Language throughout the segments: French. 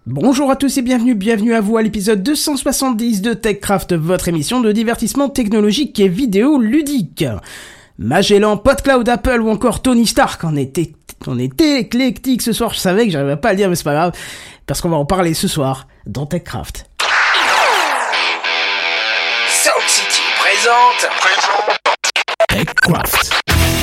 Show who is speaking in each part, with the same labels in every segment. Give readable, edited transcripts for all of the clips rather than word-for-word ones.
Speaker 1: Bonjour à tous et bienvenue à vous à l'épisode 270 de TechCraft, votre émission de divertissement technologique et vidéo ludique. Magellan, PodCloud, Apple ou encore Tony Stark, on était éclectique ce soir, je savais que j'arrivais pas à le dire mais c'est pas grave, parce qu'on va en parler ce soir dans TechCraft.
Speaker 2: Sound City présente
Speaker 1: TechCraft.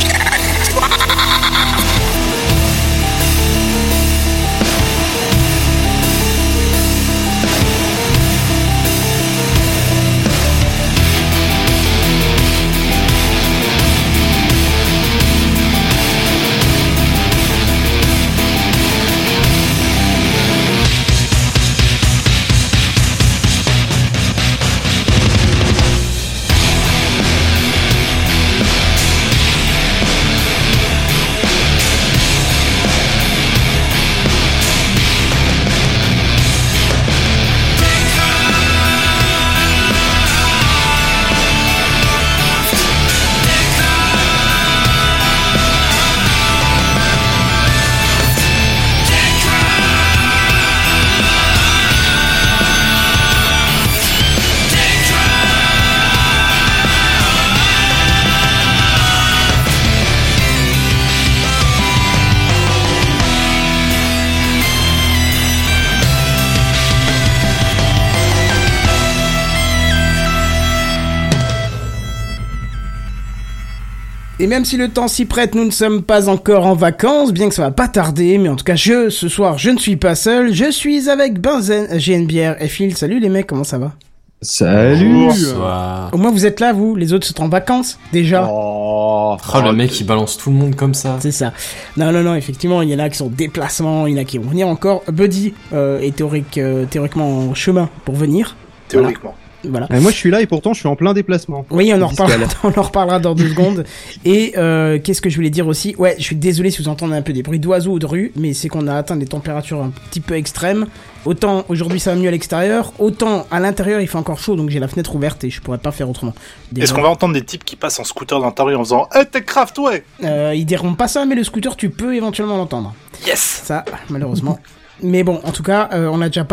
Speaker 1: Et même si le temps s'y prête, nous ne sommes pas encore en vacances, bien que ça va pas tarder, mais en tout cas, ce soir, je ne suis pas seul, je suis avec Benzen, GNBR et Phil. Salut les mecs, comment ça va ?
Speaker 3: Salut.
Speaker 4: Bonsoir.
Speaker 1: Au moins vous êtes là, vous, les autres sont en vacances, déjà.
Speaker 4: Oh, le mec, il balance tout le monde comme ça.
Speaker 1: C'est ça. Non, effectivement, il y en a qui sont en déplacement, il y en a qui vont venir encore. Buddy est théoriquement en chemin pour venir.
Speaker 2: théoriquement.
Speaker 1: Voilà.
Speaker 3: Et moi je suis là et pourtant je suis en plein déplacement.
Speaker 1: Oui, on en reparlera dans 2 secondes. Et qu'est-ce que je voulais dire aussi ? Ouais, je suis désolé si vous entendez un peu des bruits d'oiseaux ou de rue, mais c'est qu'on a atteint des températures un petit peu extrêmes. Autant aujourd'hui ça va mieux à l'extérieur, autant à l'intérieur il fait encore chaud, donc j'ai la fenêtre ouverte et je pourrais pas faire autrement.
Speaker 2: Est-ce qu'on va entendre des types qui passent en scooter dans ta rue en faisant « TechCraft, ouais !»
Speaker 1: Ils diront pas ça, mais le scooter tu peux éventuellement l'entendre.
Speaker 2: Yes.
Speaker 1: Ça, malheureusement. Mais bon, en tout cas, on n'a déjà pas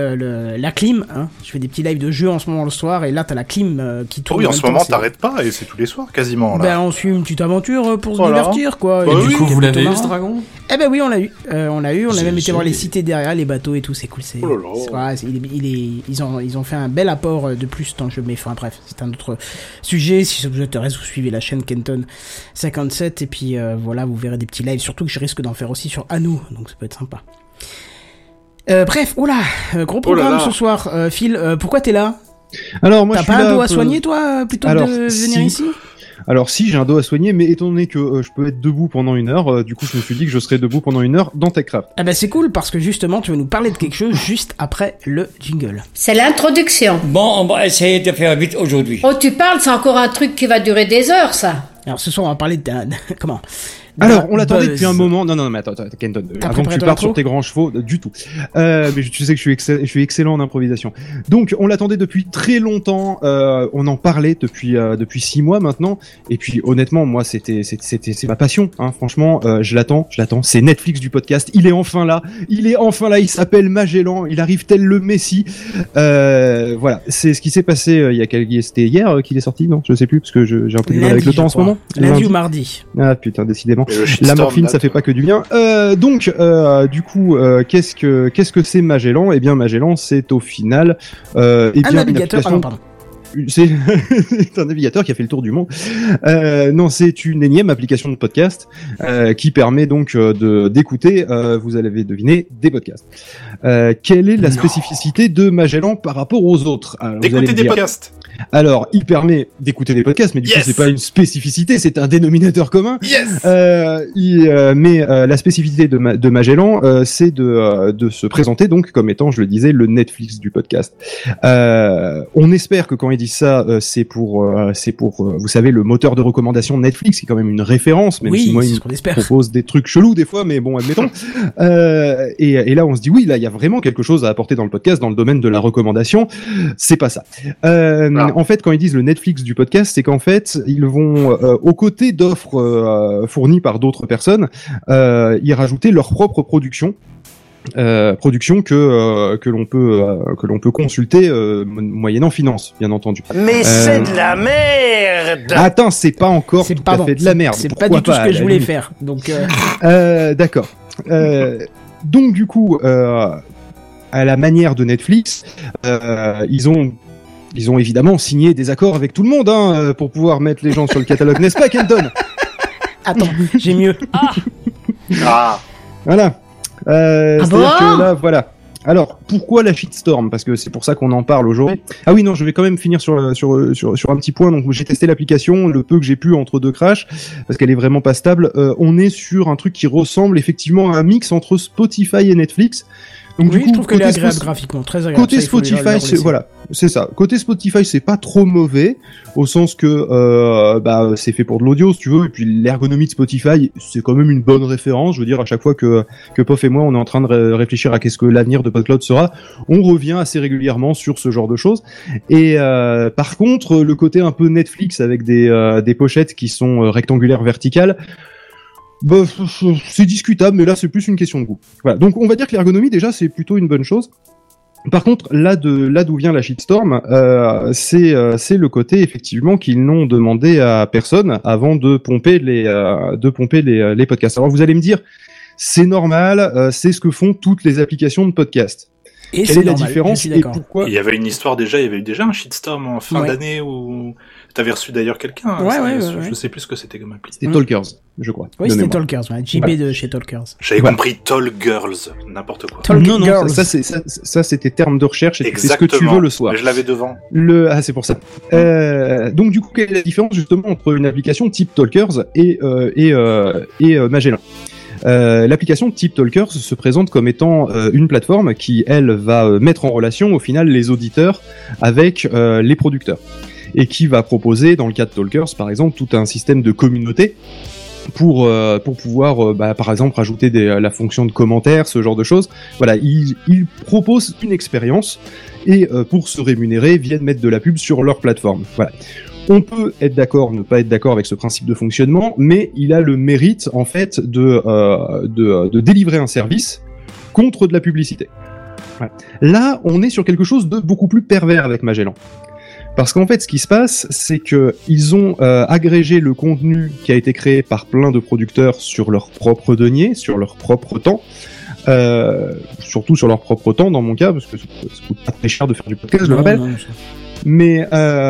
Speaker 1: la clim, hein. Je fais des petits lives de jeux en ce moment le soir, et là t'as la clim qui tourne.
Speaker 2: Oui, en ce moment t'arrêtes pas, et c'est tous les soirs quasiment là.
Speaker 1: Ben on suit une petite aventure pour se divertir, quoi.
Speaker 4: Et du coup, vous l'avez eu ce dragon ?
Speaker 1: Eh ben oui, on l'a eu. On a même été voir les cités derrière, les bateaux et tout, c'est cool. Ils ont fait un bel apport de plus dans le jeu, mais enfin bref, c'est un autre sujet. Si ça vous intéresse, vous suivez la chaîne Kenton57, et puis voilà, vous verrez des petits lives, surtout que je risque d'en faire aussi sur Anu, donc ça peut être sympa. Bref, gros programme ce soir. Phil, pourquoi t'es là ?
Speaker 3: Alors moi
Speaker 1: t'as
Speaker 3: je suis
Speaker 1: pas
Speaker 3: là
Speaker 1: un dos à soigner toi plutôt que de venir ici ?
Speaker 3: Alors si, j'ai un dos à soigner, mais étant donné que je peux être debout pendant 1 heure, du coup je me suis dit que je serais debout pendant 1 heure dans TechCraft.
Speaker 1: Ah bah c'est cool parce que justement tu vas nous parler de quelque chose juste après le jingle.
Speaker 5: C'est l'introduction.
Speaker 6: Bon, on va essayer de faire vite aujourd'hui.
Speaker 5: Oh, tu parles, c'est encore un truc qui va durer des heures, ça.
Speaker 1: Alors ce soir on va parler comment ?
Speaker 3: Alors, on l'attendait depuis un moment. Non, mais attends, Kenton, avant que tu partes sur tes grands chevaux, du tout. Mais tu sais que je suis excellent en improvisation. Donc, on l'attendait depuis très longtemps. On en parlait depuis 6 mois maintenant. Et puis, honnêtement, moi, c'est ma passion. Hein. Franchement, je l'attends. C'est Netflix du podcast. Il est enfin là. Il s'appelle Magellan. Il arrive tel le Messie. Voilà, c'est ce qui s'est passé. C'était hier qu'il est sorti, non ? Je sais plus parce que j'ai un peu du mal avec le temps en ce moment.
Speaker 1: Lundi ou mardi.
Speaker 3: Ah putain, décidément. La morphine, ça fait pas que du bien. Donc, du coup, qu'est-ce que c'est Magellan ? Eh bien, Magellan, c'est au final,
Speaker 1: un navigateur.
Speaker 3: C'est un navigateur qui a fait le tour du monde. Non, c'est une énième application de podcast qui permet donc d'écouter, vous allez deviner, des podcasts. Quelle est la spécificité de Magellan par rapport aux autres ?
Speaker 2: D'écouter des podcasts.
Speaker 3: Alors, il permet d'écouter des podcasts, mais du coup, c'est pas une spécificité, c'est un dénominateur commun.
Speaker 2: Yes.
Speaker 3: Mais la spécificité de Magellan, c'est de se présenter donc comme étant, je le disais, le Netflix du podcast. On espère que quand il dit ça, c'est pour vous savez, le moteur de recommandation de Netflix, qui est quand même une référence, même si moi il propose des trucs chelous des fois, mais bon, admettons. Et là, on se dit oui, là, il y a vraiment quelque chose à apporter dans le podcast, dans le domaine de la recommandation. C'est pas ça. En fait, quand ils disent le Netflix du podcast, c'est qu'en fait, ils vont, aux côtés d'offres fournies par d'autres personnes, y rajouter leur propre production. production que l'on peut consulter moyennant finance, bien entendu.
Speaker 7: Mais c'est de la merde.
Speaker 3: Attends, c'est pas encore tout à fait de la merde.
Speaker 1: C'est pas du tout ce que je voulais faire. Donc
Speaker 3: d'accord. Donc du coup, à la manière de Netflix, ils ont évidemment signé des accords avec tout le monde pour pouvoir mettre les gens sur le catalogue, n'est-ce pas, Kenton?
Speaker 1: Attends, j'ai mieux.
Speaker 3: Voilà. C'est-à-dire
Speaker 5: bon
Speaker 3: que là, voilà. Alors, pourquoi la shitstorm? Parce que c'est pour ça qu'on en parle aujourd'hui. Ah oui, non, je vais quand même finir sur un petit point. Donc, j'ai testé l'application, le peu que j'ai pu entre deux crashs, parce qu'elle est vraiment pas stable. On est sur un truc qui ressemble effectivement à un mix entre Spotify et Netflix. Donc,
Speaker 1: oui,
Speaker 3: du coup,
Speaker 1: je trouve qu'elle est agréable graphiquement, très agréable.
Speaker 3: Côté Spotify, c'est ça. Côté Spotify, c'est pas trop mauvais, au sens que c'est fait pour de l'audio, si tu veux, et puis l'ergonomie de Spotify, c'est quand même une bonne référence. Je veux dire, à chaque fois que Pof et moi, on est en train de réfléchir à qu'est-ce que l'avenir de PodCloud sera, on revient assez régulièrement sur ce genre de choses. Et par contre, le côté un peu Netflix avec des pochettes qui sont rectangulaires verticales, c'est discutable, mais là c'est plus une question de goût. Voilà. Donc on va dire que l'ergonomie déjà c'est plutôt une bonne chose. Par contre, là d'où vient la shitstorm, c'est le côté effectivement qu'ils n'ont demandé à personne avant de pomper les podcasts. Alors vous allez me dire, c'est normal, c'est ce que font toutes les applications de podcast.
Speaker 1: Et
Speaker 3: quelle est la différence et pourquoi?
Speaker 2: Il y avait une histoire il y avait eu déjà un shitstorm en fin d'année où t'avais reçu d'ailleurs quelqu'un. Je sais plus ce que c'était comme appli.
Speaker 3: C'était Talkers, je crois.
Speaker 1: Oui, c'était Talkers, JB de chez Talkers.
Speaker 2: J'avais compris Tall Girls, n'importe quoi.
Speaker 1: Talking Girls.
Speaker 3: Ça c'était terme de recherche et c'est ce que tu veux le soir.
Speaker 2: Mais je l'avais devant.
Speaker 3: C'est pour ça. Donc du coup, quelle est la différence justement entre une application type Talkers et Magellan? L'application type Talkers se présente comme étant une plateforme qui, elle, va mettre en relation au final les auditeurs avec les producteurs et qui va proposer, dans le cas de Talkers par exemple, tout un système de communauté pour pouvoir par exemple rajouter la fonction de commentaires, ce genre de choses. Voilà, il propose une expérience et pour se rémunérer viennent mettre de la pub sur leur plateforme. Voilà. On peut être d'accord, ne pas être d'accord avec ce principe de fonctionnement, mais il a le mérite, en fait, de délivrer un service contre de la publicité. Voilà. Là, on est sur quelque chose de beaucoup plus pervers avec Magellan. Parce qu'en fait, ce qui se passe, c'est que ils ont agrégé le contenu qui a été créé par plein de producteurs sur leur propre denier, sur leur propre temps, surtout sur leur propre temps, dans mon cas, parce que ça coûte pas très cher de faire du podcast, je le rappelle. Mais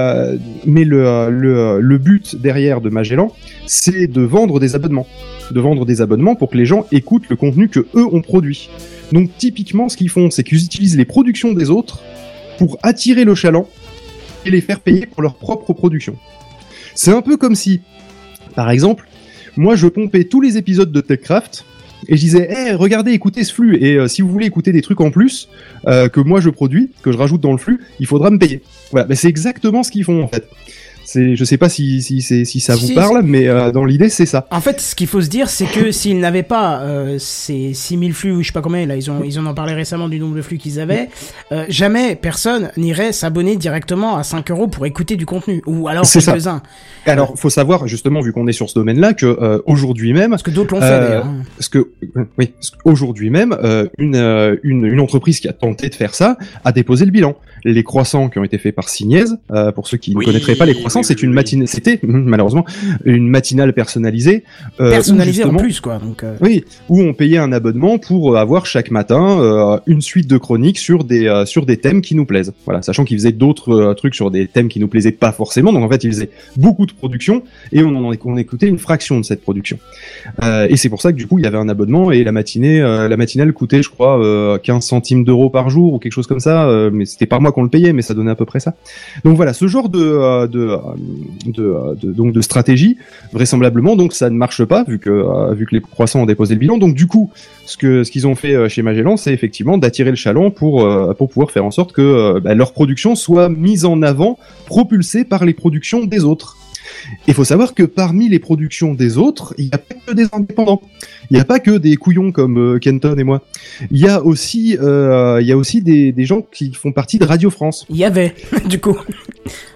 Speaker 3: le but derrière de Magellan, c'est de vendre des abonnements. De vendre des abonnements pour que les gens écoutent le contenu que eux ont produit. Donc typiquement, ce qu'ils font, c'est qu'ils utilisent les productions des autres pour attirer le chaland et les faire payer pour leur propre production. C'est un peu comme si, par exemple, moi je pompais tous les épisodes de TechCraft et je disais, regardez, écoutez ce flux, et si vous voulez écouter des trucs en plus que moi je produis, que je rajoute dans le flux, il faudra me payer. Voilà, mais c'est exactement ce qu'ils font en fait. Je sais pas si ça vous parle, mais dans l'idée c'est ça.
Speaker 1: En fait, ce qu'il faut se dire, c'est que s'ils n'avaient pas ces 6000 flux, ou je sais pas combien, là ils en ont parlé récemment du nombre de flux qu'ils avaient, jamais personne n'irait s'abonner directement à 5 € pour écouter du contenu, ou alors quelques-uns.
Speaker 3: Alors, faut savoir justement, vu qu'on est sur ce domaine-là, que aujourd'hui même,
Speaker 1: parce que d'autres l'ont fait d'ailleurs.
Speaker 3: Parce qu'aujourd'hui même, une entreprise qui a tenté de faire ça a déposé le bilan. Les croissants qui ont été faits par Signez, pour ceux qui ne connaîtraient pas les croissants, c'est une matinale, c'était malheureusement une matinale personnalisée.
Speaker 1: Personnalisée en plus, quoi. Donc,
Speaker 3: oui, où on payait un abonnement pour avoir chaque matin une suite de chroniques sur des thèmes qui nous plaisent. Voilà, sachant qu'ils faisaient d'autres trucs sur des thèmes qui nous plaisaient pas forcément. Donc en fait, ils faisaient beaucoup de production et on écoutait une fraction de cette production. Et c'est pour ça que du coup, il y avait un abonnement et la matinale coûtait, je crois, 15 centimes d'euros par jour ou quelque chose comme ça. Mais c'était pas moi qu'on le payait, mais ça donnait à peu près ça. Donc voilà, ce genre de stratégie, vraisemblablement, donc ça ne marche pas vu que les croissants ont déposé le bilan. Donc du coup, ce qu'ils ont fait chez Magellan, c'est effectivement d'attirer le chaland pour pouvoir faire en sorte que leur production soit mise en avant, propulsée par les productions des autres. Il faut savoir que parmi les productions des autres, il n'y a pas que des indépendants. Il n'y a pas que des couillons comme Kenton et moi. Il y a aussi des gens qui font partie de Radio France.
Speaker 1: Il y avait, du coup.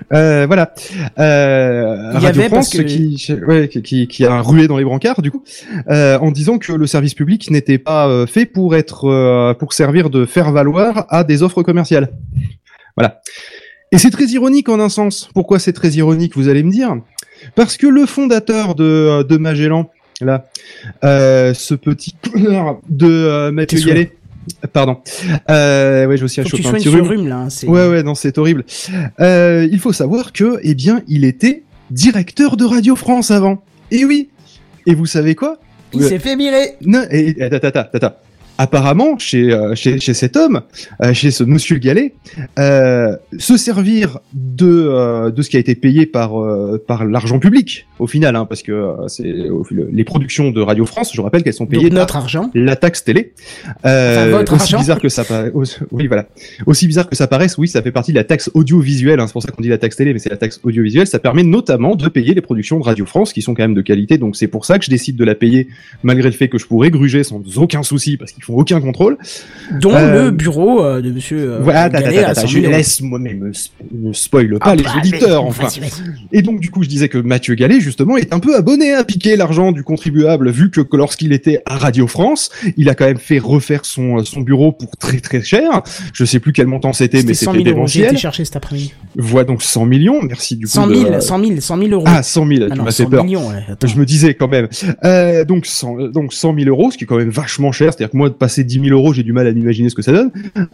Speaker 3: Voilà. Radio France qui a rué dans les brancards du coup, en disant que le service public n'était pas fait pour servir de faire valoir à des offres commerciales. Voilà. Et c'est très ironique en un sens. Pourquoi c'est très ironique, vous allez me dire ? Parce que le fondateur de Magellan, là, ce petit connard de Mathieu Gallet. Pardon. J'ai aussi chopé un petit rhume.
Speaker 1: Là,
Speaker 3: non, c'est horrible. Il faut savoir que, eh bien, il était directeur de Radio France avant. Et oui. Et vous savez quoi ?
Speaker 1: Il s'est fait virer.
Speaker 3: Non, attends. Apparemment, chez cet homme, chez ce monsieur Gallet, se servir de ce qui a été payé par l'argent public, au final, hein, parce que c'est les productions de Radio France, je rappelle qu'elles sont payées
Speaker 1: donc notre argent,
Speaker 3: la taxe télé.
Speaker 1: Votre
Speaker 3: aussi
Speaker 1: argent.
Speaker 3: Bizarre que ça oui, voilà. Aussi bizarre que ça paraisse, oui, ça fait partie de la taxe audiovisuelle, hein, c'est pour ça qu'on dit la taxe télé, mais c'est la taxe audiovisuelle. Ça permet notamment de payer les productions de Radio France, qui sont quand même de qualité, donc c'est pour ça que je décide de la payer, malgré le fait que je pourrais gruger sans aucun souci, parce qu'ils font aucun contrôle.
Speaker 1: Dont le bureau de monsieur Gallet à 100 000 €.
Speaker 3: Laisse-moi, mais me spoil pas les auditeurs, enfin.
Speaker 1: Vas-y.
Speaker 3: Et donc, du coup, je disais que Mathieu Gallet, justement, est un peu abonné à piquer l'argent du contribuable, vu que lorsqu'il était à Radio France, il a quand même fait refaire son bureau pour très très cher. Je sais plus quel montant c'était, mais c'était
Speaker 1: 100 000 €. J'ai
Speaker 3: démentiel.
Speaker 1: été chercher cet après-midi.
Speaker 3: Voilà donc 100 millions, merci du coup.
Speaker 1: 100 000 €.
Speaker 3: Ah, 100 000, tu m'as fait peur.
Speaker 1: Millions, ouais,
Speaker 3: je me disais quand même. Donc 100 000 €, ce qui est quand même vachement cher. C'est-à-dire que moi, de passer 10 000 €, j'ai du mal à m'imaginer ce que ça donne.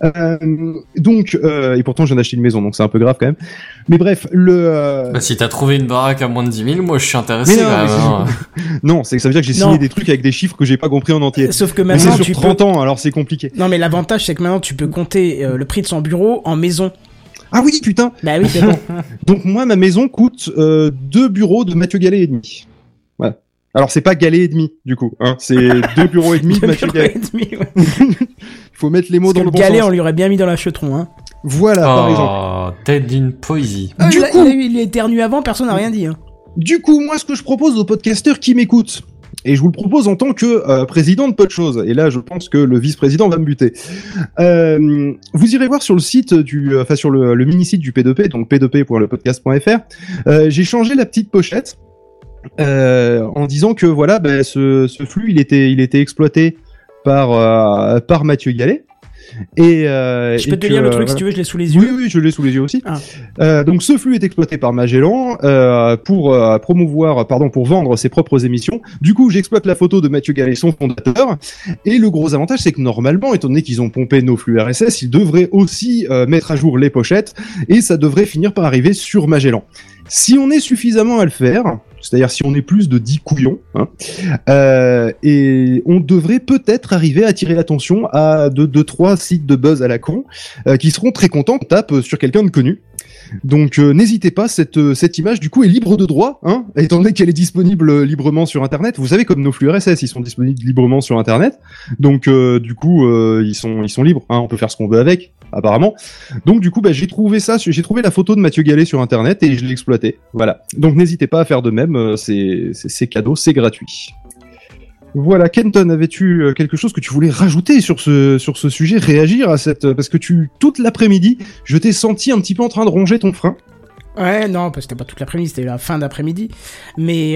Speaker 3: Et pourtant, je viens d'acheter une maison, donc c'est un peu grave quand même. Mais bref,
Speaker 4: si t'as trouvé une baraque à moins de 10 000, moi je suis intéressé quand même. Hein.
Speaker 3: Non, c'est que ça veut dire que j'ai signé des trucs avec des chiffres que j'ai pas compris en entier.
Speaker 1: Sauf que maintenant,
Speaker 3: c'est sur 30 ans, alors c'est compliqué.
Speaker 1: Non, mais l'avantage, c'est que maintenant, tu peux compter le prix de son bureau en maison.
Speaker 3: Ah oui, putain.
Speaker 1: Bah oui, c'est bon.
Speaker 3: Donc moi, ma maison coûte 2 bureaux de Mathieu Gallet et demi. Voilà. Alors c'est pas Gallet et demi, du coup. Hein. C'est 2 bureaux et demi de Mathieu Gallet.
Speaker 1: Ouais.
Speaker 3: Il faut mettre les mots dans le bon
Speaker 1: Gallet,
Speaker 3: sens.
Speaker 1: on lui aurait bien mis dans la chetron, hein.
Speaker 3: Voilà, par exemple.
Speaker 4: Oh, tête d'une poésie.
Speaker 1: Du coup, il est éternué avant, personne n'a rien dit. Hein.
Speaker 3: Du coup, moi, ce que je propose aux podcasteurs qui m'écoutent, et je vous le propose en tant que président de peu de choses, et là, je pense que le vice-président va me buter. Vous irez voir sur le site sur le mini-site du P2P, donc p2p.lepodcast.fr. J'ai changé la petite pochette en disant que voilà, ce flux, il était exploité par Mathieu Gallet.
Speaker 1: Je peux te lire le truc si tu veux, je l'ai sous les yeux.
Speaker 3: Oui, je l'ai sous les yeux aussi.
Speaker 1: Ah.
Speaker 3: Donc ce flux est exploité par Magellan pour vendre ses propres émissions. Du coup, j'exploite la photo de Mathieu Gallet, son fondateur. Et le gros avantage, c'est que normalement, étant donné qu'ils ont pompé nos flux RSS, ils devraient aussi mettre à jour les pochettes et ça devrait finir par arriver sur Magellan. Si on est suffisamment à le faire, c'est-à-dire si on est plus de 10 couillons, hein, et on devrait peut-être arriver à attirer l'attention à 2-3 sites de buzz à la con, qui seront très contents qu'on tape sur quelqu'un de connu. Donc n'hésitez pas, cette image du coup est libre de droit, hein, étant donné qu'elle est disponible librement sur internet. Vous savez, comme nos flux RSS, ils sont disponibles librement sur internet. Donc du coup ils sont libres, hein, on peut faire ce qu'on veut avec, apparemment. Donc du coup j'ai trouvé la photo de Mathieu Gallet sur internet et je l'ai exploité. Voilà. Donc n'hésitez pas à faire de même, c'est cadeau, c'est gratuit. Voilà, Kenton, avais-tu quelque chose que tu voulais rajouter sur ce sujet, réagir à parce que toute l'après-midi, je t'ai senti un petit peu en train de ronger ton frein.
Speaker 1: Ouais, non, parce que c'était pas toute l'après-midi, c'était la fin d'après-midi. Mais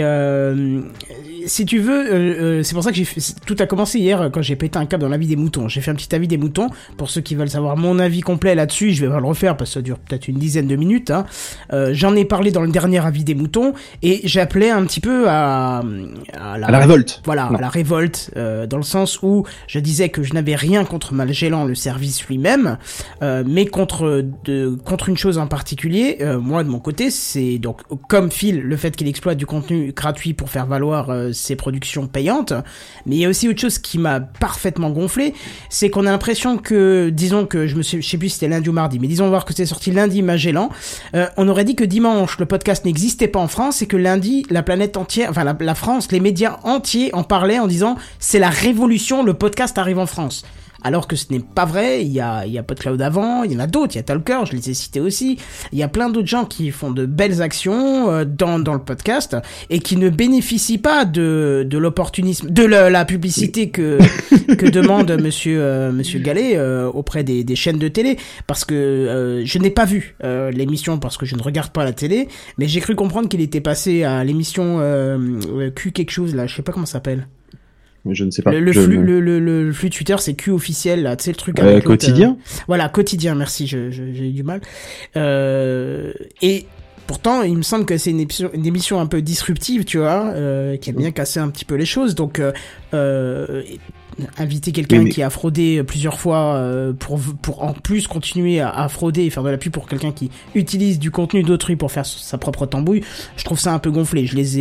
Speaker 1: si tu veux, c'est pour ça que tout a commencé hier quand j'ai pété un câble dans l'avis des moutons. J'ai fait un petit avis des moutons. Pour ceux qui veulent savoir mon avis complet là-dessus, je vais pas le refaire parce que ça dure peut-être une dizaine de minutes. Hein. J'en ai parlé dans le dernier avis des moutons et j'appelais un petit peu à
Speaker 3: la révolte.
Speaker 1: Voilà, non. À la révolte, dans le sens où je disais que je n'avais rien contre Magellan, le service lui-même, mais contre une chose en particulier. Moi, de mon côté, c'est donc comme Phil, le fait qu'il exploite du contenu gratuit pour faire valoir ses productions payantes, mais il y a aussi autre chose qui m'a parfaitement gonflé, c'est qu'on a l'impression que, disons que je sais plus si c'était lundi ou mardi, mais disons voir que c'est sorti lundi Magellan, on aurait dit que dimanche le podcast n'existait pas en France et que lundi la planète entière, enfin la France, les médias entiers en parlaient en disant c'est la révolution, le podcast arrive en France. alors que ce n'est pas vrai. Il y a PodCloud avant, il y en a d'autres, il y a Talker, je les ai cités aussi. Il y a plein d'autres gens qui font de belles actions dans le podcast et qui ne bénéficient pas de l'opportunisme, de la publicité que demande monsieur Gallet auprès des chaînes de télé, parce que je n'ai pas vu l'émission parce que je ne regarde pas la télé, mais j'ai cru comprendre qu'il était passé à l'émission Q quelque chose là, je sais pas comment ça s'appelle.
Speaker 3: Mais je ne sais pas.
Speaker 1: Le flux Twitter, c'est Q officiel, là, tu sais, le truc avec
Speaker 3: quotidien.
Speaker 1: Voilà, quotidien, merci, j'ai eu du mal. Et pourtant, il me semble que c'est une émission un peu disruptive, tu vois, qui aime bien casser un petit peu les choses. Donc, inviter quelqu'un qui a fraudé plusieurs fois pour en plus continuer à frauder et faire de la pub pour quelqu'un qui utilise du contenu d'autrui pour faire sa propre tambouille, je trouve ça un peu gonflé.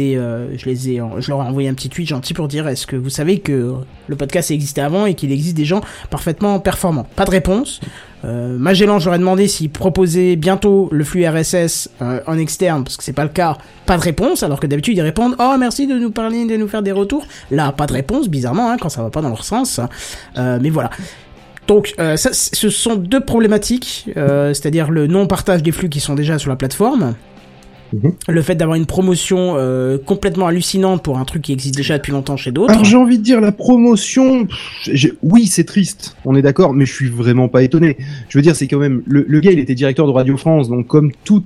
Speaker 1: Je leur ai envoyé un petit tweet gentil pour dire est-ce que vous savez que le podcast existait avant et qu'il existe des gens parfaitement performants. Pas de réponse. Magellan, j'aurais demandé s'il proposait bientôt le flux RSS en externe, parce que c'est pas le cas. Pas de réponse, alors que d'habitude ils répondent oh merci de nous parler, de nous faire des retours. Là, pas de réponse, bizarrement, quand ça va pas dans leur sens. Mais voilà. Donc ça, ce sont deux problématiques, c'est-à-dire le non-partage des flux qui sont déjà sur la plateforme. Le fait d'avoir une promotion complètement hallucinante pour un truc qui existe déjà depuis longtemps chez d'autres.
Speaker 3: Alors j'ai envie de dire la promotion, oui c'est triste, on est d'accord, mais je suis vraiment pas étonné. Je veux dire c'est quand même le gars il était directeur de Radio France, donc comme tout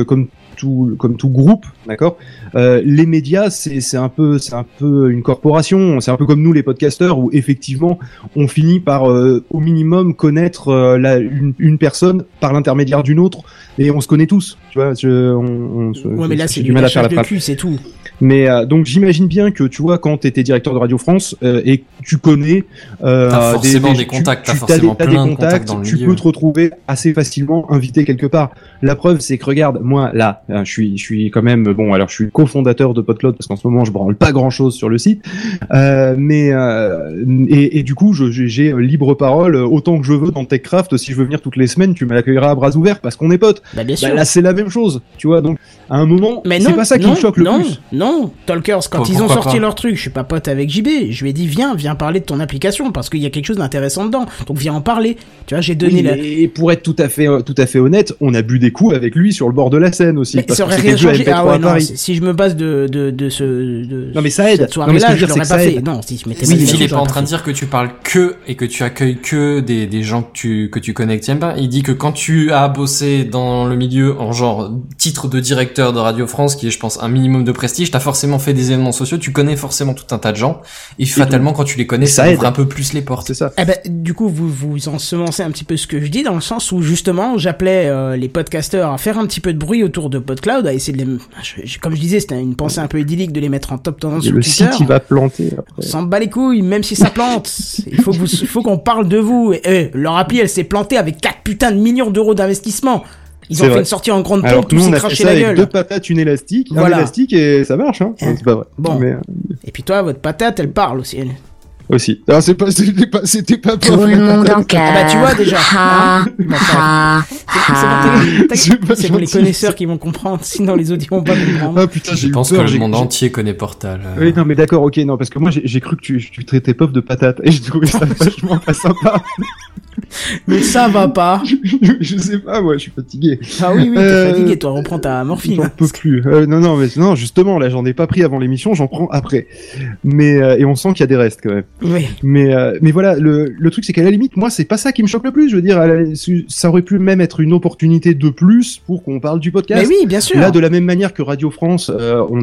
Speaker 3: groupe, d'accord. Les médias c'est un peu une corporation, c'est un peu comme nous les podcasteurs où effectivement on finit par au minimum connaître une personne par l'intermédiaire d'une autre et on se connaît tous, tu vois.
Speaker 1: Ouais, mais là c'est du lâchage de cul, c'est tout.
Speaker 3: Mais donc j'imagine bien que tu vois quand t'étais directeur de Radio France et tu connais
Speaker 4: t'as forcément des contacts, t'as forcément plein de contacts dans le milieu.
Speaker 3: Tu peux te retrouver assez facilement invité quelque part. La preuve c'est que regarde, moi là, je suis quand même bon. Alors je suis cofondateur de PodCloud parce qu'en ce moment je branle pas grand chose sur le site, et du coup j'ai libre parole autant que je veux dans TechCraft. Si je veux venir toutes les semaines, tu m'accueilleras à bras ouverts parce qu'on est potes.
Speaker 1: Bah bien sûr.
Speaker 3: Là c'est la même chose, tu vois. Donc à un moment, c'est pas ça qui me choque le plus.
Speaker 1: Non, Talkers, quand ils ont sorti leur truc, je suis pas pote avec JB, je lui ai dit viens parler de ton application parce qu'il y a quelque chose d'intéressant dedans. Donc viens en parler. Tu vois, j'ai donné
Speaker 3: Et pour être tout à fait honnête, on a bu des coups avec lui sur le bord de la Seine aussi.
Speaker 1: Mais ça aurait rien changé. Ah ouais, non, si je me base de
Speaker 3: non mais ça aide.
Speaker 1: Cette soirée-là, je l'aurais pas fait. Non, si je m'étais pas.
Speaker 4: Il est pas en train de dire que tu parles que et que tu accueilles que des gens que tu connais que tu aimes pas. Il dit que quand tu as bossé dans le milieu en genre titre de directeur de Radio France, qui est je pense un minimum de prestige, t'as forcément fait des événements sociaux, tu connais forcément tout un tas de gens et fatalement quand tu les connais ça ouvre un peu plus les portes.
Speaker 3: C'est ça.
Speaker 1: Eh ben du coup vous ensemencez un petit peu ce que je dis dans le sens où justement j'appelais les podcasteurs à faire un petit peu de bruit autour de PodCloud, à essayer de les comme je disais c'était une pensée un peu idyllique de les mettre en top tendance sur
Speaker 3: le
Speaker 1: Twitter.
Speaker 3: Le site il va planter après.
Speaker 1: On s'en bat les couilles même si ça plante. Il faut qu'on parle de vous et leur appli elle s'est plantée avec 4 putains de millions d'euros d'investissement. Ils ont fait une sortie en grande pompe, tout s'est craché la gueule.
Speaker 3: Avec 2 patates, une élastique, un élastique et ça marche, hein. C'est pas vrai.
Speaker 1: Bon. Et puis toi, votre patate, elle parle aussi, elle.
Speaker 3: Aussi. Alors c'était pas
Speaker 8: tout le monde en cœur.
Speaker 1: Ah bah tu vois déjà. C'est pour les connaisseurs qui vont comprendre, sinon les audios vont pas comprendre.
Speaker 3: Ah putain,
Speaker 4: je pense que le monde entier connaît Portal.
Speaker 3: Oui, non mais d'accord, ok, non, parce que moi j'ai cru que tu traitais Pop de patate et j'ai trouvé ça vachement pas sympa.
Speaker 1: Mais ça va pas.
Speaker 3: Je sais pas, moi, je suis fatigué.
Speaker 1: Ah oui, t'es fatigué, toi, reprends ta morphine.
Speaker 3: J'en peux plus. Non, justement, là, j'en ai pas pris avant l'émission, j'en prends après. Mais et on sent qu'il y a des restes quand même.
Speaker 1: Oui.
Speaker 3: Mais voilà, le truc, c'est qu'à la limite, moi, c'est pas ça qui me choque le plus. Je veux dire, ça aurait pu même être une opportunité de plus pour qu'on parle du podcast.
Speaker 1: Mais oui, bien sûr.
Speaker 3: Là, de la même manière que Radio France,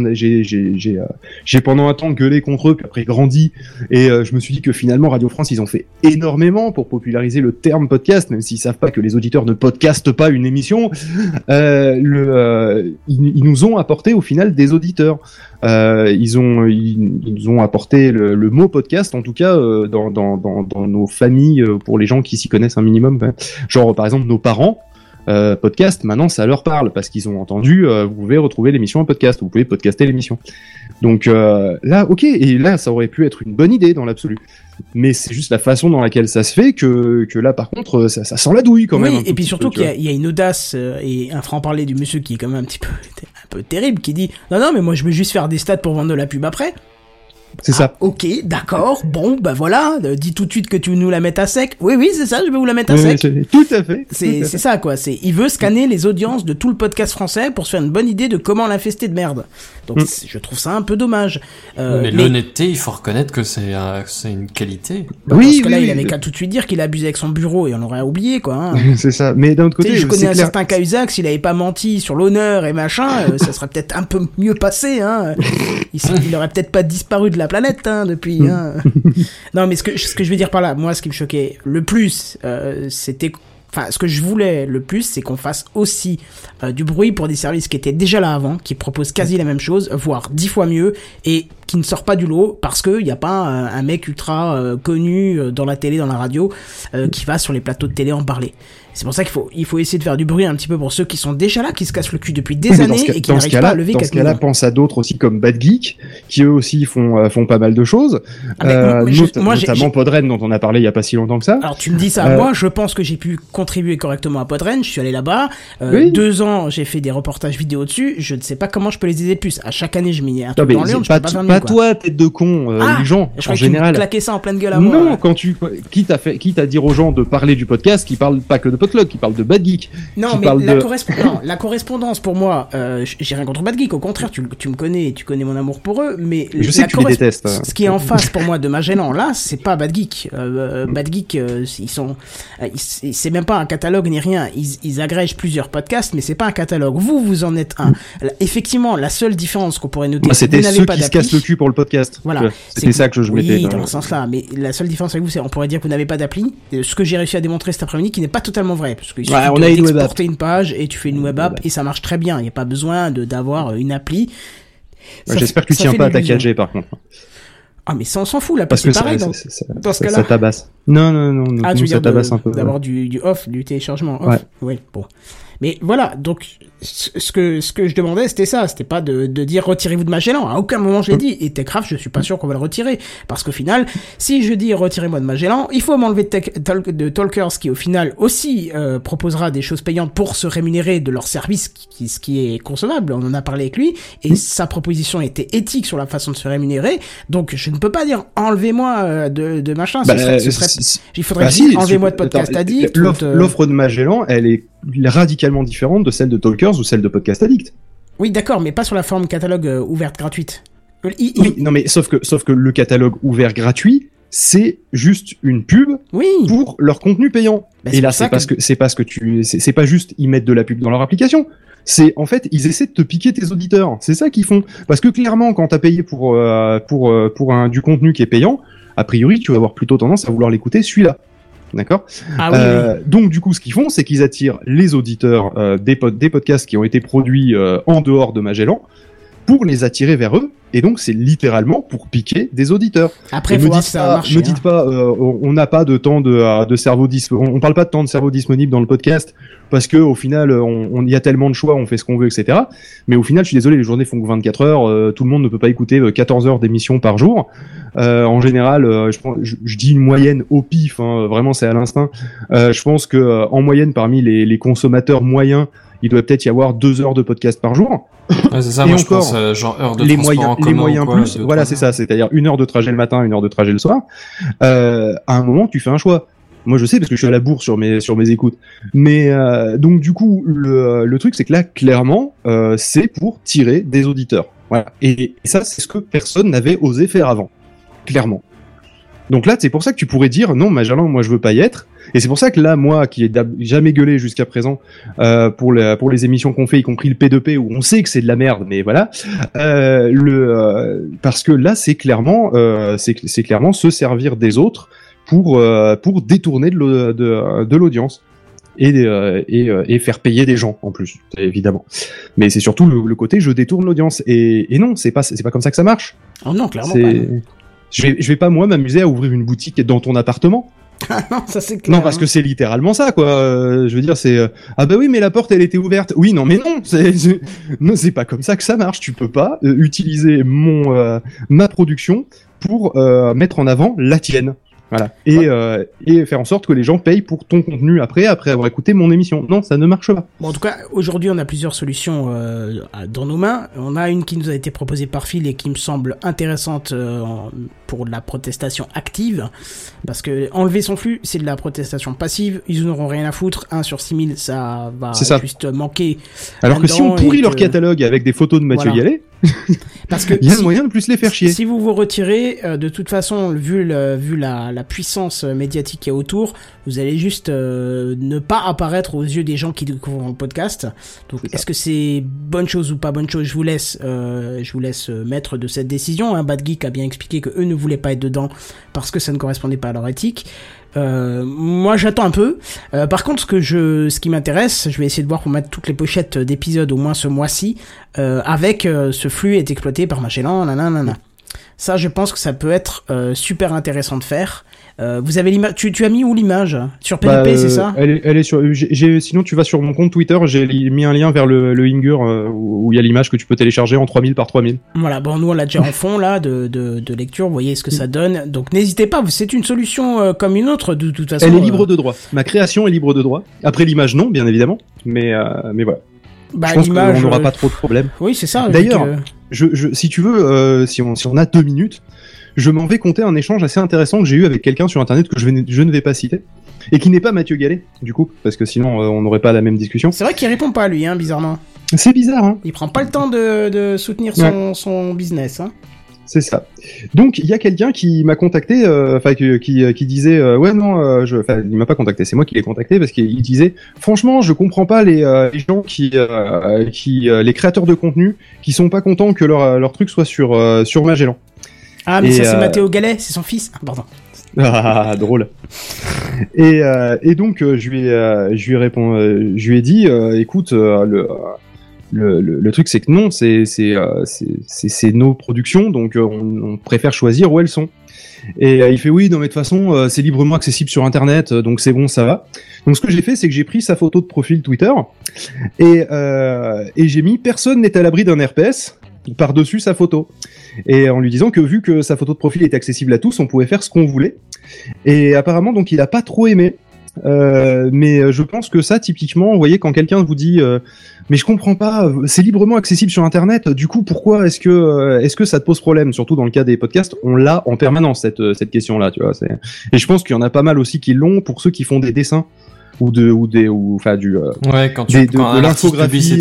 Speaker 3: j'ai pendant un temps gueulé contre eux, puis après grandi, et je me suis dit que finalement, Radio France, ils ont fait énormément pour populariser le terme podcast, même s'ils savent pas que les auditeurs ne podcastent pas une émission. Ils nous ont apporté au final des auditeurs. Ils nous ont apporté le mot podcast, en tout cas dans nos familles, pour les gens qui s'y connaissent un minimum. Genre par exemple nos parents. Podcast, maintenant ça leur parle parce qu'ils ont entendu. Vous pouvez retrouver l'émission en podcast, vous pouvez podcaster l'émission. Donc là, ok, et là ça aurait pu être une bonne idée dans l'absolu. Mais c'est juste la façon dans laquelle ça se fait que là par contre ça sent la douille quand même.
Speaker 1: Oui, et puis surtout qu'il y a une audace et un franc-parler du monsieur qui est quand même un peu terrible, qui dit non mais moi je veux juste faire des stats pour vendre de la pub après.
Speaker 3: C'est ça.
Speaker 1: Ok, d'accord. Bon, bah voilà. Dis tout de suite que tu veux nous la mettre à sec. Oui, c'est ça. Je vais vous la mettre à sec.
Speaker 3: Tout à fait.
Speaker 1: C'est ça, quoi. Il veut scanner les audiences de tout le podcast français pour se faire une bonne idée de comment l'infester de merde. Donc, je trouve ça un peu dommage.
Speaker 4: Mais l'honnêteté, il faut reconnaître que c'est une qualité.
Speaker 1: Bah, parce que là, il avait qu'à tout de suite dire qu'il a abusé avec son bureau et on aurait oublié, quoi. Hein.
Speaker 3: C'est ça. Mais d'un autre côté,
Speaker 1: je connais un certain Cahuzac, s'il avait pas menti sur l'honneur et machin, ça serait peut-être un peu mieux passé, hein. Il aurait peut-être pas disparu de la planète, hein, depuis, hein. Non, mais ce que je veux dire par là, moi, ce qui me choquait le plus, c'était, enfin, ce que je voulais le plus, c'est qu'on fasse aussi du bruit pour des services qui étaient déjà là avant, qui proposent quasi la même chose, voire 10 fois mieux, et qui ne sort pas du lot parce que y a pas un mec ultra connu dans la télé, dans la radio, qui va sur les plateaux de télé en parler. C'est pour ça qu'il faut essayer de faire du bruit un petit peu pour ceux qui sont déjà là, qui se cassent le cul depuis des années et qui n'arrivent pas à lever.
Speaker 3: Dans ce cas-là, pense à d'autres aussi comme Bad Geek, qui eux aussi font pas mal de choses. Notamment Podren, dont on a parlé il y a pas si longtemps que ça.
Speaker 1: Alors tu me dis ça, moi je pense que j'ai pu contribuer correctement à Podren. Je suis allé là-bas, 2 ans, j'ai fait des reportages vidéo dessus. Je ne sais pas comment je peux les aider plus. À chaque année, je mets un truc dans l'urne. Je peux pas faire mieux.
Speaker 3: Pas toi, tête de con, les gens
Speaker 1: je
Speaker 3: en général.
Speaker 1: Claquer ça en pleine gueule à moi.
Speaker 3: Non, quitte à dire aux gens de parler du podcast, qui parlent pas que de Podclub, qui parlent de Bad Geek.
Speaker 1: Non, mais la correspondance pour moi, j'ai rien contre Bad Geek. Au contraire, tu me connais, tu connais mon amour pour eux, mais
Speaker 3: je sais que tu les détestes.
Speaker 1: Ce qui est en face pour moi de Magellan, là, c'est pas Bad Geek. Bad Geek, c'est même pas un catalogue ni rien. Ils agrègent plusieurs podcasts, mais c'est pas un catalogue. Vous en êtes un. Effectivement, la seule différence qu'on pourrait noter,
Speaker 3: c'était ceux qui se cassent le cul pour le podcast.
Speaker 1: Voilà.
Speaker 3: C'était ça que je mettais.
Speaker 1: Oui, dans ce sens-là. Mais la seule différence avec vous, c'est on pourrait dire que vous n'avez pas d'appli. Ce que j'ai réussi à démontrer cet après-midi, qui n'est pas totalement vrai, parce que
Speaker 3: on a
Speaker 1: exporter une page et tu fais une web app et ça marche très bien. Il n'y a pas besoin d'avoir une appli.
Speaker 3: J'espère que tu tiens pas à ta 4G par contre.
Speaker 1: Ah mais ça on s'en fout là, parce que c'est pareil dans ce cas-là.
Speaker 3: Ça tabasse. Non,
Speaker 1: tu veux
Speaker 3: ça tabasse un peu.
Speaker 1: D'avoir du off, du téléchargement off. Ouais, bon. Mais voilà, donc ce que je demandais, c'était ça, c'était pas de dire retirez-vous de Magellan. À aucun moment je l'ai dit. Et Techcraft, je suis pas sûr qu'on va le retirer, parce qu'au final, si je dis retirez-moi de Magellan, il faut m'enlever de Talkers, qui au final aussi proposera des choses payantes pour se rémunérer de leur service, ce qui est concevable. On en a parlé avec lui, et sa proposition était éthique sur la façon de se rémunérer. Donc je ne peux pas dire enlevez-moi de machin. Il faudrait dire enlevez-moi de Podcast Addict.
Speaker 3: L'offre de Magellan, elle est radicalement différente de celle de Talkers ou celle de Podcast Addict.
Speaker 1: Oui, d'accord, mais pas sur la forme catalogue ouverte gratuite.
Speaker 3: Oui, non, mais sauf que le catalogue ouvert gratuit, c'est juste une pub pour leur contenu payant. Et là, c'est pas juste ils mettent de la pub dans leur application. C'est en fait ils essaient de te piquer tes auditeurs. C'est ça qu'ils font. Parce que clairement, quand t'as payé pour du contenu qui est payant, a priori, tu vas avoir plutôt tendance à vouloir l'écouter celui-là. D'accord. Donc du coup, ce qu'ils font, c'est qu'ils attirent les auditeurs des podcasts qui ont été produits en dehors de Magellan pour les attirer vers eux. Et donc, c'est littéralement pour piquer des auditeurs.
Speaker 1: Après, il faut voir si ça va marcher.
Speaker 3: Me dites pas, on n'a pas de temps de cerveau disponible. On parle pas de temps de cerveau disponible dans le podcast parce que au final, il y a tellement de choix, on fait ce qu'on veut, etc. Mais au final, je suis désolé, les journées font que 24 heures. Tout le monde ne peut pas écouter 14 heures d'émission par jour. En général, je dis une moyenne au pif. Vraiment, c'est à l'instinct. Je pense que en moyenne, parmi les consommateurs moyens, il doit peut-être y avoir 2 heures de podcast par jour.
Speaker 4: Ouais, c'est ça, moi encore, je pense genre heure de transport en commun.
Speaker 3: Les moyens plus, voilà, c'est ça, c'est-à-dire 1 heure de trajet le matin, 1 heure de trajet le soir. À un moment, tu fais un choix. Moi, je sais parce que je suis à la bourre sur mes écoutes. Mais donc du coup, le truc, c'est que là, clairement, c'est pour tirer des auditeurs. Voilà. Et ça, c'est ce que personne n'avait osé faire avant, clairement. Donc là, c'est pour ça que tu pourrais dire non, Magellan, moi je veux pas y être. Et c'est pour ça que là, moi, qui ai jamais gueulé jusqu'à présent pour les émissions qu'on fait, y compris le P2P, où on sait que c'est de la merde, mais voilà, parce que là, c'est clairement se servir des autres pour détourner de l'audience et faire payer des gens en plus, évidemment. Mais c'est surtout le côté je détourne l'audience. Et non, c'est pas comme ça que ça marche.
Speaker 1: Oh non, clairement pas.
Speaker 3: Je vais pas moi m'amuser à ouvrir une boutique dans ton appartement.
Speaker 1: Ah non, ça c'est clair.
Speaker 3: Non, parce que c'est littéralement ça, quoi. Je veux dire, c'est ah bah oui, mais la porte elle était ouverte. Oui, non, mais non, c'est pas comme ça que ça marche. Tu peux pas utiliser ma production pour mettre en avant la tienne. Voilà. Et faire en sorte que les gens payent pour ton contenu après avoir écouté mon émission. Non, ça ne marche pas.
Speaker 1: Bon, en tout cas, aujourd'hui, on a plusieurs solutions dans nos mains. On a une qui nous a été proposée par Phil et qui me semble intéressante pour de la protestation active. Parce que enlever son flux, c'est de la protestation passive. Ils n'auront rien à foutre. 1 sur 6000, ça va juste manquer.
Speaker 3: Alors que si on pourrit leur catalogue avec des photos de Mathieu Gallet,
Speaker 1: parce que
Speaker 3: il y a le moyen de plus les faire chier.
Speaker 1: Si vous vous retirez, de toute façon, vu la puissance médiatique qu'il y a autour, vous allez juste ne pas apparaître aux yeux des gens qui découvrent le podcast. Donc, est-ce que c'est bonne chose ou pas bonne chose? Je vous laisse maître de cette décision. Bad Geek a bien expliqué que eux ne voulaient pas être dedans parce que ça ne correspondait pas à leur éthique. Moi j'attends un peu. Par contre ce qui m'intéresse, je vais essayer de voir pour mettre toutes les pochettes d'épisodes au moins ce mois-ci avec ce flux est exploité par Magellan, nanana. Ça je pense que ça peut être super intéressant de faire. Vous avez l'image, tu as mis où l'image? Sur PDP, c'est ça?
Speaker 3: Elle est sur, sinon tu vas sur mon compte Twitter, j'ai mis un lien vers le Inger où il y a l'image que tu peux télécharger en 3000 par 3000.
Speaker 1: Voilà, bon, nous on l'a déjà en fond là de lecture, vous voyez ce que ça donne. Donc n'hésitez pas, c'est une solution comme une autre de toute façon.
Speaker 3: Elle est libre de droit. Ma création est libre de droit. Après l'image non, bien évidemment, mais voilà. Je pense qu'on n'aura pas trop de problèmes.
Speaker 1: Oui, c'est ça.
Speaker 3: D'ailleurs, si tu veux, si on a 2 minutes, je m'en vais compter un échange assez intéressant que j'ai eu avec quelqu'un sur internet que je ne vais pas citer et qui n'est pas Mathieu Gallet du coup, parce que sinon on n'aurait pas la même discussion.
Speaker 1: C'est vrai qu'il répond pas lui, bizarrement.
Speaker 3: C'est bizarre, hein.
Speaker 1: Il prend pas le temps de soutenir son business, hein.
Speaker 3: C'est ça. Donc il y a quelqu'un qui m'a contacté, qui disait il m'a pas contacté, c'est moi qui l'ai contacté parce qu'il disait franchement je comprends pas les gens qui les créateurs de contenu qui sont pas contents que leur truc soit sur Magellan.
Speaker 1: Ah mais ça c'est Mathéo Gallet, c'est son fils. Pardon.
Speaker 3: Ah drôle. Et donc je lui ai dit écoute le truc c'est que non, c'est nos productions, donc on préfère choisir où elles sont. Et il fait oui, non mais de toute façon c'est librement accessible sur internet, donc c'est bon, ça va. Donc ce que j'ai fait, c'est que j'ai pris sa photo de profil Twitter et j'ai mis personne n'est à l'abri d'un RPS par-dessus sa photo. Et en lui disant que vu que sa photo de profil était accessible à tous, on pouvait faire ce qu'on voulait. Et apparemment donc il a pas trop aimé. Mais je pense que ça, typiquement, vous voyez, quand quelqu'un vous dit mais je comprends pas, c'est librement accessible sur internet, du coup pourquoi est-ce que ça te pose problème? Surtout dans le cas des podcasts, on l'a en permanence cette question-là, tu vois. Et je pense qu'il y en a de aussi l'ont pour ceux qui font des dessins ou de l'infographie,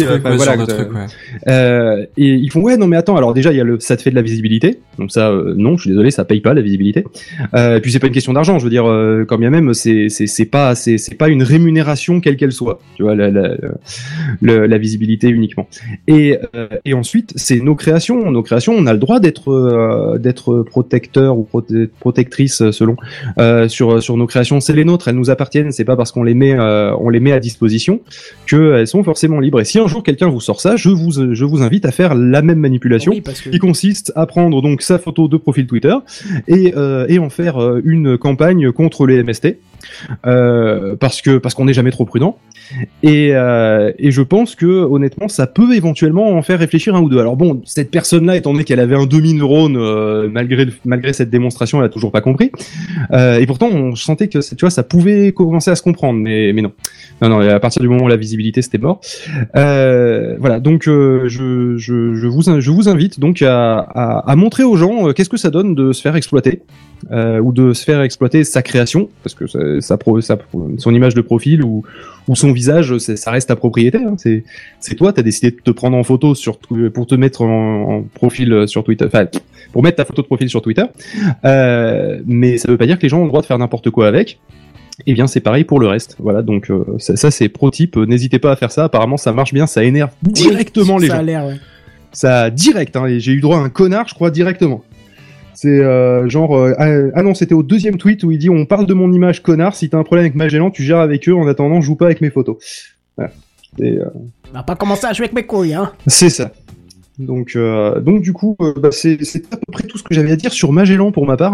Speaker 3: et ils font ouais non mais attends, alors déjà il y a ça te fait de la visibilité, donc ça non je suis désolé, ça paye pas la visibilité, et puis c'est pas une question d'argent, je veux dire quand bien même c'est pas une rémunération quelle qu'elle soit, tu vois, la visibilité uniquement, et ensuite c'est nos créations, on a le droit d'être protecteur ou protectrice selon sur nos créations, c'est les nôtres, elles nous appartiennent, c'est pas parce qu'on les met à disposition qu'elles sont forcément libres. Et si un jour quelqu'un vous sort ça, je vous invite à faire la même manipulation, qui consiste à prendre donc sa photo de profil Twitter et en faire une campagne contre les MST, parce qu'on n'est jamais trop prudent. Et je pense que honnêtement ça peut éventuellement en faire réfléchir un ou deux. Alors bon, cette personne-là, étant donné qu'elle avait un demi-neurone, malgré cette démonstration, elle a toujours pas compris. Et pourtant on sentait que tu vois ça pouvait commencer à se comprendre, mais non, à partir du moment où la visibilité c'était mort. Voilà, donc je vous invite donc à montrer aux gens qu'est-ce que ça donne de se faire exploiter. Ou de se faire exploiter sa création, parce que son image de profil ou son visage, ça reste ta propriété, hein. C'est toi, t'as décidé de te prendre en photo pour te mettre en profil sur Twitter, enfin pour mettre ta photo de profil sur Twitter, mais ça veut pas dire que les gens ont le droit de faire n'importe quoi avec. Et bien c'est pareil pour le reste, voilà, donc ça c'est pro type, n'hésitez pas à faire ça, apparemment ça marche bien, ça énerve directement les gens. Ça a l'air, ouais. Ça direct, hein, et j'ai eu droit à un connard, je crois, directement. C'est ah non, c'était au 2e tweet où il dit on parle de mon image, connard, si t'as un problème avec Magellan, tu gères avec eux, en attendant joue pas avec mes photos. Voilà.
Speaker 1: On va pas commencer à jouer avec mes couilles, hein.
Speaker 3: C'est ça. Donc du coup c'est à peu près tout ce que j'avais à dire sur Magellan pour ma part.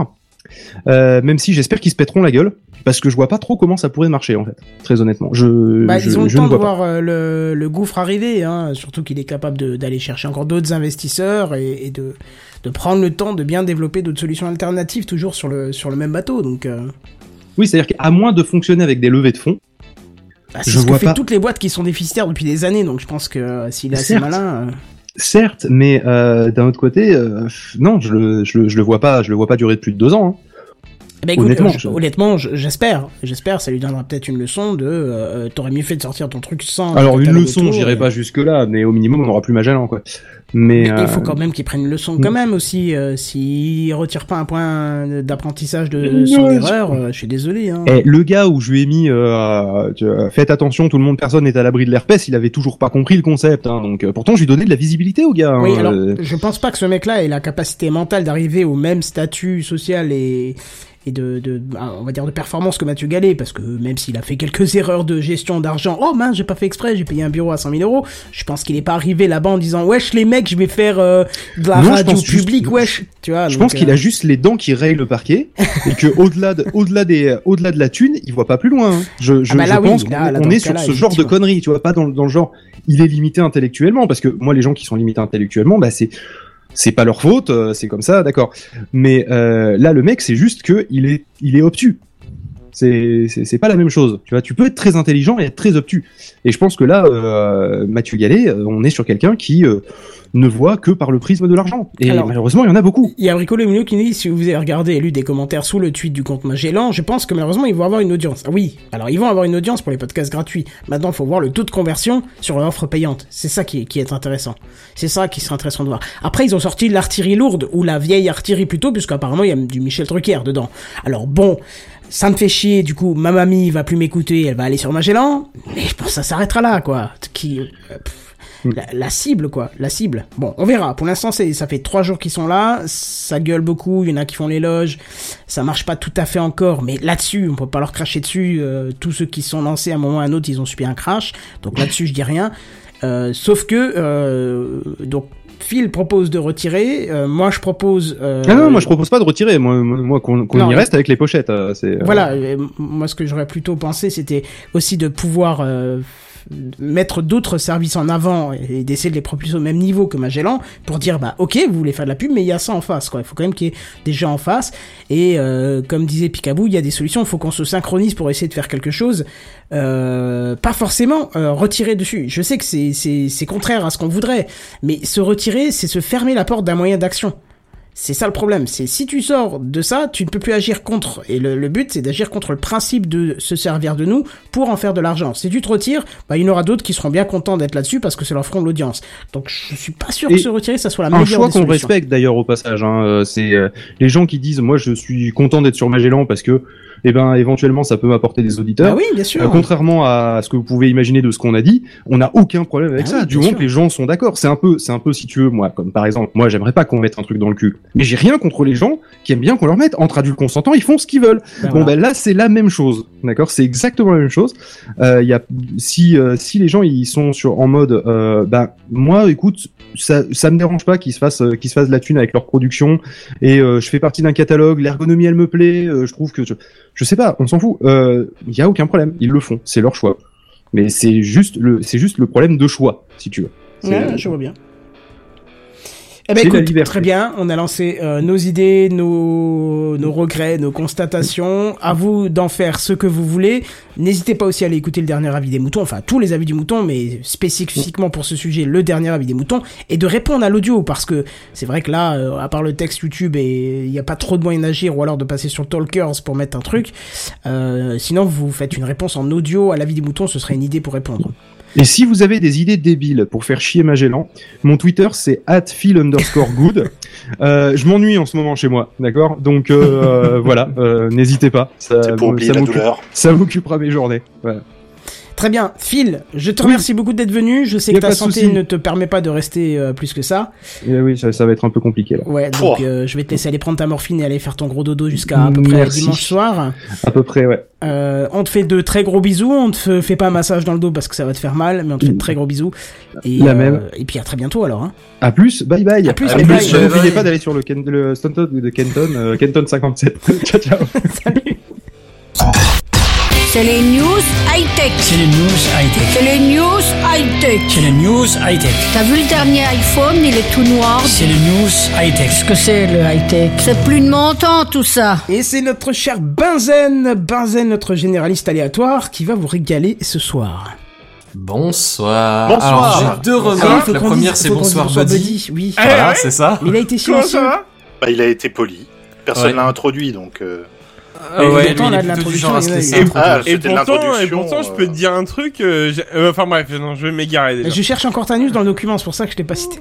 Speaker 3: Même si j'espère qu'ils se pèteront la gueule, parce que je vois pas trop comment ça pourrait marcher en fait, très honnêtement.
Speaker 1: Ils ont le temps de voir le gouffre arriver, hein, surtout qu'il est capable d'aller chercher encore d'autres investisseurs et de prendre le temps de bien développer d'autres solutions alternatives, toujours sur le même bateau. Donc
Speaker 3: oui, c'est-à-dire qu'à moins de fonctionner avec des levées de fonds,
Speaker 1: c'est ce que fait toutes les boîtes qui sont déficitaires depuis des années, donc je pense que s'il est assez malin...
Speaker 3: Certes, mais d'un autre côté, non, je le vois pas durer de plus de 2 ans. Hein.
Speaker 1: Bah écoute, honnêtement, j'espère, ça lui donnera peut-être une leçon de t'aurais mieux fait de sortir ton truc sans...
Speaker 3: Alors une leçon, j'irai pas jusque là, mais au minimum on aura plus Magellan quoi. Mais
Speaker 1: il faut quand même qu'il prenne une leçon quand même aussi, s'il retire pas un point d'apprentissage de son erreur, je suis désolé. Hein.
Speaker 3: Le gars où je lui ai mis faites attention, personne n'est à l'abri de l'herpès, il avait toujours pas compris le concept, hein, donc pourtant je lui donnais de la visibilité au gars.
Speaker 1: Oui, alors je pense pas que ce mec-là ait la capacité mentale d'arriver au même statut social et on va dire de performance que Mathieu Gallet, parce que même s'il a fait quelques erreurs de gestion d'argent, oh mince, j'ai pas fait exprès, j'ai payé un bureau à 100 000 €, je pense qu'il est pas arrivé là-bas en disant wesh les mecs, je vais faire de la radio publique, wesh, tu vois.
Speaker 3: Je pense qu'il a juste les dents qui rayent le parquet et que au-delà de la thune, il voit pas plus loin. Hein. Je pense qu'on est sur ce genre de conneries, tu vois, pas dans le genre il est limité intellectuellement, parce que moi les gens qui sont limités intellectuellement, bah c'est pas leur faute, c'est comme ça, d'accord. Mais là, le mec, c'est juste que il est obtus. C'est pas la même chose. Tu vois, tu peux être très intelligent et être très obtus. Et je pense que là, Mathieu Gallet, on est sur quelqu'un qui ne voit que par le prisme de l'argent. Et alors, malheureusement, il y en a beaucoup.
Speaker 1: Il y a Bricolo Emilio qui nous dit, si vous avez regardé et lu des commentaires sous le tweet du compte Magellan, je pense que malheureusement, ils vont avoir une audience. Ah oui, alors ils vont avoir une audience pour les podcasts gratuits. Maintenant, il faut voir le taux de conversion sur l'offre payante. C'est ça qui est intéressant. C'est ça qui serait intéressant de voir. Après, ils ont sorti l'artillerie lourde, ou la vieille artillerie plutôt, puisqu'apparemment, il y a du Michel Drucker dedans. Alors bon... Ça me fait chier, du coup, ma mamie va plus m'écouter, elle va aller sur Magellan, mais je pense que ça s'arrêtera là, quoi. La cible, quoi, la cible. Bon, on verra. Pour l'instant, ça fait 3 jours qu'ils sont là, ça gueule beaucoup, il y en a qui font l'éloge, ça marche pas tout à fait encore, mais là-dessus, on peut pas leur cracher dessus, tous ceux qui sont lancés à un moment ou à un autre, ils ont subi un crash, donc là-dessus, je dis rien. Sauf que, donc, Phil propose de retirer, moi je propose...
Speaker 3: non, moi je propose pas de retirer, moi qu'on y reste avec les pochettes.
Speaker 1: Voilà, moi ce que j'aurais plutôt pensé c'était aussi de pouvoir mettre d'autres services en avant et d'essayer de les propulser au même niveau que Magellan pour dire bah ok vous voulez faire de la pub mais il y a ça en face quoi, il faut quand même qu'il y ait des gens en face et comme disait Picaboo il y a des solutions, il faut qu'on se synchronise pour essayer de faire quelque chose, pas forcément retirer dessus, je sais que c'est contraire à ce qu'on voudrait mais se retirer c'est se fermer la porte d'un moyen d'action. C'est ça le problème, c'est si tu sors de ça, tu ne peux plus agir contre. Et le but, c'est d'agir contre le principe de se servir de nous pour en faire de l'argent. Si tu te retires, bah, il y en aura d'autres qui seront bien contents d'être là-dessus parce que c'est leur front de l'audience. Donc je suis pas sûr que se retirer, ça soit la meilleure des solutions.
Speaker 3: Un choix qu'on respecte d'ailleurs au passage. Hein, c'est les gens qui disent, moi je suis content d'être sur Magellan parce que éventuellement ça peut m'apporter des auditeurs.
Speaker 1: Ah oui, bien sûr.
Speaker 3: Contrairement à ce que vous pouvez imaginer de ce qu'on a dit, on n'a aucun problème avec ça, du moment que les gens sont d'accord. C'est un peu si tu veux, moi, comme par exemple, moi j'aimerais pas qu'on mette un truc dans le cul. Mais j'ai rien contre les gens qui aiment bien qu'on leur mette. Entre adultes consentants, ils font ce qu'ils veulent. Ben là c'est la même chose, d'accord. C'est exactement la même chose. Si les gens ils sont en mode, moi écoute, ça me dérange pas qu'ils se fassent de la thune avec leur production et je fais partie d'un catalogue. L'ergonomie elle me plaît. Je trouve que je sais pas, on s'en fout. Y a aucun problème, ils le font, c'est leur choix. Mais c'est juste le problème de choix, si tu veux.
Speaker 1: Ouais, je vois bien. Eh ben écoute, très bien, on a lancé nos idées, nos regrets, nos constatations. À vous d'en faire ce que vous voulez. N'hésitez pas aussi à aller écouter le dernier avis des moutons, enfin tous les avis du mouton, mais spécifiquement pour ce sujet, le dernier avis des moutons, et de répondre à l'audio, parce que c'est vrai que là, à part le texte YouTube, il n'y a pas trop de moyens d'agir, ou alors de passer sur Talkers pour mettre un truc. Sinon, vous faites une réponse en audio à l'avis des moutons, ce serait une idée pour répondre.
Speaker 3: Et si vous avez des idées débiles pour faire chier Magellan, mon Twitter c'est @phil_good. Je m'ennuie en ce moment chez moi, d'accord. Donc voilà, n'hésitez pas.
Speaker 2: C'est pour oublier la douleur.
Speaker 3: Ça m'occupera mes journées. Voilà.
Speaker 1: Très bien. Phil, je te remercie beaucoup d'être venu. Je sais que ta santé ne te permet pas de rester plus que ça.
Speaker 3: Oui, ça va être un peu compliqué là.
Speaker 1: Ouais, donc je vais te laisser aller prendre ta morphine et aller faire ton gros dodo jusqu'à à peu près dimanche soir.
Speaker 3: À peu près, ouais.
Speaker 1: On te fait de très gros bisous. On te fait pas un massage dans le dos parce que ça va te faire mal, mais on te fait de très gros bisous. Et,
Speaker 3: la même.
Speaker 1: Et puis à très bientôt alors. Hein.
Speaker 3: À plus, bye bye.
Speaker 1: À plus,
Speaker 3: bye. N'oubliez pas d'aller sur le stand de Kenton, Kenton 57. Ciao, ciao.
Speaker 1: Salut.
Speaker 5: C'est les news high-tech.
Speaker 6: C'est les news high-tech.
Speaker 5: C'est les news high-tech.
Speaker 6: C'est les news high-tech.
Speaker 5: T'as vu le dernier iPhone, il est tout noir.
Speaker 6: C'est les news high-tech.
Speaker 5: Qu'est-ce que c'est le high-tech? C'est plus de mon temps tout ça.
Speaker 1: Et c'est notre cher Benzen, notre généraliste aléatoire, qui va vous régaler ce soir.
Speaker 4: Bonsoir.
Speaker 2: Bonsoir.
Speaker 4: Alors, j'ai deux remarques. La première, c'est bonsoir Buddy.
Speaker 1: Oui.
Speaker 4: Voilà,
Speaker 8: ouais.
Speaker 4: c'est ça.
Speaker 1: Mais il a été silencieux.
Speaker 2: Bah, il a été poli. Personne l'a introduit, donc...
Speaker 4: Ouais,
Speaker 1: pourtant,
Speaker 4: lui,
Speaker 1: là,
Speaker 4: il
Speaker 1: de
Speaker 4: est plutôt du
Speaker 1: l'introduction,
Speaker 4: genre à se laisser introduire.
Speaker 8: Et
Speaker 2: c'était de l'introduction,
Speaker 8: pourtant, je peux te dire un truc. Enfin bref, non, je vais m'égarer déjà.
Speaker 1: Je cherche encore ta news dans le document, c'est pour ça que je t'ai pas cité.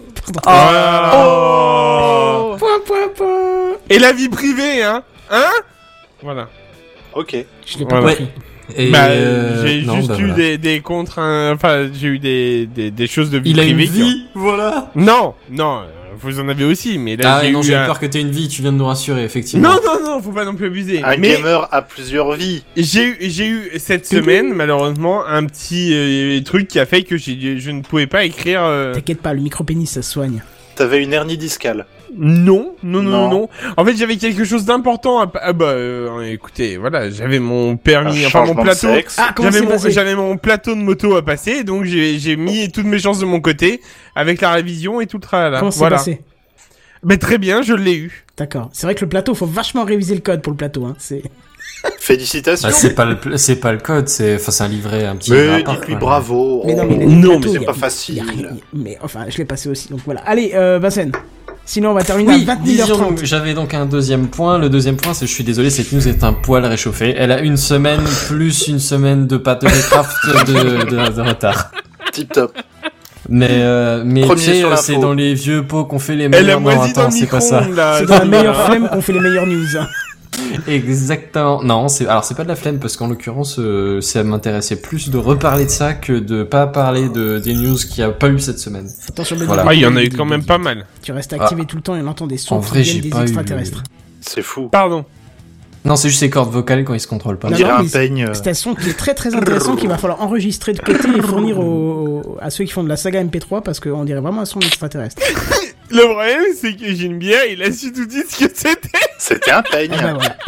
Speaker 8: Oh.
Speaker 1: Point.
Speaker 8: Et la vie privée, hein? Voilà.
Speaker 2: Ok.
Speaker 1: Je l'ai pas
Speaker 8: Voilà.
Speaker 1: compris.
Speaker 4: Et
Speaker 8: j'ai
Speaker 4: non,
Speaker 8: juste
Speaker 4: bah,
Speaker 8: eu
Speaker 4: voilà.
Speaker 8: des contre, enfin, j'ai eu des choses de vie
Speaker 4: Il a une
Speaker 8: privée.
Speaker 4: vie, voilà.
Speaker 8: Non, vous en avez aussi, mais là,
Speaker 4: Ah
Speaker 8: j'ai
Speaker 4: non,
Speaker 8: eu
Speaker 4: j'ai
Speaker 8: un...
Speaker 4: peur que t'aies une vie, tu viens de nous rassurer, effectivement.
Speaker 8: Non, faut pas non plus abuser.
Speaker 2: Un
Speaker 8: mais
Speaker 2: gamer a plusieurs vies.
Speaker 8: j'ai eu cette semaine, malheureusement, un petit truc qui a fait que je ne pouvais pas écrire...
Speaker 1: T'inquiète pas, le micro-pénis, ça se soigne.
Speaker 2: T'avais une hernie discale.
Speaker 8: Non.
Speaker 2: Non.
Speaker 8: En fait, j'avais quelque chose d'important à... écoutez, voilà, j'avais mon permis,
Speaker 2: Un
Speaker 8: enfin mon
Speaker 2: changement de
Speaker 8: plateau.
Speaker 2: sexe.
Speaker 1: Ah, comment c'est passé?
Speaker 8: J'avais mon plateau de moto à passer, donc j'ai mis toutes mes chances de mon côté avec la révision et tout le tralala.
Speaker 1: Comment c'est
Speaker 8: Voilà.
Speaker 1: passé?
Speaker 8: Mais très bien, je l'ai eu.
Speaker 1: D'accord. C'est vrai que le plateau, faut vachement réviser le code pour le plateau, hein. C'est...
Speaker 2: Félicitations.
Speaker 4: Ah, c'est pas le code, c'est un livret, un petit
Speaker 2: Mais
Speaker 4: rapport,
Speaker 2: dites-lui
Speaker 4: quoi.
Speaker 2: bravo.
Speaker 1: Mais non, mais,
Speaker 8: Non,
Speaker 1: plateau,
Speaker 2: mais c'est
Speaker 1: y a-
Speaker 2: pas
Speaker 1: y a
Speaker 2: facile.
Speaker 1: rien. Mais enfin, je l'ai passé aussi, donc voilà. Allez, Bassen. Sinon, on va terminer
Speaker 4: Oui,
Speaker 1: à
Speaker 4: disons,
Speaker 1: 21h30.
Speaker 4: j'avais donc un deuxième point. Le deuxième point, c'est je suis désolé, cette news est un poil réchauffée. Elle a une semaine plus une semaine de pâte de craft de retard.
Speaker 2: Tip top.
Speaker 4: Mais
Speaker 2: Premier
Speaker 4: tu sais,
Speaker 2: sur l'info.
Speaker 4: c'est dans les vieux pots qu'on fait les
Speaker 8: Elle a
Speaker 4: meilleurs. Non,
Speaker 8: moisi dans
Speaker 4: attends,
Speaker 8: le
Speaker 4: c'est pas ça.
Speaker 8: micro-ondes, là.
Speaker 1: C'est dans la meilleure flemme qu'on fait les meilleures news. Hein.
Speaker 4: Exactement. Non, c'est pas de la flemme parce qu'en l'occurrence, ça m'intéressait plus de reparler de ça que de pas parler des news qu'il y a pas eu cette semaine.
Speaker 1: Attention,
Speaker 4: Voilà.
Speaker 8: Ah, il y en a eu quand même pas mal.
Speaker 1: Tu restes activé tout le temps et on entend des sons
Speaker 4: En
Speaker 1: qui
Speaker 4: vrai,
Speaker 1: viennent
Speaker 4: j'ai
Speaker 1: des
Speaker 4: pas eu
Speaker 1: extraterrestres.
Speaker 2: C'est fou.
Speaker 8: Pardon.
Speaker 4: Non, c'est juste les cordes vocales quand ils se contrôlent pas.
Speaker 2: On
Speaker 1: Non,
Speaker 2: dirait
Speaker 1: non,
Speaker 2: un
Speaker 1: mais
Speaker 2: peigne.
Speaker 1: C'est un son qui est très très intéressant qu'il va falloir enregistrer de côté et fournir à ceux qui font de la saga MP3 parce qu'on dirait vraiment un son extraterrestre.
Speaker 8: Le problème, c'est que Geneviève, il a su tout de suite ce que c'était.
Speaker 2: C'était un peigne.
Speaker 1: Ah bah voilà.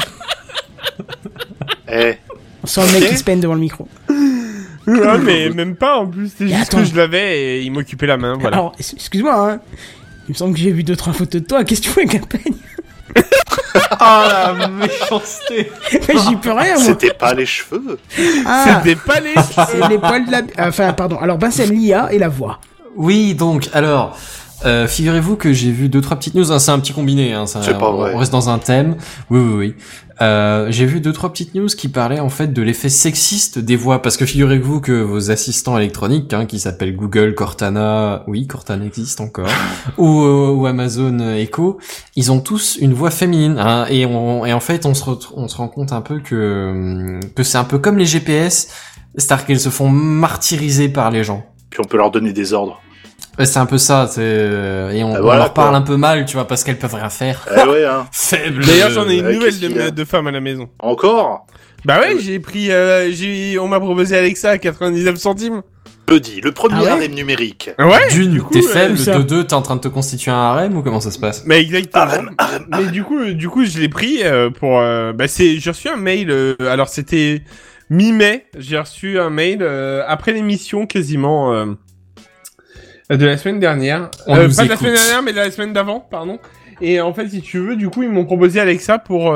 Speaker 2: Eh.
Speaker 1: On sent le mec qui se peine devant le micro.
Speaker 8: Ah, mais même pas, en plus. C'est
Speaker 1: Mais
Speaker 8: juste
Speaker 1: attends.
Speaker 8: que je l'avais et il m'occupait la main, voilà.
Speaker 1: Alors, excuse-moi, hein. Il me semble que j'ai vu 2-3 photos de toi. Qu'est-ce que tu fais avec un peigne?
Speaker 4: Ah, la méchanceté.
Speaker 1: Mais j'y peux rien, moi.
Speaker 2: C'était pas les cheveux.
Speaker 1: Ah,
Speaker 8: C'était pas les
Speaker 1: c'est les poils de la... Enfin, pardon. Alors, Bassem, l'IA et la voix.
Speaker 4: Oui, donc, alors, figurez-vous que j'ai vu 2-3 petites news. Hein, c'est un petit combiné. Hein,
Speaker 2: C'est pas vrai.
Speaker 4: On reste dans un thème. Oui. J'ai vu 2-3 petites news qui parlaient en fait de l'effet sexiste des voix. Parce que figurez-vous que vos assistants électroniques, hein, qui s'appellent Google, Cortana, oui, Cortana existe encore, ou Amazon Echo, ils ont tous une voix féminine. Hein, et en fait, on se rend compte un peu que c'est un peu comme les GPS, c'est-à-dire qu'ils se font martyriser par les gens.
Speaker 2: Puis on peut leur donner des ordres.
Speaker 4: Ouais, c'est un peu ça, et on
Speaker 2: voilà,
Speaker 4: leur parle
Speaker 2: quoi.
Speaker 4: un peu mal, tu vois, parce qu'elles peuvent rien faire.
Speaker 2: Eh ouais, hein.
Speaker 4: Faible.
Speaker 8: D'ailleurs, j'en ai une
Speaker 2: qu'est-ce
Speaker 8: nouvelle
Speaker 2: qu'il y a
Speaker 8: de femme à la maison.
Speaker 2: Encore
Speaker 8: Bah ouais, j'ai pris, on m'a proposé Alexa à 99 centimes.
Speaker 2: Buddy, le premier
Speaker 1: Ah ouais
Speaker 2: harem numérique.
Speaker 8: Ouais.
Speaker 4: D'une,
Speaker 8: coup,
Speaker 4: t'es faible,
Speaker 1: ça.
Speaker 4: de deux, t'es en train de te constituer un harem, ou comment ça se passe?
Speaker 8: Mais exactement.
Speaker 2: Harem.
Speaker 8: Mais du coup, je l'ai pris pour. J'ai reçu un mail. Alors c'était mi-mai. J'ai reçu un mail après l'émission quasiment de la semaine dernière.
Speaker 4: On nous
Speaker 8: pas de la
Speaker 4: écoute.
Speaker 8: semaine dernière, mais de la semaine d'avant, pardon. Et en fait, si tu veux, du coup, ils m'ont proposé Alexa pour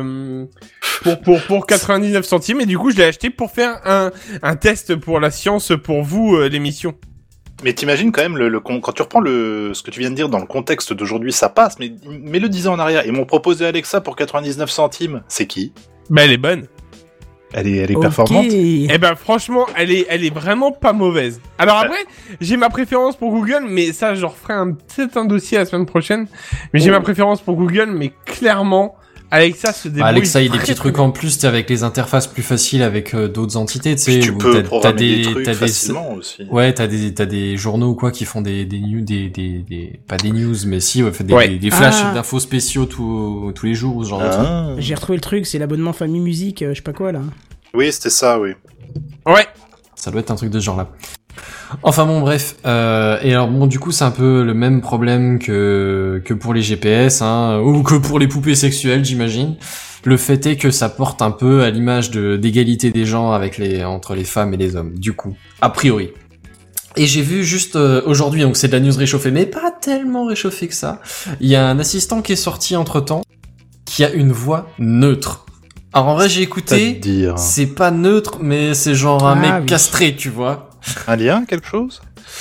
Speaker 8: 99 centimes. Et du coup, je l'ai acheté pour faire un test pour la science pour vous, l'émission.
Speaker 2: Mais t'imagines quand même quand tu reprends ce que tu viens de dire dans le contexte d'aujourd'hui, ça passe. Mais le 10 ans en arrière, ils m'ont proposé Alexa pour 99 centimes. C'est qui?
Speaker 8: Bah, elle est bonne.
Speaker 2: Elle est
Speaker 1: Ok.
Speaker 2: performante.
Speaker 8: Eh ben franchement, elle est vraiment pas mauvaise. Alors après, j'ai ma préférence pour Google, mais ça, je referai peut-être un dossier la semaine prochaine. Mais j'ai ma préférence pour Google, mais clairement, Alexa se débrouille.
Speaker 4: Alexa, il y a des
Speaker 8: très,
Speaker 4: petits
Speaker 8: très
Speaker 4: trucs
Speaker 8: bien.
Speaker 4: en plus, t'es avec les interfaces plus faciles avec d'autres entités, tu sais.
Speaker 2: Tu
Speaker 4: où
Speaker 2: peux
Speaker 4: t'as
Speaker 2: programmer des trucs facilement aussi.
Speaker 4: Ouais, t'as des journaux ou quoi qui font des news, pas des news, mais si, ouais, des flashs d'infos spéciaux tous les jours ou ce genre de trucs.
Speaker 1: J'ai retrouvé le truc, c'est l'abonnement famille musique, je sais pas quoi là.
Speaker 2: Oui, c'était ça, oui.
Speaker 8: Ouais.
Speaker 4: Ça doit être un truc de ce genre-là. Enfin bon, bref. Et alors bon, du coup, c'est un peu le même problème que pour les GPS, hein, ou que pour les poupées sexuelles, j'imagine. Le fait est que ça porte un peu à l'image d'égalité des gens entre les femmes et les hommes. Du coup, a priori. Et j'ai vu juste aujourd'hui, donc c'est de la news réchauffée, mais pas tellement réchauffée que ça. Il y a un assistant qui est sorti entre-temps, qui a une voix neutre. Alors en vrai, j'ai écouté, c'est pas neutre, mais c'est genre un mec castré, tu vois.
Speaker 2: Un lien, quelque chose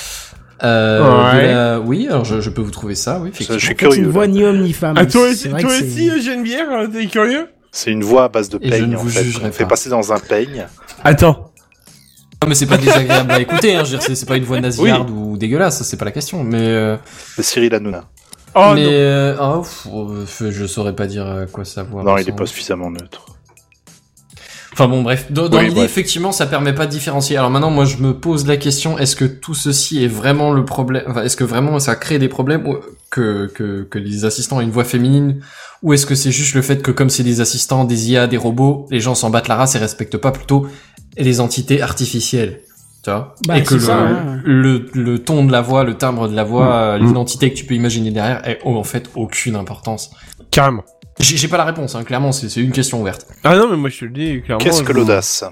Speaker 4: Oui, alors je peux vous trouver ça, oui, effectivement.
Speaker 2: Je suis curieux.
Speaker 1: C'est une voix ni homme ni femme.
Speaker 8: Ah, toi aussi, Geneviève, t'es curieux?
Speaker 2: C'est une voix à base de
Speaker 4: Et je
Speaker 2: peigne,
Speaker 4: ne
Speaker 2: en
Speaker 4: vous
Speaker 2: fait.
Speaker 4: jugerai
Speaker 2: On fait
Speaker 4: pas.
Speaker 2: passer dans un peigne.
Speaker 8: Attends.
Speaker 4: Non, mais c'est pas désagréable à écouter, hein, je veux dire, c'est pas une voix nasillarde ou dégueulasse, ça, c'est pas la question, mais
Speaker 2: C'est Cyril Hanouna.
Speaker 8: Oh
Speaker 4: mais,
Speaker 8: non.
Speaker 4: je saurais pas dire à quoi ça voit.
Speaker 2: Non, il est pas suffisamment neutre.
Speaker 4: Enfin bon, bref. Dans
Speaker 2: Oui,
Speaker 4: l'idée,
Speaker 2: bref.
Speaker 4: effectivement, ça permet pas de différencier. Alors maintenant, moi, je me pose la question, est-ce que tout ceci est vraiment le problème, enfin, est-ce que vraiment ça crée des problèmes que les assistants aient une voix féminine, ou est-ce que c'est juste le fait que comme c'est des assistants, des IA, des robots, les gens s'en battent la race et respectent pas plutôt les entités artificielles? Tu vois?
Speaker 1: Bah,
Speaker 4: Et que
Speaker 1: c'est ça, hein.
Speaker 4: le ton de la voix, le timbre de la voix, l'identité que tu peux imaginer derrière, ont en fait aucune importance.
Speaker 8: Carrément.
Speaker 4: J'ai pas la réponse, hein, clairement, c'est une question ouverte.
Speaker 8: Ah non, mais moi je te le dis, clairement.
Speaker 2: Qu'est-ce que l'audace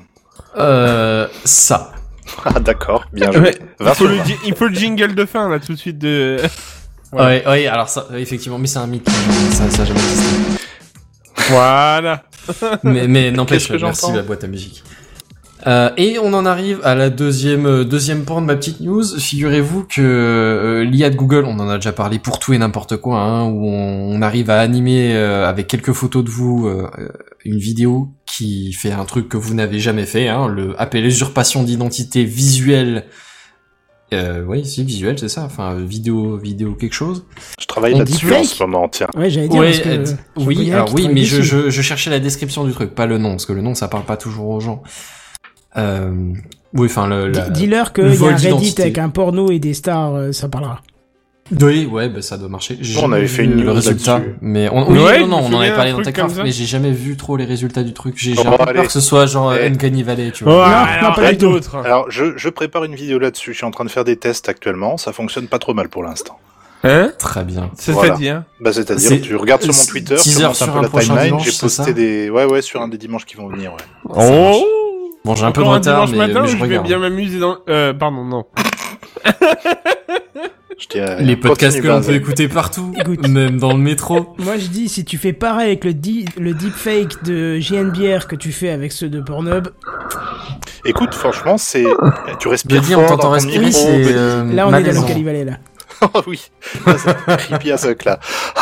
Speaker 4: Ça.
Speaker 2: Ah d'accord, bien joué.
Speaker 8: Ouais,
Speaker 2: Va sur-
Speaker 8: il faut le jingle de fin, là, tout de suite de...
Speaker 4: Ouais, alors ça, effectivement, mais c'est un mythe, ça a jamais existé.
Speaker 8: Voilà.
Speaker 4: Mais n'empêche,
Speaker 2: Qu'est-ce que
Speaker 4: merci
Speaker 2: j'entends
Speaker 4: la boîte à musique. Et on en arrive à la deuxième pan de ma petite news. Figurez-vous que l'IA de Google, on en a déjà parlé pour tout et n'importe quoi, hein, où on arrive à animer avec quelques photos de vous une vidéo qui fait un truc que vous n'avez jamais fait, hein, appelé l'usurpation d'identité visuelle. Oui, si visuel, c'est ça. Enfin, vidéo quelque chose.
Speaker 2: Je travaille
Speaker 1: On
Speaker 2: là-dessus
Speaker 1: dit
Speaker 2: en
Speaker 1: fake
Speaker 2: ce moment, tiens.
Speaker 1: Ouais, j'allais dire parce que
Speaker 4: oui, alors oui, mais je cherchais la description du truc, pas le nom, parce que le nom ça parle pas toujours aux gens. Oui, enfin
Speaker 1: dis-leur qu'il y a un Reddit avec un porno et des stars, ça parlera.
Speaker 4: Oui, ouais, bah ça doit marcher.
Speaker 2: On avait fait une
Speaker 4: le
Speaker 2: news
Speaker 4: résultat,
Speaker 2: là-dessus.
Speaker 4: mais on en avait parlé dans TechCraft, mais j'ai jamais vu trop les résultats du truc. J'ai
Speaker 2: Bon,
Speaker 4: peur
Speaker 2: allez.
Speaker 4: que ce soit genre
Speaker 2: Eh.
Speaker 4: Uncanny Valley, tu
Speaker 8: Oh,
Speaker 4: vois.
Speaker 8: alors,
Speaker 1: pas du tout.
Speaker 8: d'autres.
Speaker 2: Alors, je prépare une vidéo là-dessus. Je suis en train de faire des tests actuellement. Ça fonctionne pas trop mal pour l'instant.
Speaker 8: Hein?
Speaker 4: Très bien.
Speaker 8: C'est-à-dire?
Speaker 2: Bah, c'est-à-dire,
Speaker 4: C'est-
Speaker 2: tu regardes sur mon Twitter, tu
Speaker 4: teaser
Speaker 2: remontes un
Speaker 4: sur
Speaker 2: peu
Speaker 4: un
Speaker 2: la
Speaker 4: prochain
Speaker 2: timeline.
Speaker 4: dimanche,
Speaker 2: J'ai
Speaker 4: c'est ça
Speaker 2: posté ouais, sur un des dimanches qui vont venir, ouais.
Speaker 8: Oh!
Speaker 4: Bon, j'ai un peu de
Speaker 8: Encore
Speaker 4: retard,
Speaker 8: dimanche matin,
Speaker 4: mais
Speaker 8: je
Speaker 4: je
Speaker 8: vais
Speaker 4: regarde.
Speaker 8: bien m'amuser dans... Pardon, non.
Speaker 2: Je dis,
Speaker 4: Les podcasts que
Speaker 2: continue,
Speaker 4: l'on peut
Speaker 2: vas-y.
Speaker 4: écouter partout,
Speaker 1: Écoute.
Speaker 4: même dans le métro.
Speaker 1: Moi je dis, si tu fais pareil avec le deepfake de JNBR que tu fais avec ceux de Pornhub,
Speaker 2: Écoute, franchement, tu
Speaker 4: Je
Speaker 2: respires
Speaker 4: dis,
Speaker 2: fort
Speaker 4: on t'entend
Speaker 2: dans ton
Speaker 4: respirer,
Speaker 2: micro,
Speaker 4: c'est
Speaker 2: Benny.
Speaker 1: là on est dans
Speaker 4: malaisant.
Speaker 1: Uncanny Valley là.
Speaker 2: Oh oui, ça, c'est creepy à ce là.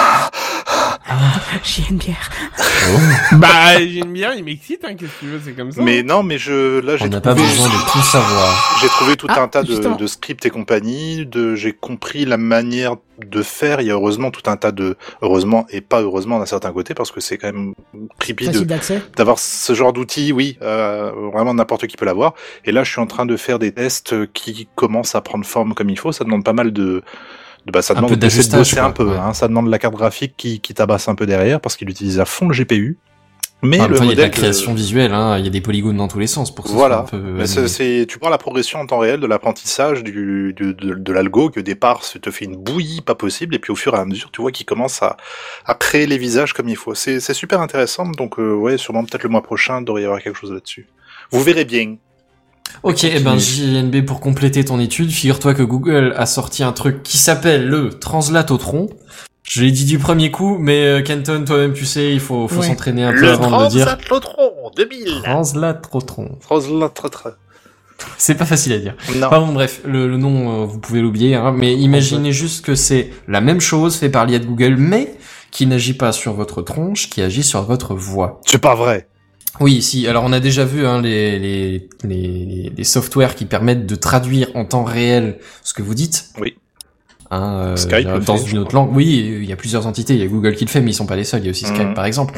Speaker 1: JNBR.
Speaker 8: Bah, j'aime bien, il m'excite, hein, qu'est-ce que tu veux, c'est comme ça.
Speaker 2: Mais non, mais là,
Speaker 4: On n'a pas besoin de tout savoir.
Speaker 2: J'ai trouvé tout
Speaker 1: Ah,
Speaker 2: un tas
Speaker 1: justement.
Speaker 2: de scripts et compagnie, j'ai compris la manière de faire. Il y a heureusement tout un tas heureusement et pas heureusement d'un certain côté, parce que c'est quand même creepy
Speaker 1: Facile d'accès.
Speaker 2: d'avoir ce genre d'outils, oui, vraiment n'importe qui peut l'avoir. Et là, je suis en train de faire des tests qui commencent à prendre forme comme il faut. Ça demande pas mal ça
Speaker 4: Un
Speaker 2: demande
Speaker 4: peu
Speaker 2: d'essayer de
Speaker 4: d'ajustage,
Speaker 2: bosser un
Speaker 4: quoi,
Speaker 2: peu,
Speaker 4: ouais.
Speaker 2: hein. Ça demande la carte graphique qui tabasse un peu derrière, parce qu'il utilise à fond le GPU. Mais
Speaker 4: Enfin,
Speaker 2: le
Speaker 4: il y a de
Speaker 2: modèle
Speaker 4: la création visuelle, hein. Il y a des polygones dans tous les sens pour que ce
Speaker 2: voilà.
Speaker 4: soit un peu...
Speaker 2: Mais tu prends la progression en temps réel de l'apprentissage de l'algo, qui au départ te fait une bouillie pas possible, et puis au fur et à mesure, tu vois qu'il commence à créer les visages comme il faut. C'est super intéressant, donc ouais, sûrement peut-être le mois prochain, il devrait y avoir quelque chose là-dessus. Vous verrez bien.
Speaker 4: Ok, eh ben JNB, pour compléter ton étude, figure-toi que Google a sorti un truc qui s'appelle le translatotron. Je l'ai dit du premier coup, mais Kenton, toi-même, tu sais, il faut
Speaker 1: Ouais.
Speaker 4: s'entraîner un peu avant de le dire.
Speaker 2: Translatotron 2000.
Speaker 4: Translatotron.
Speaker 2: Translatotron.
Speaker 4: C'est pas facile à dire.
Speaker 2: Non.
Speaker 4: Enfin bon, bref, le nom, vous pouvez l'oublier, hein, mais imaginez juste que c'est la même chose fait par l'IA de Google, mais qui n'agit pas sur votre tronche, qui agit sur votre voix.
Speaker 2: C'est pas vrai.
Speaker 4: Oui, si. Alors on a déjà vu hein, les softwares qui permettent de traduire en temps réel ce que vous dites.
Speaker 2: Oui. Skype
Speaker 4: dans une autre langue. Oui, il y a plusieurs entités. Il y a Google qui le fait, mais ils sont pas les seuls. Il y a aussi Skype, par exemple.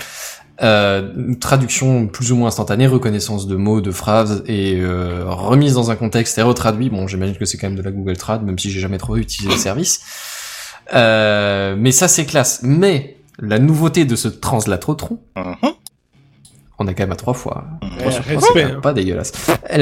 Speaker 4: Traduction plus ou moins instantanée, reconnaissance de mots, de phrases et remise dans un contexte et retraduit. Bon, j'imagine que c'est quand même de la Google Trad, même si j'ai jamais trop utilisé le service. Mais ça, c'est classe. Mais la nouveauté de ce translatotron, on est quand même à 3 fois.
Speaker 8: Respect.
Speaker 4: Pas dégueulasse.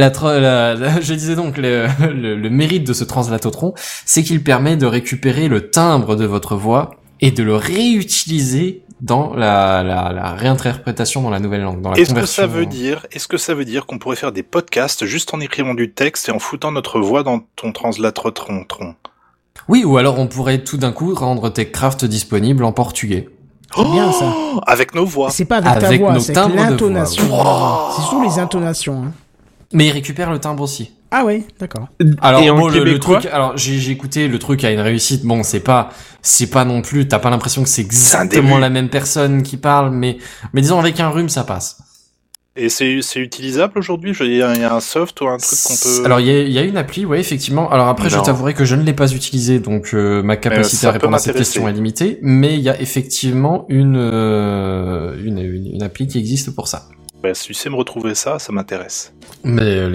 Speaker 4: Je disais donc, le mérite de ce translatotron, c'est qu'il permet de récupérer le timbre de votre voix et de le réutiliser dans la réinterprétation dans la nouvelle langue, dans la conversion.
Speaker 2: Est-ce que ça veut dire qu'on pourrait faire des podcasts juste en écrivant du texte et en foutant notre voix dans ton translatotron?
Speaker 4: Oui, ou alors on pourrait tout d'un coup rendre TechCraft disponible en portugais.
Speaker 1: C'est bien ça.
Speaker 2: Avec nos voix.
Speaker 1: C'est pas avec ta
Speaker 4: Avec
Speaker 1: voix,
Speaker 4: nos
Speaker 1: c'est
Speaker 4: timbres
Speaker 1: avec
Speaker 4: de
Speaker 1: l'intonation.
Speaker 4: voix.
Speaker 1: C'est surtout les intonations. Hein.
Speaker 4: Mais il récupère le timbre aussi.
Speaker 1: Ah ouais, d'accord.
Speaker 4: Alors
Speaker 8: Et en
Speaker 4: bon, le
Speaker 8: québécois
Speaker 4: truc, alors j'ai écouté, le truc a une réussite. Bon, c'est pas non plus, t'as pas l'impression que c'est exactement la même personne qui parle, mais disons avec un rhume ça passe.
Speaker 2: Et c'est utilisable aujourd'hui? Il y a un soft ou un truc qu'on peut...
Speaker 4: Alors il y a une appli, ouais, effectivement. Alors après, je t'avouerai que je ne l'ai pas utilisé, donc ma capacité à répondre à cette question est limitée. Mais il y a effectivement une appli qui existe pour ça.
Speaker 2: Bah, si tu sais me retrouver ça m'intéresse.
Speaker 4: Mais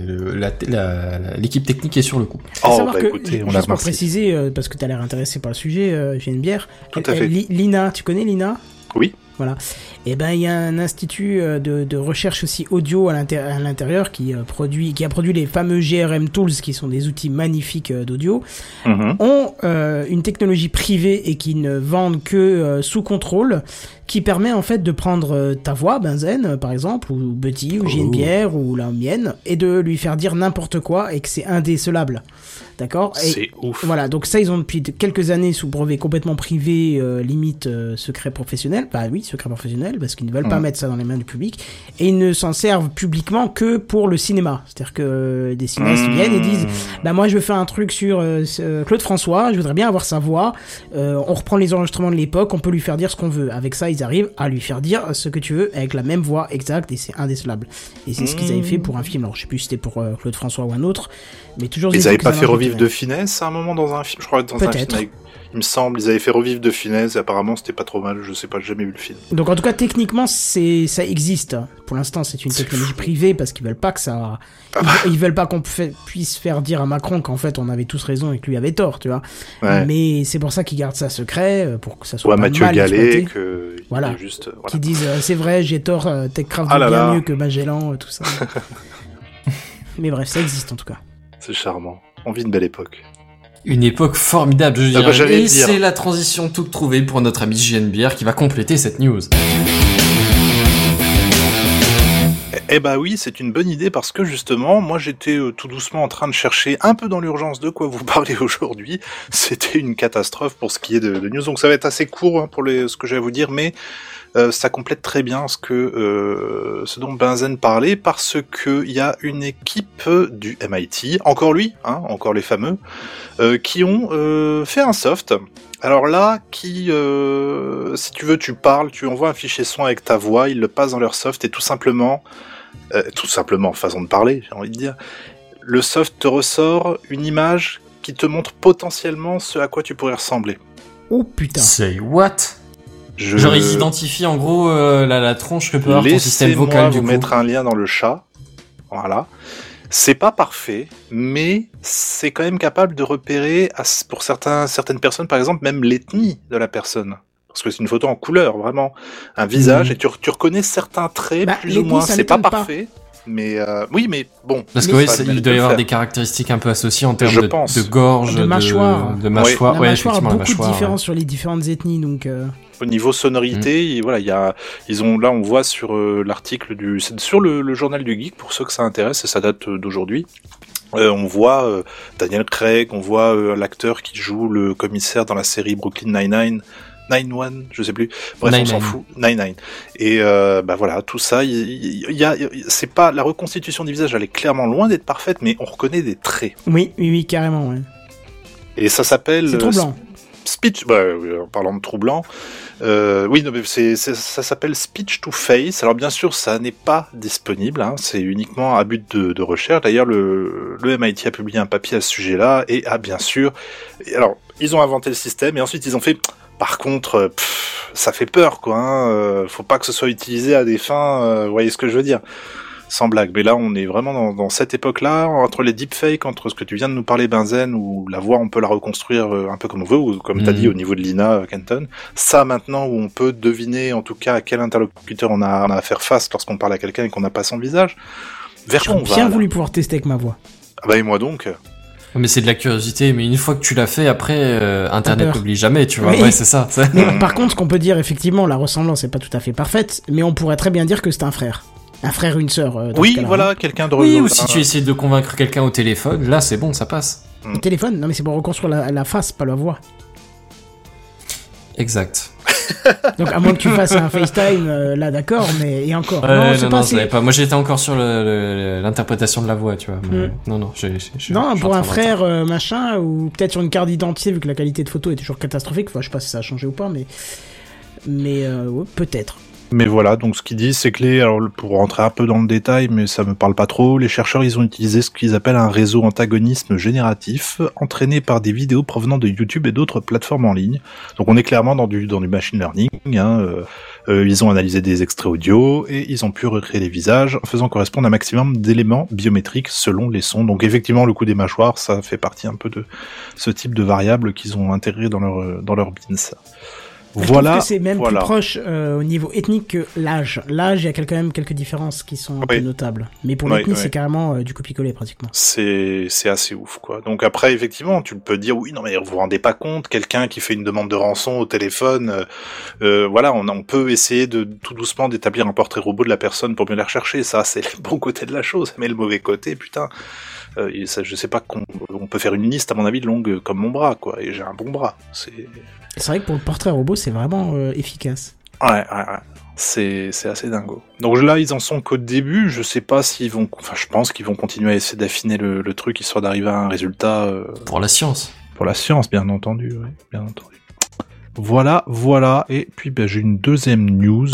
Speaker 4: l'équipe technique est sur le coup.
Speaker 2: Écoutez, on a
Speaker 1: juste pour préciser, parce que tu as l'air intéressé par le sujet, j'ai une bière.
Speaker 2: Tout à fait.
Speaker 1: L'INA, tu connais l'INA?
Speaker 2: Oui.
Speaker 1: Voilà. Et ben il y a un institut de recherche aussi audio à l'intérieur qui a produit les fameux GRM Tools, qui sont des outils magnifiques d'audio, ont une technologie privée et qui ne vendent que sous contrôle, qui permet en fait de prendre ta voix, Benzen par exemple, ou Betty, ou JNPR, ou la mienne, et de lui faire dire n'importe quoi et que c'est indécelable. D'accord?
Speaker 2: C'est ouf.
Speaker 1: Voilà, donc ça, ils ont depuis quelques années sous brevet complètement privé, limite secret professionnel. Bah oui, secret professionnel, parce qu'ils ne veulent pas mettre ça dans les mains du public. Et ils ne s'en servent publiquement que pour le cinéma. C'est-à-dire que des cinéastes viennent et disent, bah moi je veux faire un truc sur Claude François, je voudrais bien avoir sa voix. On reprend les enregistrements de l'époque, on peut lui faire dire ce qu'on veut. Avec ça, ils arrivent à lui faire dire ce que tu veux avec la même voix exacte, et c'est indécelable. Et c'est ce qu'ils avaient fait pour un film. Alors je sais plus si c'était pour Claude François ou un autre, mais toujours.
Speaker 2: Ils avaient pas fait revivre de Finesse à un moment dans un film, je crois, dans un film avec... Il me semble, ils avaient fait revivre de Finesse et apparemment c'était pas trop mal, je sais pas, j'ai jamais vu le film.
Speaker 1: Donc en tout cas techniquement ça existe. Pour l'instant c'est une technologie privée parce qu'ils veulent pas que ça... Ils veulent pas qu'on puisse faire dire à Macron qu'en fait on avait tous raison et que lui avait tort, tu vois. Ouais. Mais c'est pour ça qu'ils gardent ça secret, pour que ça soit pas
Speaker 2: Mathieu
Speaker 1: mal
Speaker 2: Gallet,
Speaker 1: voilà.
Speaker 2: Juste, voilà.
Speaker 1: Qui disent c'est vrai, j'ai tort, TechCraft vaut bien mieux que Magellan, tout ça. Mais bref, ça existe en tout cas.
Speaker 2: C'est charmant. On vit une belle époque.
Speaker 4: Une époque formidable, je dirais. Et c'est la transition toute trouvée pour notre ami JNBR qui va compléter cette news.
Speaker 2: Eh bah oui, c'est une bonne idée parce que justement, moi j'étais tout doucement en train de chercher un peu dans l'urgence de quoi vous parlez aujourd'hui. C'était une catastrophe pour ce qui est de news, donc ça va être assez court pour ce que j'ai à vous dire, mais ça complète très bien ce dont Benzen parlait, parce que il y a une équipe du MIT, encore lui, encore les fameux, qui ont fait un soft. Alors là, si tu veux, tu parles, tu envoies un fichier son avec ta voix, ils le passent dans leur soft et tout simplement, façon de parler, j'ai envie de dire, le soft te ressort une image qui te montre potentiellement ce à quoi tu pourrais ressembler.
Speaker 1: Oh putain.
Speaker 4: Say what? Genre ils identifient en gros la tronche que peut avoir ton système vocal du coup.
Speaker 2: Laissez-moi vous mettre un lien dans le chat. Voilà. C'est pas parfait, mais c'est quand même capable de repérer, pour certaines personnes par exemple, même l'ethnie de la personne. Parce que c'est une photo en couleur, vraiment. Un visage, et tu reconnais certains traits, plus ou moins. C'est pas parfait. Mais oui, mais bon.
Speaker 4: Parce que oui, il doit y avoir des caractéristiques un peu associées en termes de gorge,
Speaker 1: de mâchoire.
Speaker 4: De mâchoire.
Speaker 1: La mâchoire a beaucoup de différences sur les différentes ethnies, donc.
Speaker 2: Au niveau sonorité, voilà, on voit sur l'article c'est sur le journal du Geek pour ceux que ça intéresse, et ça date d'aujourd'hui. On voit Daniel Craig, on voit l'acteur qui joue le commissaire dans la série Brooklyn Nine-Nine. 9-1, je sais plus. Bref, on s'en fout. 9-9. Et voilà, tout ça, c'est pas la reconstitution du visage, elle est clairement loin d'être parfaite, mais on reconnaît des traits.
Speaker 1: Oui, carrément, ouais.
Speaker 2: Et ça s'appelle
Speaker 1: c'est troublant.
Speaker 2: Speech, en parlant de troublant, oui, non, mais ça s'appelle Speech to Face. Alors bien sûr, ça n'est pas disponible, hein, c'est uniquement à but de recherche. D'ailleurs, le MIT a publié un papier à ce sujet-là et bien sûr, alors ils ont inventé le système et ensuite ils ont fait. Par contre, ça fait peur, quoi. Hein, faut pas que ce soit utilisé à des fins. Vous voyez ce que je veux dire ? Sans blague, mais là on est vraiment dans cette époque-là, entre les deepfakes, entre ce que tu viens de nous parler, Benzen, où la voix on peut la reconstruire un peu comme on veut, ou comme t'as dit au niveau de Lina Kenton, ça maintenant où on peut deviner en tout cas à quel interlocuteur on a à faire face lorsqu'on parle à quelqu'un et qu'on n'a pas son visage, vers quoi on va.
Speaker 1: J'ai bien voulu pouvoir tester avec ma voix.
Speaker 2: Ah bah et moi donc.
Speaker 4: Mais c'est de la curiosité, mais une fois que tu l'as fait, après, Internet n'oublie jamais, tu vois.
Speaker 1: Oui.
Speaker 4: Ouais, c'est ça.
Speaker 1: Mais par contre, ce qu'on peut dire, effectivement, la ressemblance est pas tout à fait parfaite, mais on pourrait très bien dire que c'est un frère. Un frère ou une sœur.
Speaker 2: Oui, voilà, quelqu'un de
Speaker 4: Oui, ou si tu essaies de convaincre quelqu'un au téléphone, là c'est bon, ça passe.
Speaker 1: Le téléphone ? Non mais c'est pour reconstruire la face, pas la voix.
Speaker 4: Exact.
Speaker 1: Donc à moins que tu fasses un FaceTime, là d'accord, mais et encore.
Speaker 4: Non, je savais pas. Moi j'étais encore sur l'interprétation de la voix, tu vois. Mais non,
Speaker 1: non, pour un frère machin, ou peut-être sur une carte d'identité, vu que la qualité de photo est toujours catastrophique. Enfin, je sais pas si ça a changé ou pas, mais ouais, peut-être.
Speaker 2: Mais voilà, donc ce qu'ils disent, c'est que alors pour rentrer un peu dans le détail, mais ça me parle pas trop, les chercheurs, ils ont utilisé ce qu'ils appellent un réseau antagonisme génératif, entraîné par des vidéos provenant de YouTube et d'autres plateformes en ligne. Donc on est clairement dans du machine learning, hein, ils ont analysé des extraits audio, et ils ont pu recréer les visages, en faisant correspondre un maximum d'éléments biométriques selon les sons. Donc effectivement, le coup des mâchoires, ça fait partie un peu de ce type de variables qu'ils ont intégré dans leur bins.
Speaker 1: Voilà. Je trouve que c'est même plus proche au niveau ethnique que l'âge. L'âge, il y a quand même quelques différences qui sont un peu notables. Mais pour l'ethnie, c'est carrément du copier-coller pratiquement.
Speaker 2: C'est assez ouf, quoi. Donc après, effectivement, tu peux dire, oui, non, mais vous vous rendez pas compte, quelqu'un qui fait une demande de rançon au téléphone, voilà, on peut essayer de tout doucement d'établir un portrait robot de la personne pour mieux la rechercher. Ça, c'est le bon côté de la chose. Mais le mauvais côté, putain, je sais pas on peut faire une liste, à mon avis, longue comme mon bras, quoi. Et j'ai un bon bras.
Speaker 1: C'est vrai que pour le portrait robot, c'est vraiment efficace.
Speaker 2: Ouais. C'est assez dingo. Donc là, ils en sont qu'au début. Je sais pas s'ils vont... Enfin, je pense qu'ils vont continuer à essayer d'affiner le truc, histoire d'arriver à un résultat...
Speaker 4: Pour la science.
Speaker 2: Pour la science, bien entendu, oui. Bien entendu. Voilà. Et puis, j'ai une deuxième news.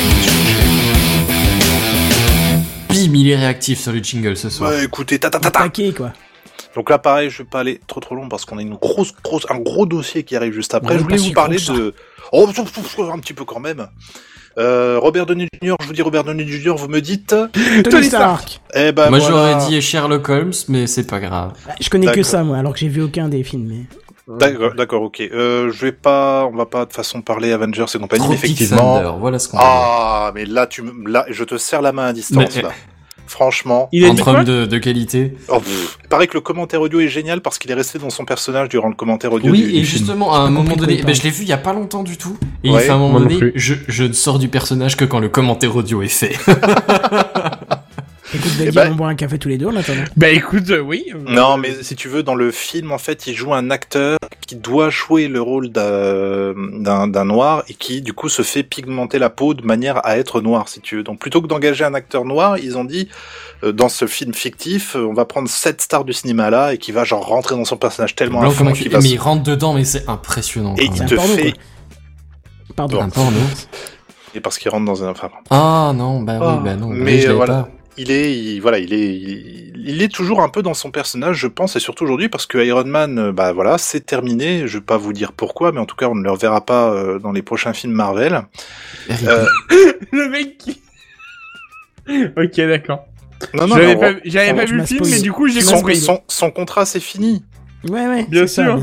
Speaker 4: Bim, il est réactif sur le jingle ce soir.
Speaker 2: Ouais, écoutez,
Speaker 1: Taqué, quoi.
Speaker 2: Donc là, pareil, je vais pas aller trop long parce qu'on a un gros dossier qui arrive juste après. Je voulais vous parler de... Oh, un petit peu quand même. Robert Downey Jr., je vous dis Robert Downey Jr., vous me dites...
Speaker 1: Tony Stark.
Speaker 2: Eh ben,
Speaker 4: moi, j'aurais dit Sherlock Holmes, mais c'est pas grave.
Speaker 1: Je connais que ça, moi, alors que j'ai vu aucun des films, mais...
Speaker 2: D'accord, ok. On va pas de façon parler Avengers et compagnie, mais effectivement...
Speaker 4: Thunder, voilà ce qu'on
Speaker 2: mais là, je te serre la main à distance, là. Franchement,
Speaker 8: il est
Speaker 4: entre hommes de qualité.
Speaker 2: Il paraît que le commentaire audio est génial parce qu'il est resté dans son personnage durant le commentaire audio.
Speaker 4: Oui, et justement, à un moment donné, je l'ai vu il y a pas longtemps du tout, et il fait à un moment donné, je ne sors du personnage que quand le commentaire audio est fait.
Speaker 1: Écoute, on boit un café tous les deux en attendant.
Speaker 8: Bah écoute, oui.
Speaker 2: Non, mais si tu veux, dans le film, en fait, il joue un acteur qui doit jouer le rôle d'un noir et qui, du coup, se fait pigmenter la peau de manière à être noir, si tu veux. Donc, plutôt que d'engager un acteur noir, ils ont dit, dans ce film fictif, on va prendre cette star du cinéma là et qui va genre rentrer dans son personnage tellement à fond qu'il va...
Speaker 4: Mais il rentre dedans, mais c'est impressionnant.
Speaker 2: Et il te fait...
Speaker 1: Pardon.
Speaker 4: Un porno.
Speaker 2: Et parce qu'il rentre dans un... Enfin,
Speaker 4: ah non, non.
Speaker 2: Mais
Speaker 4: je
Speaker 2: voilà.
Speaker 4: Pas.
Speaker 2: Il est toujours un peu dans son personnage, je pense, et surtout aujourd'hui, parce que Iron Man, c'est terminé. Je vais pas vous dire pourquoi, mais en tout cas, on ne le reverra pas dans les prochains films Marvel.
Speaker 8: Le mec qui... Ok, d'accord.
Speaker 2: Non,
Speaker 8: j'avais pas vu le film, mais du coup, j'ai compris.
Speaker 2: Son contrat, c'est fini.
Speaker 1: Ouais,
Speaker 8: bien sûr.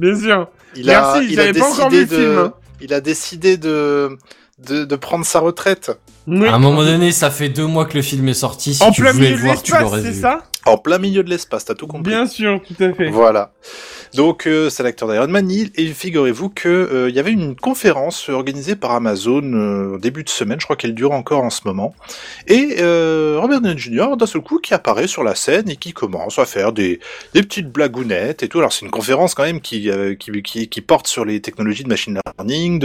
Speaker 8: Merci, j'avais pas encore vu le film.
Speaker 2: Il a décidé de prendre sa retraite.
Speaker 8: Oui.
Speaker 4: À un moment donné, ça fait 2 mois que le film est sorti. Si
Speaker 8: en
Speaker 4: tu
Speaker 8: plein
Speaker 4: voulais
Speaker 8: milieu
Speaker 4: le
Speaker 8: de
Speaker 4: voir, tu l'aurais
Speaker 8: l'espace,
Speaker 4: vu.
Speaker 8: c'est ça ?
Speaker 2: En plein milieu de l'espace, t'as tout compris.
Speaker 8: Bien sûr, tout à fait.
Speaker 2: Voilà. Donc, c'est l'acteur d'Iron Man. Et figurez-vous que il y avait une conférence organisée par Amazon début de semaine. Je crois qu'elle dure encore en ce moment. Et Robert Downey Jr. d'un seul coup qui apparaît sur la scène et qui commence à faire des petites blagounettes et tout. Alors c'est une conférence quand même qui porte sur les technologies de machine learning,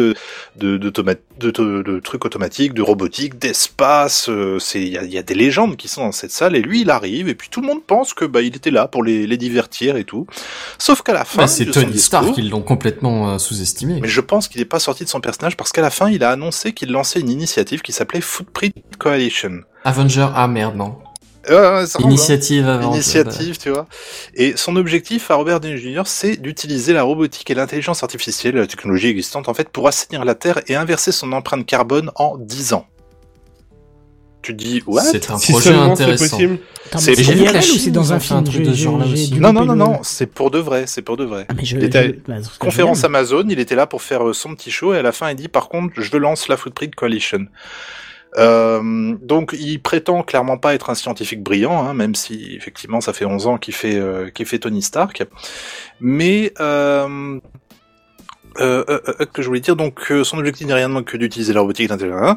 Speaker 2: de trucs automatiques, de robotique, d'espace. Il y a des légendes qui sont dans cette salle et lui il arrive et puis tout le monde pense que il était là pour les divertir et tout. Sauf qu'à la fin,
Speaker 4: c'est Tony Stark qui l'ont complètement sous-estimé.
Speaker 2: Mais je pense qu'il n'est pas sorti de son personnage parce qu'à la fin, il a annoncé qu'il lançait une initiative qui s'appelait Footprint Coalition.
Speaker 4: Avenger, merde, non.
Speaker 2: Initiative, tu vois. Et son objectif à Robert Downey Jr., c'est d'utiliser la robotique et l'intelligence artificielle, la technologie existante, en fait, pour assainir la Terre et inverser son empreinte carbone en 10 ans. Tu te dis, what?
Speaker 4: C'est un projet intéressant.
Speaker 1: C'est réel ou c'est dans un film
Speaker 4: truc de ce genre-là aussi?
Speaker 2: Non, c'est pour de vrai, Ah, mais il était conférence Amazon, il était là pour faire son petit show, et à la fin, il dit, par contre, je lance la Footprint Coalition. Donc il prétend clairement pas être un scientifique brillant, hein, même si effectivement ça fait 11 ans qu'il fait Tony Stark. Mais que je voulais dire, donc son objectif n'est rien de moins que d'utiliser la robotique intelligente.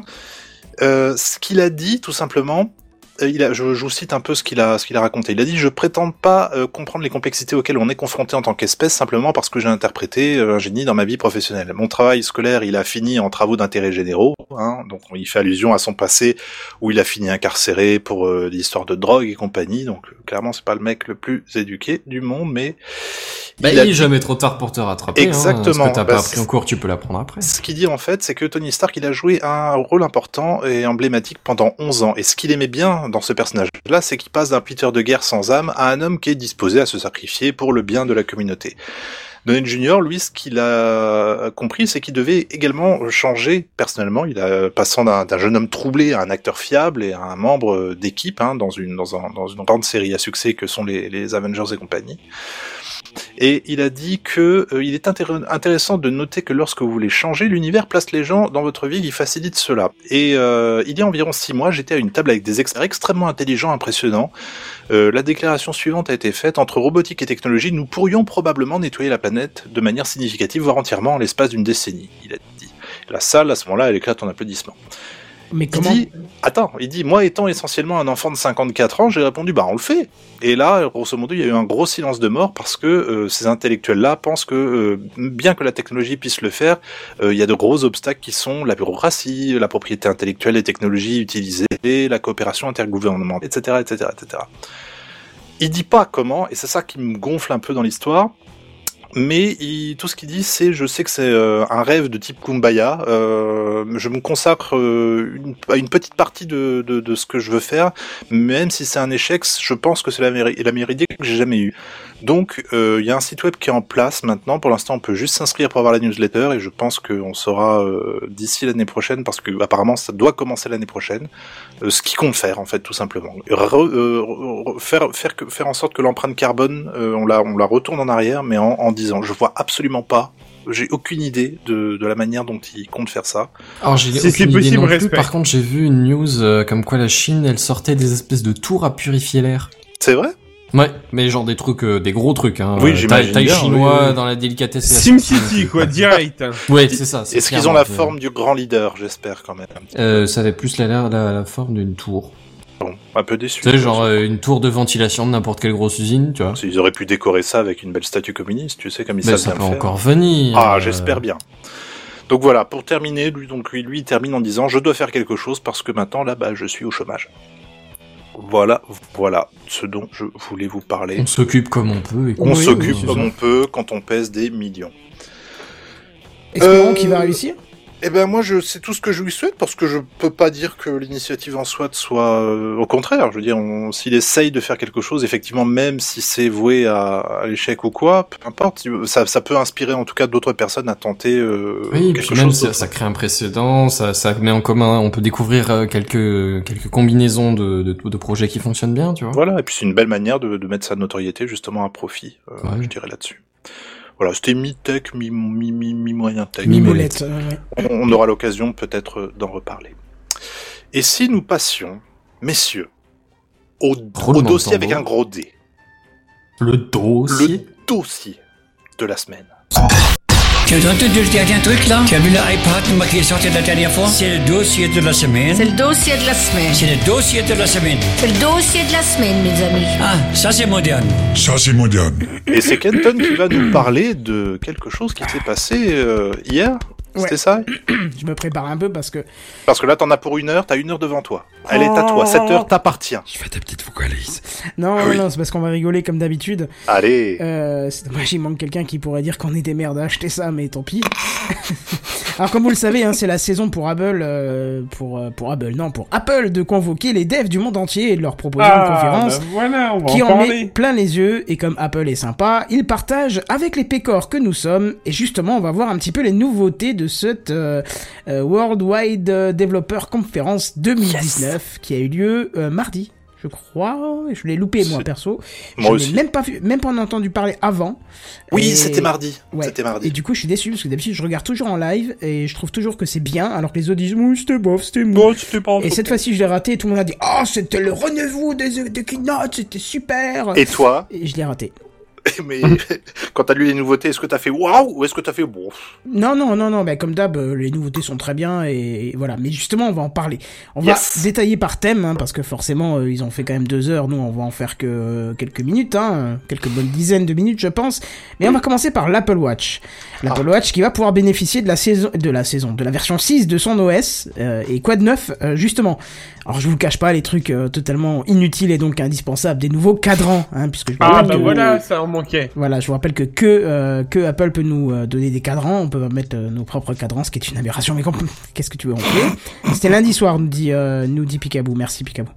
Speaker 2: Ce qu'il a dit tout simplement, je vous cite un peu ce qu'il a raconté. Il a dit: je prétends pas comprendre les complexités auxquelles on est confronté en tant qu'espèce simplement parce que j'ai interprété un génie dans ma vie professionnelle. Mon travail scolaire, il a fini en travaux d'intérêt généraux, hein, donc il fait allusion à son passé où il a fini incarcéré pour des histoires de drogue et compagnie. Donc clairement, c'est pas le mec le plus éduqué du monde, mais
Speaker 4: il est jamais trop tard pour te rattraper.
Speaker 2: Exactement.
Speaker 4: Ce que t'as pas appris en cours, tu peux l'apprendre après.
Speaker 2: Ce qu'il dit en fait, c'est que Tony Stark, il a joué un rôle important et emblématique pendant 11 ans. Et ce qu'il aimait bien dans ce personnage-là, c'est qu'il passe d'un Peter de guerre sans âme à un homme qui est disposé à se sacrifier pour le bien de la communauté. Downey Jr., lui, ce qu'il a compris, c'est qu'il devait également changer personnellement. Il a passant d'un jeune homme troublé à un acteur fiable et à un membre d'équipe, hein, dans une grande série à succès que sont les Avengers et compagnie. Et il a dit que il est intéressant de noter que lorsque vous voulez changer, l'univers place les gens dans votre vie qui facilite cela. Et il y a environ 6 mois, j'étais à une table avec des experts extrêmement intelligents, impressionnants. La déclaration suivante a été faite: entre robotique et technologie, nous pourrions probablement nettoyer la planète de manière significative, voire entièrement en l'espace d'une décennie. Il a dit. La salle, à ce moment-là, elle éclate en applaudissements.
Speaker 1: Mais comment...
Speaker 2: Il dit, moi étant essentiellement un enfant de 54 ans, j'ai répondu, on le fait. Et là, grosso modo, il y a eu un gros silence de mort parce que ces intellectuels-là pensent que, bien que la technologie puisse le faire, il y a de gros obstacles qui sont la bureaucratie, la propriété intellectuelle des technologies utilisées, la coopération intergouvernementale, etc., etc., etc. Il dit pas comment, et c'est ça qui me gonfle un peu dans l'histoire. Mais tout ce qu'il dit, c'est: je sais que c'est un rêve de type Kumbaya, je me consacre à une petite partie de ce que je veux faire, même si c'est un échec, je pense que c'est la meilleure idée que j'ai jamais eue. Donc il y a un site web qui est en place maintenant. Pour l'instant, on peut juste s'inscrire pour avoir la newsletter, et je pense qu'on saura d'ici l'année prochaine, parce que apparemment ça doit commencer l'année prochaine, ce qu'ils comptent faire en fait, tout simplement. Faire en sorte que l'empreinte carbone, on la retourne en arrière, mais en 10 ans. Je vois absolument pas, j'ai aucune idée de la manière dont ils comptent faire ça.
Speaker 4: Alors j'ai aucune idée non plus. Par contre, j'ai vu une news comme quoi la Chine, elle sortait des espèces de tours à purifier l'air.
Speaker 2: C'est vrai?
Speaker 4: Ouais, mais genre des trucs, des gros trucs, hein.
Speaker 2: Oui, j'imagine
Speaker 4: taille
Speaker 2: bien,
Speaker 4: chinois, dans la délicatesse.
Speaker 8: SimCity, quoi, direct.
Speaker 4: Ouais, c'est ça.
Speaker 2: Est-ce qu'ils ont la forme du grand leader, j'espère, quand même?
Speaker 4: Ça avait plus la forme d'une tour.
Speaker 2: Bon, un peu déçu.
Speaker 4: Tu sais, genre une tour de ventilation de n'importe quelle grosse usine, tu vois.
Speaker 2: Ils auraient pu décorer ça avec une belle statue communiste, tu sais, comme ils savent bien
Speaker 4: faire. Ça peut encore
Speaker 2: faire.
Speaker 4: venir.
Speaker 2: Ah, j'espère bien. Donc voilà, pour terminer, lui il termine en disant: je dois faire quelque chose parce que maintenant, là, je suis au chômage. Voilà ce dont je voulais vous parler.
Speaker 4: On s'occupe comme on peut.
Speaker 2: On s'occupe comme on peut quand on pèse des millions.
Speaker 1: Espérons qu'il va réussir.
Speaker 2: Eh ben moi, c'est tout ce que je lui souhaite, parce que je peux pas dire que l'initiative en soi soit au contraire. Je veux dire, s'il essaye de faire quelque chose, effectivement, même si c'est voué à l'échec ou quoi, peu importe, ça peut inspirer en tout cas d'autres personnes à tenter quelque chose.
Speaker 4: Même ça crée un précédent, ça met en commun, on peut découvrir quelques combinaisons de projets qui fonctionnent bien, tu vois.
Speaker 2: Voilà, et puis c'est une belle manière de mettre sa notoriété justement à profit, je dirais là-dessus. Voilà, c'était mi-tech, mi-moyen tech.
Speaker 1: Mi-molette.
Speaker 2: On aura l'occasion peut-être d'en reparler. Et si nous passions, messieurs, au dossier avec un gros D.
Speaker 4: Le dossier
Speaker 2: de la semaine.
Speaker 6: Tu as entendu le dernier truc là? Tu as vu l'iPad qui est sorti la dernière fois? C'est le dossier de la semaine.
Speaker 5: C'est le dossier de la semaine.
Speaker 6: C'est le dossier de la semaine.
Speaker 5: C'est le dossier de la semaine, mes amis.
Speaker 6: Ah, ça c'est moderne.
Speaker 2: Et c'est Kenton qui va nous parler de quelque chose qui s'est passé hier. C'était ça?
Speaker 1: Je me prépare un peu parce que
Speaker 2: là, t'en as pour 1 heure, t'as 1 heure devant toi. Elle est à toi, cette heure t'appartient.
Speaker 3: Je fais ta petite vocalise.
Speaker 1: Non, c'est parce qu'on va rigoler comme d'habitude.
Speaker 2: Allez.
Speaker 1: C'est dommage, il manque quelqu'un qui pourrait dire qu'on est des merdes à acheter ça, mais tant pis. Alors comme vous le savez, hein, c'est la saison pour Apple, pour Apple de convoquer les devs du monde entier et de leur proposer une conférence
Speaker 8: voilà, on va
Speaker 1: qui
Speaker 8: en
Speaker 1: en
Speaker 8: parler.
Speaker 1: met plein les yeux. Et comme Apple est sympa, il partage avec les pécores que nous sommes. Et justement, on va voir un petit peu les nouveautés de cette Worldwide Developer Conference 2019 qui a eu lieu mardi. Je crois, je l'ai loupé moi perso.
Speaker 2: Moi
Speaker 1: je
Speaker 2: aussi.
Speaker 1: l'ai même pas entendu parler avant.
Speaker 2: Oui,
Speaker 1: Et-
Speaker 2: c'était mardi.
Speaker 1: Ouais.
Speaker 2: C'était mardi.
Speaker 1: Et du coup, je suis déçu parce que d'habitude, je regarde toujours en live et je trouve toujours que c'est bien, alors que les autres disent oui, c'était bof, c'était mou.
Speaker 2: Bon, c'était pas
Speaker 1: Et cette fois-ci, je l'ai raté et tout le monde a dit oh, c'était le renouveau des keynote, c'était super.
Speaker 2: Et toi?
Speaker 1: Et je l'ai raté.
Speaker 2: Mais quand t'as lu les nouveautés, est-ce que t'as fait waouh ou est-ce que t'as fait bon?
Speaker 1: Non, bah comme d'hab, les nouveautés sont très bien et voilà. Mais justement, on va en parler. On
Speaker 2: Yes.
Speaker 1: va détailler par thème, hein, parce que forcément, ils ont fait quand même 2 heures. Nous, on va en faire que quelques minutes, hein, quelques bonnes dizaines de minutes, je pense. Mais on va commencer par l'Apple Watch. L'Apple Watch qui va pouvoir bénéficier de la version 6 de son OS. Et quoi de neuf, justement. Alors, je vous le cache pas, les trucs totalement inutiles et donc indispensables, des nouveaux cadrans, hein, puisque je vous rappelle que-
Speaker 8: Voilà, ça en manquait.
Speaker 1: Voilà, je vous rappelle que Apple peut nous donner des cadrans, on peut mettre nos propres cadrans, ce qui est une aberration, mais qu'est-ce que tu veux en faire? C'était lundi soir, nous dit Picaboo, merci Picaboo.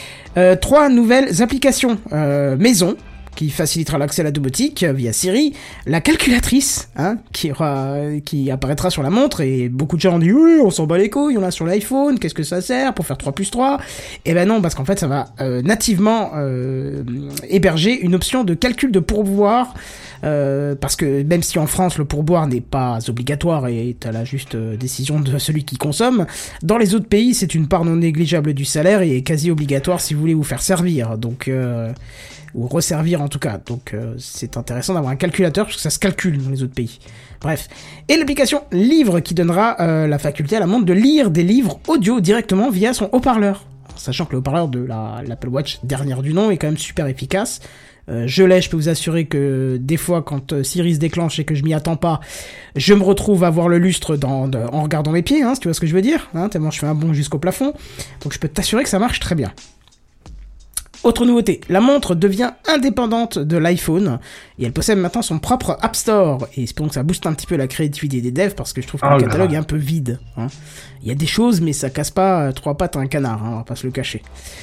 Speaker 1: 3 nouvelles applications maison qui facilitera l'accès à la domotique via Siri, la calculatrice, hein, qui apparaîtra sur la montre, et beaucoup de gens ont dit oui, on s'en bat les couilles, on l'a sur l'iPhone, qu'est-ce que ça sert pour faire 3+3? Eh ben non, parce qu'en fait ça va nativement héberger une option de calcul de pourboire, parce que même si en France le pourboire n'est pas obligatoire et est à la juste décision de celui qui consomme, dans les autres pays c'est une part non négligeable du salaire et est quasi obligatoire si vous voulez vous faire servir, donc ou resservir en tout cas, donc c'est intéressant d'avoir un calculateur parce que ça se calcule dans les autres pays. Bref, et l'application Livre qui donnera la faculté à la montre de lire des livres audio directement via son haut-parleur, sachant que le haut-parleur de l'Apple Watch dernière du nom est quand même super efficace. Je peux vous assurer que des fois quand Siri se déclenche et que je m'y attends pas, je me retrouve à voir le lustre en regardant mes pieds, hein, si tu vois ce que je veux dire, hein, tellement je fais un bond jusqu'au plafond, donc je peux t'assurer que ça marche très bien. Autre nouveauté, la montre devient indépendante de l'iPhone et elle possède maintenant son propre App Store, et espérons que ça booste un petit peu la créativité des devs parce que je trouve que le catalogue est un peu vide, hein. Il y a des choses mais ça casse pas 3 pattes à un canard, hein, on va pas se le cacher.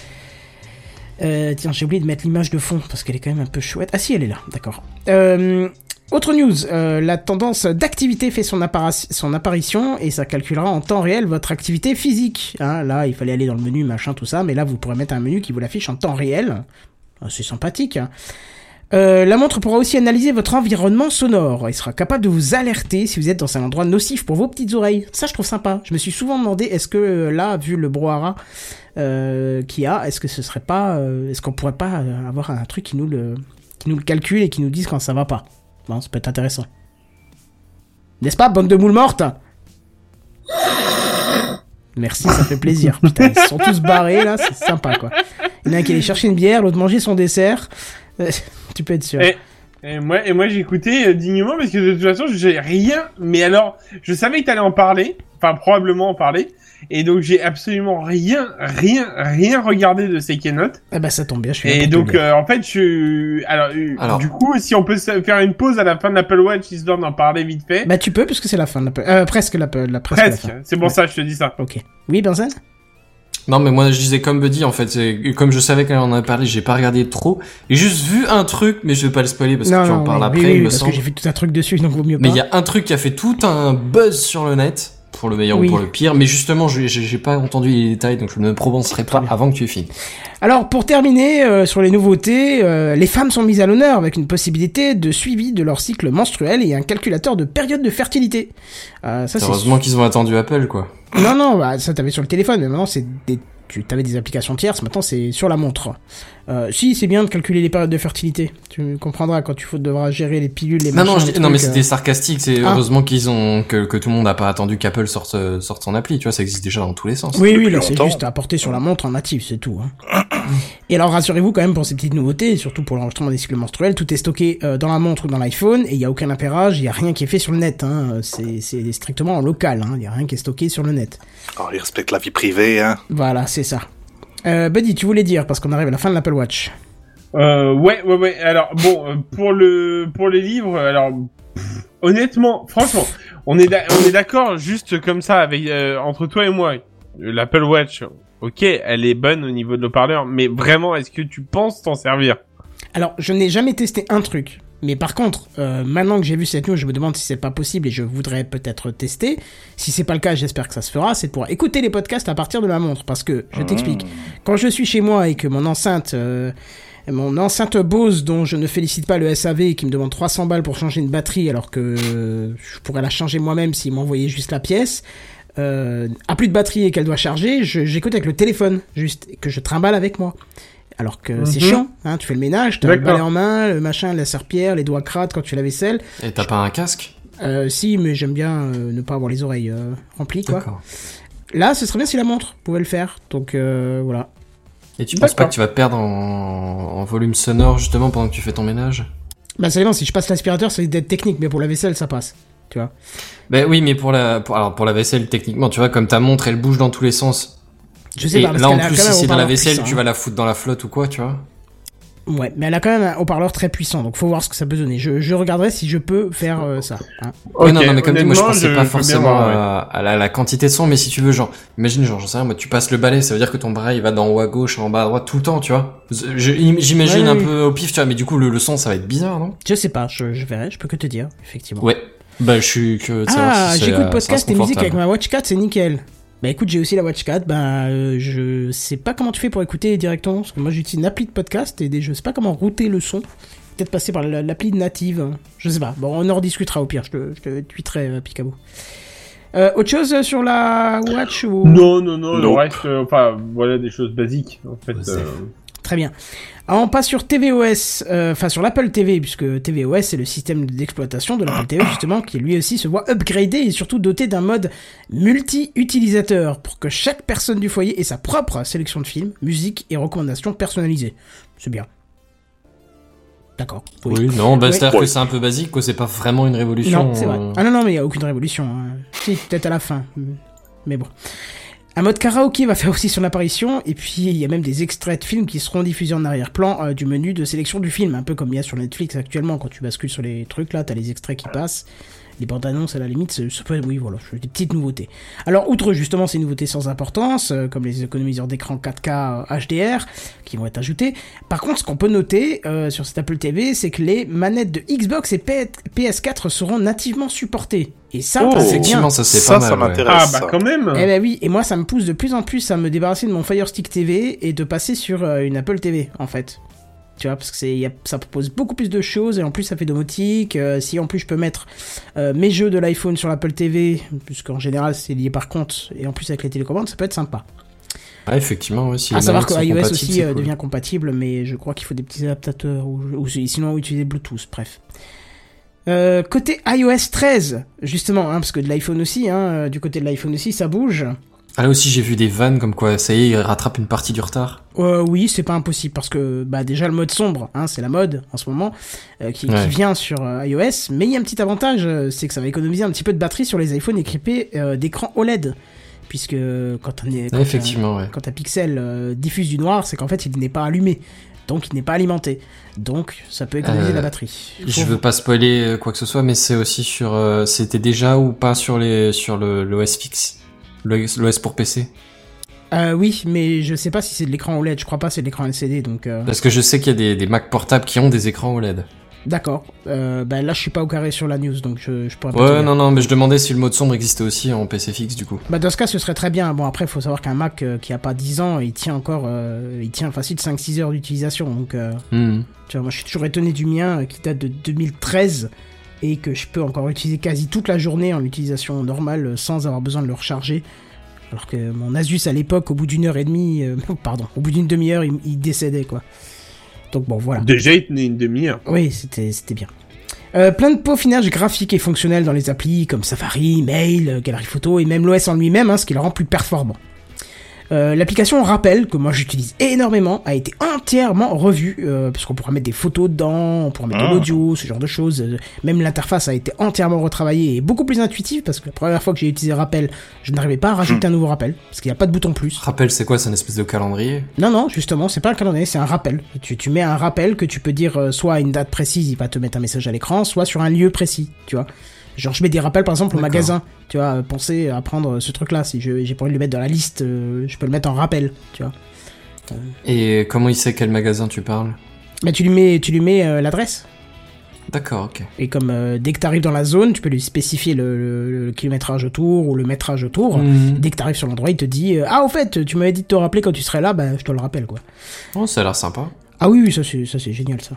Speaker 1: Tiens, j'ai oublié de mettre l'image de fond parce qu'elle est quand même un peu chouette. Ah si, elle est là, d'accord. Autre news, la tendance d'activité fait son apparition et ça calculera en temps réel votre activité physique. Hein, là, il fallait aller dans le menu, machin, tout ça, mais là, vous pourrez mettre un menu qui vous l'affiche en temps réel. C'est sympathique. Hein. La montre pourra aussi analyser votre environnement sonore et sera capable de vous alerter si vous êtes dans un endroit nocif pour vos petites oreilles. Ça, je trouve sympa. Je me suis souvent demandé, est-ce que là, vu le brouhaha qu'il y a, est-ce que ce serait pas, est-ce qu'on pourrait pas avoir un truc qui nous le calcule et qui nous dise quand ça va pas. Bon, ça peut être intéressant. N'est-ce pas, bande de moules mortes? Merci, ça fait plaisir. Putain, ils sont tous barrés, là, c'est sympa, quoi. Il y en a un qui allait chercher une bière, l'autre manger son dessert. Tu peux être sûr.
Speaker 8: Et moi j'ai écouté dignement parce que de toute façon, j'ai rien... Mais alors, je savais que t'allais en parler, enfin probablement en parler, et donc j'ai absolument rien regardé de ces keynotes.
Speaker 1: Ah bah ça tombe bien, je suis là
Speaker 8: Et
Speaker 1: pour
Speaker 8: donc
Speaker 1: te le dire.
Speaker 8: en fait alors du coup si on peut faire une pause à la fin de l'Apple Watch histoire d'en parler vite fait.
Speaker 1: Bah tu peux puisque c'est la fin de presque la fin.
Speaker 8: C'est pour ça je te dis ça.
Speaker 1: Ok. Oui, Benzen?
Speaker 4: Non, mais moi, je disais comme Buddy, en fait. Comme je savais qu'elle en avait parlé, j'ai pas regardé trop. J'ai juste vu un truc, mais je vais pas le spoiler parce que tu en parles après,
Speaker 1: oui,
Speaker 4: il me
Speaker 1: parce
Speaker 4: semble.
Speaker 1: que j'ai fait tout un truc dessus, donc vaut mieux pas.
Speaker 4: Mais il y a un truc qui a fait tout un buzz sur le net, pour le meilleur
Speaker 1: Oui.
Speaker 4: ou pour le pire, mais justement, j'ai pas entendu les détails, donc je ne me prononcerai pas avant que tu aies fini.
Speaker 1: Alors, pour terminer, sur les nouveautés, les femmes sont mises à l'honneur avec une possibilité de suivi de leur cycle menstruel et un calculateur de période de fertilité. Ça, c'est
Speaker 4: Heureusement qu'ils ont attendu Apple, quoi.
Speaker 1: Non, bah, ça t'avais sur le téléphone, mais maintenant tu avais des applications tierces, maintenant c'est sur la montre. Si, c'est bien de calculer les périodes de fertilité. Tu comprendras quand tu devras gérer les pilules, les
Speaker 4: Non,
Speaker 1: machins,
Speaker 4: non, mais
Speaker 1: trucs,
Speaker 4: c'était sarcastique, c'est
Speaker 1: Ah.
Speaker 4: heureusement que tout le monde n'a pas attendu qu'Apple sorte son appli, tu vois, ça existe déjà dans tous les sens.
Speaker 1: Oui,
Speaker 2: depuis
Speaker 1: là c'est
Speaker 2: longtemps.
Speaker 1: juste à apporter sur la montre en natif, c'est tout. Hein. Et alors rassurez-vous quand même pour ces petites nouveautés, et surtout pour l'enregistrement des cycles menstruels, tout est stocké dans la montre ou dans l'iPhone, et il n'y a aucun appairage, il n'y a rien qui est fait sur le net, hein. C'est strictement en local, hein. Il n'y a rien qui est stocké sur le net.
Speaker 2: Alors, il respecte la vie privée, hein.
Speaker 1: Voilà, c'est ça. Buddy, tu voulais dire, parce qu'on arrive à la fin de l'Apple Watch.
Speaker 8: Ouais. Alors, bon, pour les livres, alors, honnêtement, franchement, on est d'accord juste comme ça avec entre toi et moi. L'Apple Watch, ok, elle est bonne au niveau de l'haut-parleur, mais vraiment, est-ce que tu penses t'en servir?
Speaker 1: Alors, je n'ai jamais testé un truc. Mais par contre, maintenant que j'ai vu cette news, je me demande si c'est pas possible et je voudrais peut-être tester. Si c'est pas le cas, j'espère que ça se fera. C'est de pouvoir écouter les podcasts à partir de la montre. Parce que, je t'explique, quand je suis chez moi et que mon enceinte Bose, dont je ne félicite pas le SAV et qui me demande 300 balles pour changer une batterie alors que je pourrais la changer moi-même s'il m'envoyait juste la pièce, a plus de batterie et qu'elle doit charger, j'écoute avec le téléphone, juste, que je trimballe avec moi. Alors que c'est chiant, hein, tu fais le ménage, t'as le balai en main, le machin, la serpillière, les doigts crades quand tu fais la vaisselle.
Speaker 4: Et t'as pas un casque?
Speaker 1: Si, mais j'aime bien ne pas avoir les oreilles remplies, quoi.
Speaker 4: D'accord.
Speaker 1: Là, ce serait bien si la montre pouvait le faire, donc voilà.
Speaker 4: Et tu penses pas que tu vas perdre en volume sonore justement pendant que tu fais ton ménage?
Speaker 1: Bah ça dépend, si je passe l'aspirateur, ça va être technique, mais pour la vaisselle, ça passe. Tu vois.
Speaker 4: Ben oui, mais pour la vaisselle, techniquement, tu vois, comme ta montre, elle bouge dans tous les sens.
Speaker 1: Je sais
Speaker 4: et
Speaker 1: pas, parce
Speaker 4: là, en
Speaker 1: qu'elle a
Speaker 4: plus,
Speaker 1: quand même
Speaker 4: si c'est
Speaker 1: un
Speaker 4: dans la
Speaker 1: haut-parleur
Speaker 4: vaisselle,
Speaker 1: puissant,
Speaker 4: tu vas la foutre dans la flotte ou quoi, tu vois.
Speaker 1: Ouais, mais elle a quand même un haut-parleur très puissant, donc faut voir ce que ça peut donner. Je regarderai si je peux faire ça. Hein.
Speaker 4: Okay, non, mais comme dit, moi je pensais pas forcément
Speaker 8: voir,
Speaker 4: à la quantité de son, mais si tu veux, genre, imagine, genre, j'en sais rien, moi, tu passes le balai, ça veut dire que ton bras il va d'en haut à gauche, en bas à droite tout le temps, tu vois. J'imagine un peu au pif, tu vois, mais du coup, le son, ça va être bizarre, non?
Speaker 1: Je sais pas, je verrai, je peux que te dire, effectivement.
Speaker 4: Ouais. Bah, je suis que de savoir si
Speaker 1: j'écoute podcast et musique avec ma Watch 4, c'est nickel. Bah écoute, j'ai aussi la Watch 4, je sais pas comment tu fais pour écouter directement, parce que moi j'utilise une appli de podcast et je sais pas comment router le son. Peut-être passer par l'appli native, je sais pas. Bon, on en rediscutera au pire, je te tweeterai Picabo. Autre chose sur la Watch ou...
Speaker 8: Non, le reste, voilà des choses basiques, en fait.
Speaker 1: Très bien. Alors, on passe sur tvOS, sur l'Apple TV, puisque tvOS c'est le système d'exploitation de l'Apple TV, justement, qui lui aussi se voit upgradé et surtout doté d'un mode multi-utilisateur pour que chaque personne du foyer ait sa propre sélection de films, musique et recommandations personnalisées. C'est bien. D'accord.
Speaker 4: Oui, non, c'est-à-dire que c'est un peu basique, quoi, c'est pas vraiment une révolution.
Speaker 1: Non, c'est vrai. Ah non, mais il y a aucune révolution. Hein. Si, peut-être à la fin. Mais bon. Un mode karaoké va faire aussi son apparition, et puis il y a même des extraits de films qui seront diffusés en arrière-plan du menu de sélection du film, un peu comme il y a sur Netflix actuellement, quand tu bascules sur les trucs là, t'as les extraits qui passent, les bandes annonces à la limite, oui voilà, des petites nouveautés. Alors outre justement ces nouveautés sans importance, comme les économiseurs d'écran 4K HDR, qui vont être ajoutés, par contre ce qu'on peut noter sur cette Apple TV, c'est que les manettes de Xbox et PS4 seront nativement supportées. Et ça,
Speaker 4: effectivement, ça c'est pas mal.
Speaker 2: Ça m'intéresse.
Speaker 8: Ah bah quand même.
Speaker 1: Eh ben oui, et moi ça me pousse de plus en plus à me débarrasser de mon Fire Stick TV et de passer sur une Apple TV en fait. Tu vois, parce que ça propose beaucoup plus de choses et en plus ça fait domotique. Si en plus je peux mettre mes jeux de l'iPhone sur l'Apple TV, puisqu'en général c'est lié par compte, et en plus avec les télécommandes, ça peut être sympa.
Speaker 4: Ah, effectivement, aussi.
Speaker 1: À savoir que iOS aussi devient compatible, mais je crois qu'il faut des petits adaptateurs ou sinon utiliser Bluetooth, bref. Côté iOS 13, justement, parce que de l'iPhone aussi, du côté de l'iPhone aussi, ça bouge.
Speaker 4: Ah là aussi j'ai vu des vannes comme quoi ça y est, il rattrape une partie du retard.
Speaker 1: Oui, c'est pas impossible parce que déjà le mode sombre, c'est la mode en ce moment qui vient sur iOS, mais il y a un petit avantage, c'est que ça va économiser un petit peu de batterie sur les iPhones équipés d'écran OLED. Puisque quand un pixel diffuse du noir, c'est qu'en fait il n'est pas allumé. Donc il n'est pas alimenté. Donc ça peut économiser la batterie.
Speaker 4: Je veux pas spoiler quoi que ce soit, mais c'est aussi sur c'était déjà ou pas sur l'OS fixe, l'OS pour PC.
Speaker 1: Oui, mais je sais pas si c'est de l'écran OLED, je crois pas c'est de l'écran LCD donc
Speaker 4: Parce que je sais qu'il y a des Mac portables qui ont des écrans OLED. D'accord.
Speaker 1: Là je suis pas au carré sur la news donc je pourrais pas
Speaker 4: te dire. Non, mais je demandais si le mode sombre existait aussi en PC fixe du coup.
Speaker 1: Dans ce cas ce serait très bien. Bon après faut savoir qu'un Mac qui a pas 10 ans, il tient facile 5-6 heures d'utilisation donc tu vois, moi je suis toujours étonné du mien qui date de 2013 et que je peux encore utiliser quasi toute la journée en utilisation normale sans avoir besoin de le recharger. Alors que mon Asus à l'époque au bout d'une heure et demie au bout d'une demi-heure il décédait quoi. Donc bon, voilà.
Speaker 8: Déjà, il tenait une demi-heure.
Speaker 1: Oui, c'était bien. Plein de peaufinage graphique et fonctionnel dans les applis comme Safari, Mail, Galerie Photo et même l'OS en lui-même, ce qui le rend plus performant. L'application Rappel, que moi j'utilise énormément, a été entièrement revue, parce qu'on pourra mettre des photos dedans, on pourra mettre de l'audio, ce genre de choses. Même l'interface a été entièrement retravaillée et beaucoup plus intuitive, parce que la première fois que j'ai utilisé Rappel, je n'arrivais pas à rajouter un nouveau rappel, parce qu'il n'y a pas de bouton plus.
Speaker 4: Rappel, c'est quoi? C'est une espèce de calendrier?
Speaker 1: Non, justement, c'est pas un calendrier, c'est un rappel. Tu mets un rappel que tu peux dire soit à une date précise, il va te mettre un message à l'écran, soit sur un lieu précis, tu vois. Genre je mets des rappels par exemple au magasin, tu vois, pensez à prendre ce truc-là, si j'ai pas envie de le mettre dans la liste, je peux le mettre en rappel, tu vois.
Speaker 4: Et comment il sait quel magasin tu parles?
Speaker 1: Bah tu lui mets l'adresse.
Speaker 4: D'accord, ok.
Speaker 1: Et comme dès que t'arrives dans la zone, tu peux lui spécifier le kilométrage autour ou le métrage autour. Dès que t'arrives sur l'endroit, il te dit au fait, tu m'avais dit de te rappeler quand tu serais là, bah je te le rappelle quoi.
Speaker 4: Oh, ça a l'air sympa.
Speaker 1: Ah oui, ça c'est génial ça.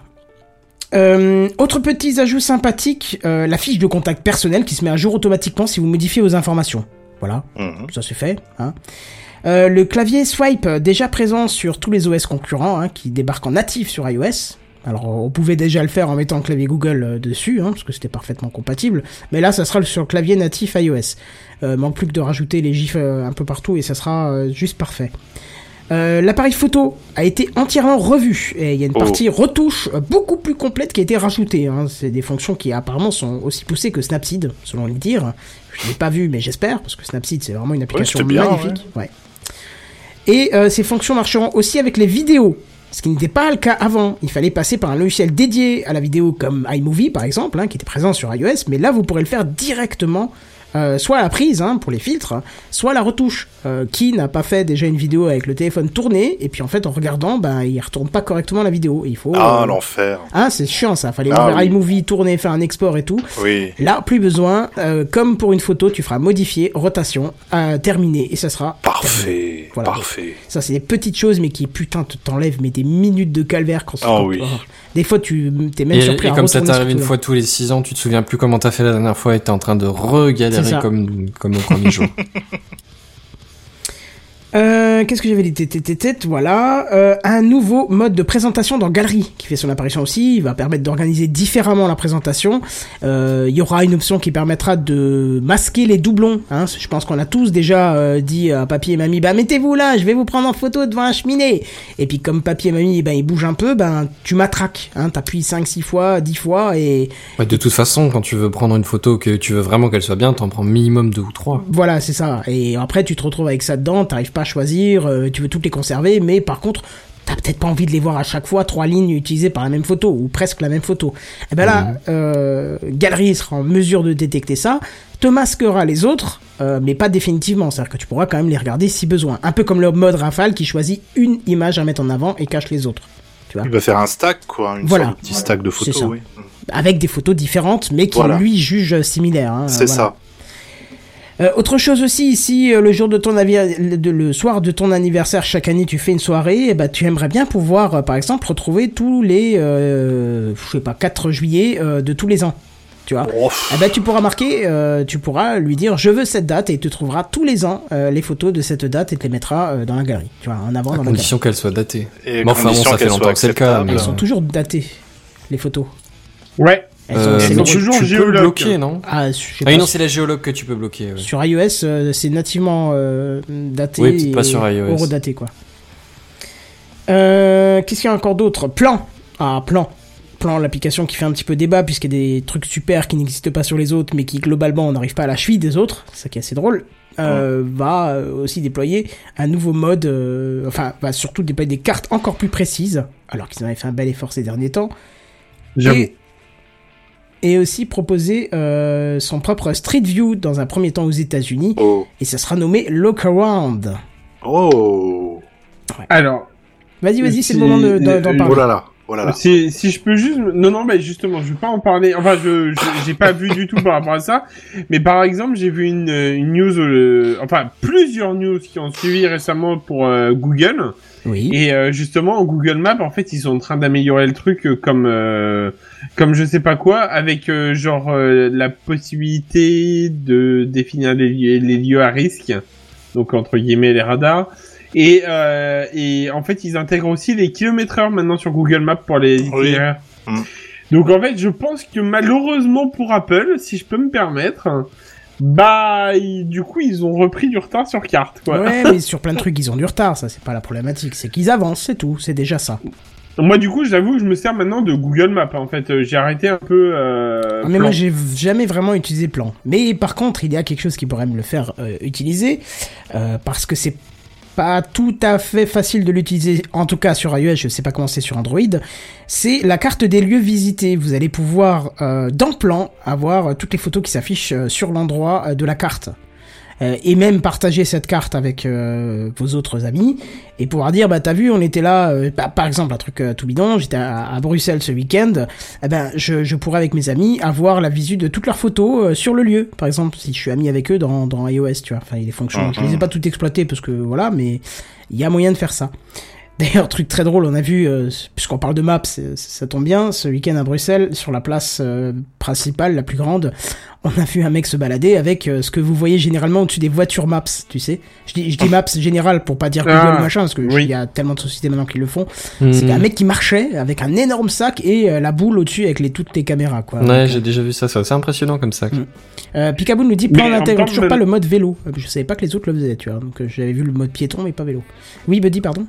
Speaker 1: Autre petits ajouts sympathiques, la fiche de contact personnel qui se met à jour automatiquement si vous modifiez vos informations. Voilà, ça c'est fait. Hein. Le clavier swipe déjà présent sur tous les OS concurrents qui débarquent en natif sur iOS. Alors on pouvait déjà le faire en mettant le clavier Google dessus, parce que c'était parfaitement compatible. Mais là, ça sera sur le clavier natif iOS. Manque plus que de rajouter les gifs un peu partout et ça sera juste parfait. L'appareil photo a été entièrement revu et il y a une partie retouche beaucoup plus complète qui a été rajoutée. C'est des fonctions qui apparemment sont aussi poussées que Snapseed, selon les dires. Je l'ai pas vu, mais j'espère, parce que Snapseed c'est vraiment une application magnifique. Ouais. Et ces fonctions marcheront aussi avec les vidéos, ce qui n'était pas le cas avant. Il fallait passer par un logiciel dédié à la vidéo comme iMovie par exemple, qui était présent sur iOS, mais là vous pourrez le faire directement. Soit la prise pour les filtres, soit la retouche. Qui n'a pas fait déjà une vidéo avec le téléphone tourné et puis en fait en regardant, il retourne pas correctement la vidéo. Il faut
Speaker 2: l'enfer.
Speaker 1: C'est chiant ça. Fallait ouvrir iMovie, tourner, faire un export et tout.
Speaker 2: Oui.
Speaker 1: Là plus besoin. Comme pour une photo, tu feras modifier, rotation, terminer et ça sera
Speaker 2: parfait.
Speaker 1: Voilà.
Speaker 2: Parfait.
Speaker 1: Ça c'est des petites choses mais qui t'enlèvent des minutes de calvaire quand
Speaker 2: oui.
Speaker 1: Des fois tu t'es même surpris.
Speaker 4: Et comme ça t'arrive une fois tous les 6 ans, tu te souviens plus comment t'as fait la dernière fois et t'es en train de regalérer comme au premier jour.
Speaker 1: Qu'est-ce que j'avais dit? Voilà. Un nouveau mode de présentation dans Galerie qui fait son apparition aussi. Il va permettre d'organiser différemment la présentation. Il y aura une option qui permettra de masquer les doublons. Je pense qu'on a tous déjà dit à papy et mamie, mettez-vous là, je vais vous prendre en photo devant la cheminée. Et puis comme papy et mamie, ils bougent un peu, tu matraques. T'appuies 5, 6 fois, 10 fois et...
Speaker 4: Ouais, de toute façon, quand tu veux prendre une photo que tu veux vraiment qu'elle soit bien, t'en prends minimum 2 ou 3.
Speaker 1: Voilà, c'est ça. Et après, tu te retrouves avec ça dedans, t'arrives pas à choisir, tu veux toutes les conserver, mais par contre, t'as peut-être pas envie de les voir à chaque fois, 3 lignes utilisées par la même photo, ou presque la même photo. Et là, Galerie sera en mesure de détecter ça, te masquera les autres, mais pas définitivement, c'est-à-dire que tu pourras quand même les regarder si besoin. Un peu comme le mode rafale qui choisit une image à mettre en avant et cache les autres. Tu vois.
Speaker 2: Il va faire un stack, quoi, sorte de petit stack de photos, oui.
Speaker 1: Avec des photos différentes, mais qui lui jugent similaires.
Speaker 2: C'est ça.
Speaker 1: Autre chose aussi, si le jour de le soir de ton anniversaire chaque année tu fais une soirée, tu aimerais bien pouvoir par exemple retrouver tous les 4 juillet de tous les ans. Tu vois. Tu pourras marquer, tu pourras lui dire je veux cette date et tu trouveras tous les ans les photos de cette date et te les mettras dans la galerie. Tu vois, en avant dans la galerie. À
Speaker 4: condition qu'elles soient datées. Mais enfin bon, ça fait longtemps que c'est le cas.
Speaker 1: Elles sont toujours datées, les photos.
Speaker 8: Ouais.
Speaker 1: C'est
Speaker 8: toujours
Speaker 4: tu peux bloquer, non?
Speaker 1: Non,
Speaker 4: c'est la géologue que tu peux bloquer. Ouais.
Speaker 1: Sur iOS, c'est nativement daté
Speaker 4: et pas sur iOS.
Speaker 1: Horodaté, quoi. Qu'est-ce qu'il y a encore d'autre? Plan, l'application qui fait un petit peu débat puisqu'il y a des trucs super qui n'existent pas sur les autres mais qui globalement on n'arrive pas à la cheville des autres, c'est ça qui est assez drôle. Va aussi déployer un nouveau mode, va surtout déployer des cartes encore plus précises, alors qu'ils avaient fait un bel effort ces derniers temps. Et aussi proposer son propre Street View dans un premier temps aux États-Unis. Et ça sera nommé Look Around.
Speaker 2: Ouais.
Speaker 8: Alors.
Speaker 1: Vas-y, c'est le moment d'en parler.
Speaker 2: Oh là là.
Speaker 8: Si je peux juste, non, justement, je vais pas en parler. Enfin, j'ai pas vu du tout par rapport à ça. Mais par exemple, j'ai vu une news, plusieurs news qui ont suivi récemment pour Google.
Speaker 1: Oui.
Speaker 8: Et justement, Google Maps, en fait, ils sont en train d'améliorer le truc comme je sais pas quoi, avec la possibilité de définir les lieux à risque, donc entre guillemets les radars. Et en fait, ils intègrent aussi les kilomètres-heure maintenant sur Google Maps pour les itinéraires. Donc en fait, je pense que malheureusement pour Apple, si je peux me permettre, Du coup, ils ont repris du retard sur carte, quoi.
Speaker 1: Ouais, mais sur plein de trucs, ils ont du retard, ça, c'est pas la problématique. C'est qu'ils avancent, c'est tout, c'est déjà ça.
Speaker 8: Moi, du coup, j'avoue que je me sers maintenant de Google Maps, en fait. J'ai arrêté un peu,
Speaker 1: mais moi, j'ai jamais vraiment utilisé Plan. Mais par contre, il y a quelque chose qui pourrait me le faire utiliser, parce que c'est pas tout à fait facile de l'utiliser, en tout cas sur iOS, je sais pas comment c'est sur Android, c'est la carte des lieux visités. Vous allez pouvoir, dans Plan, avoir toutes les photos qui s'affichent sur l'endroit de la carte. Et même partager cette carte avec vos autres amis, et pouvoir dire, bah t'as vu, on était là, par exemple, un truc tout bidon, j'étais à Bruxelles ce week-end, eh ben je pourrais avec mes amis avoir la visu de toutes leurs photos sur le lieu, par exemple, si je suis ami avec eux dans iOS, tu vois, enfin il y a des fonctions, je les ai pas toutes exploitées parce que voilà, mais il y a moyen de faire ça. D'ailleurs, truc très drôle, on a vu, puisqu'on parle de maps, ça tombe bien, ce week-end à Bruxelles, sur la place principale, la plus grande, on a vu un mec se balader avec ce que vous voyez généralement au-dessus des voitures Maps, tu sais. Je dis Maps général pour pas dire Google ou machin, parce que il y a tellement de sociétés maintenant qui le font. C'est un mec qui marchait avec un énorme sac et la boule au-dessus avec toutes les caméras, quoi.
Speaker 4: Ouais,
Speaker 1: donc,
Speaker 4: j'ai déjà vu ça, c'est assez impressionnant comme sac.
Speaker 1: Picaboo nous dit, Plan n'intègre toujours pas le mode vélo. Je savais pas que les autres le faisaient, tu vois. Donc j'avais vu le mode piéton, mais pas vélo. Oui, Buddy, pardon.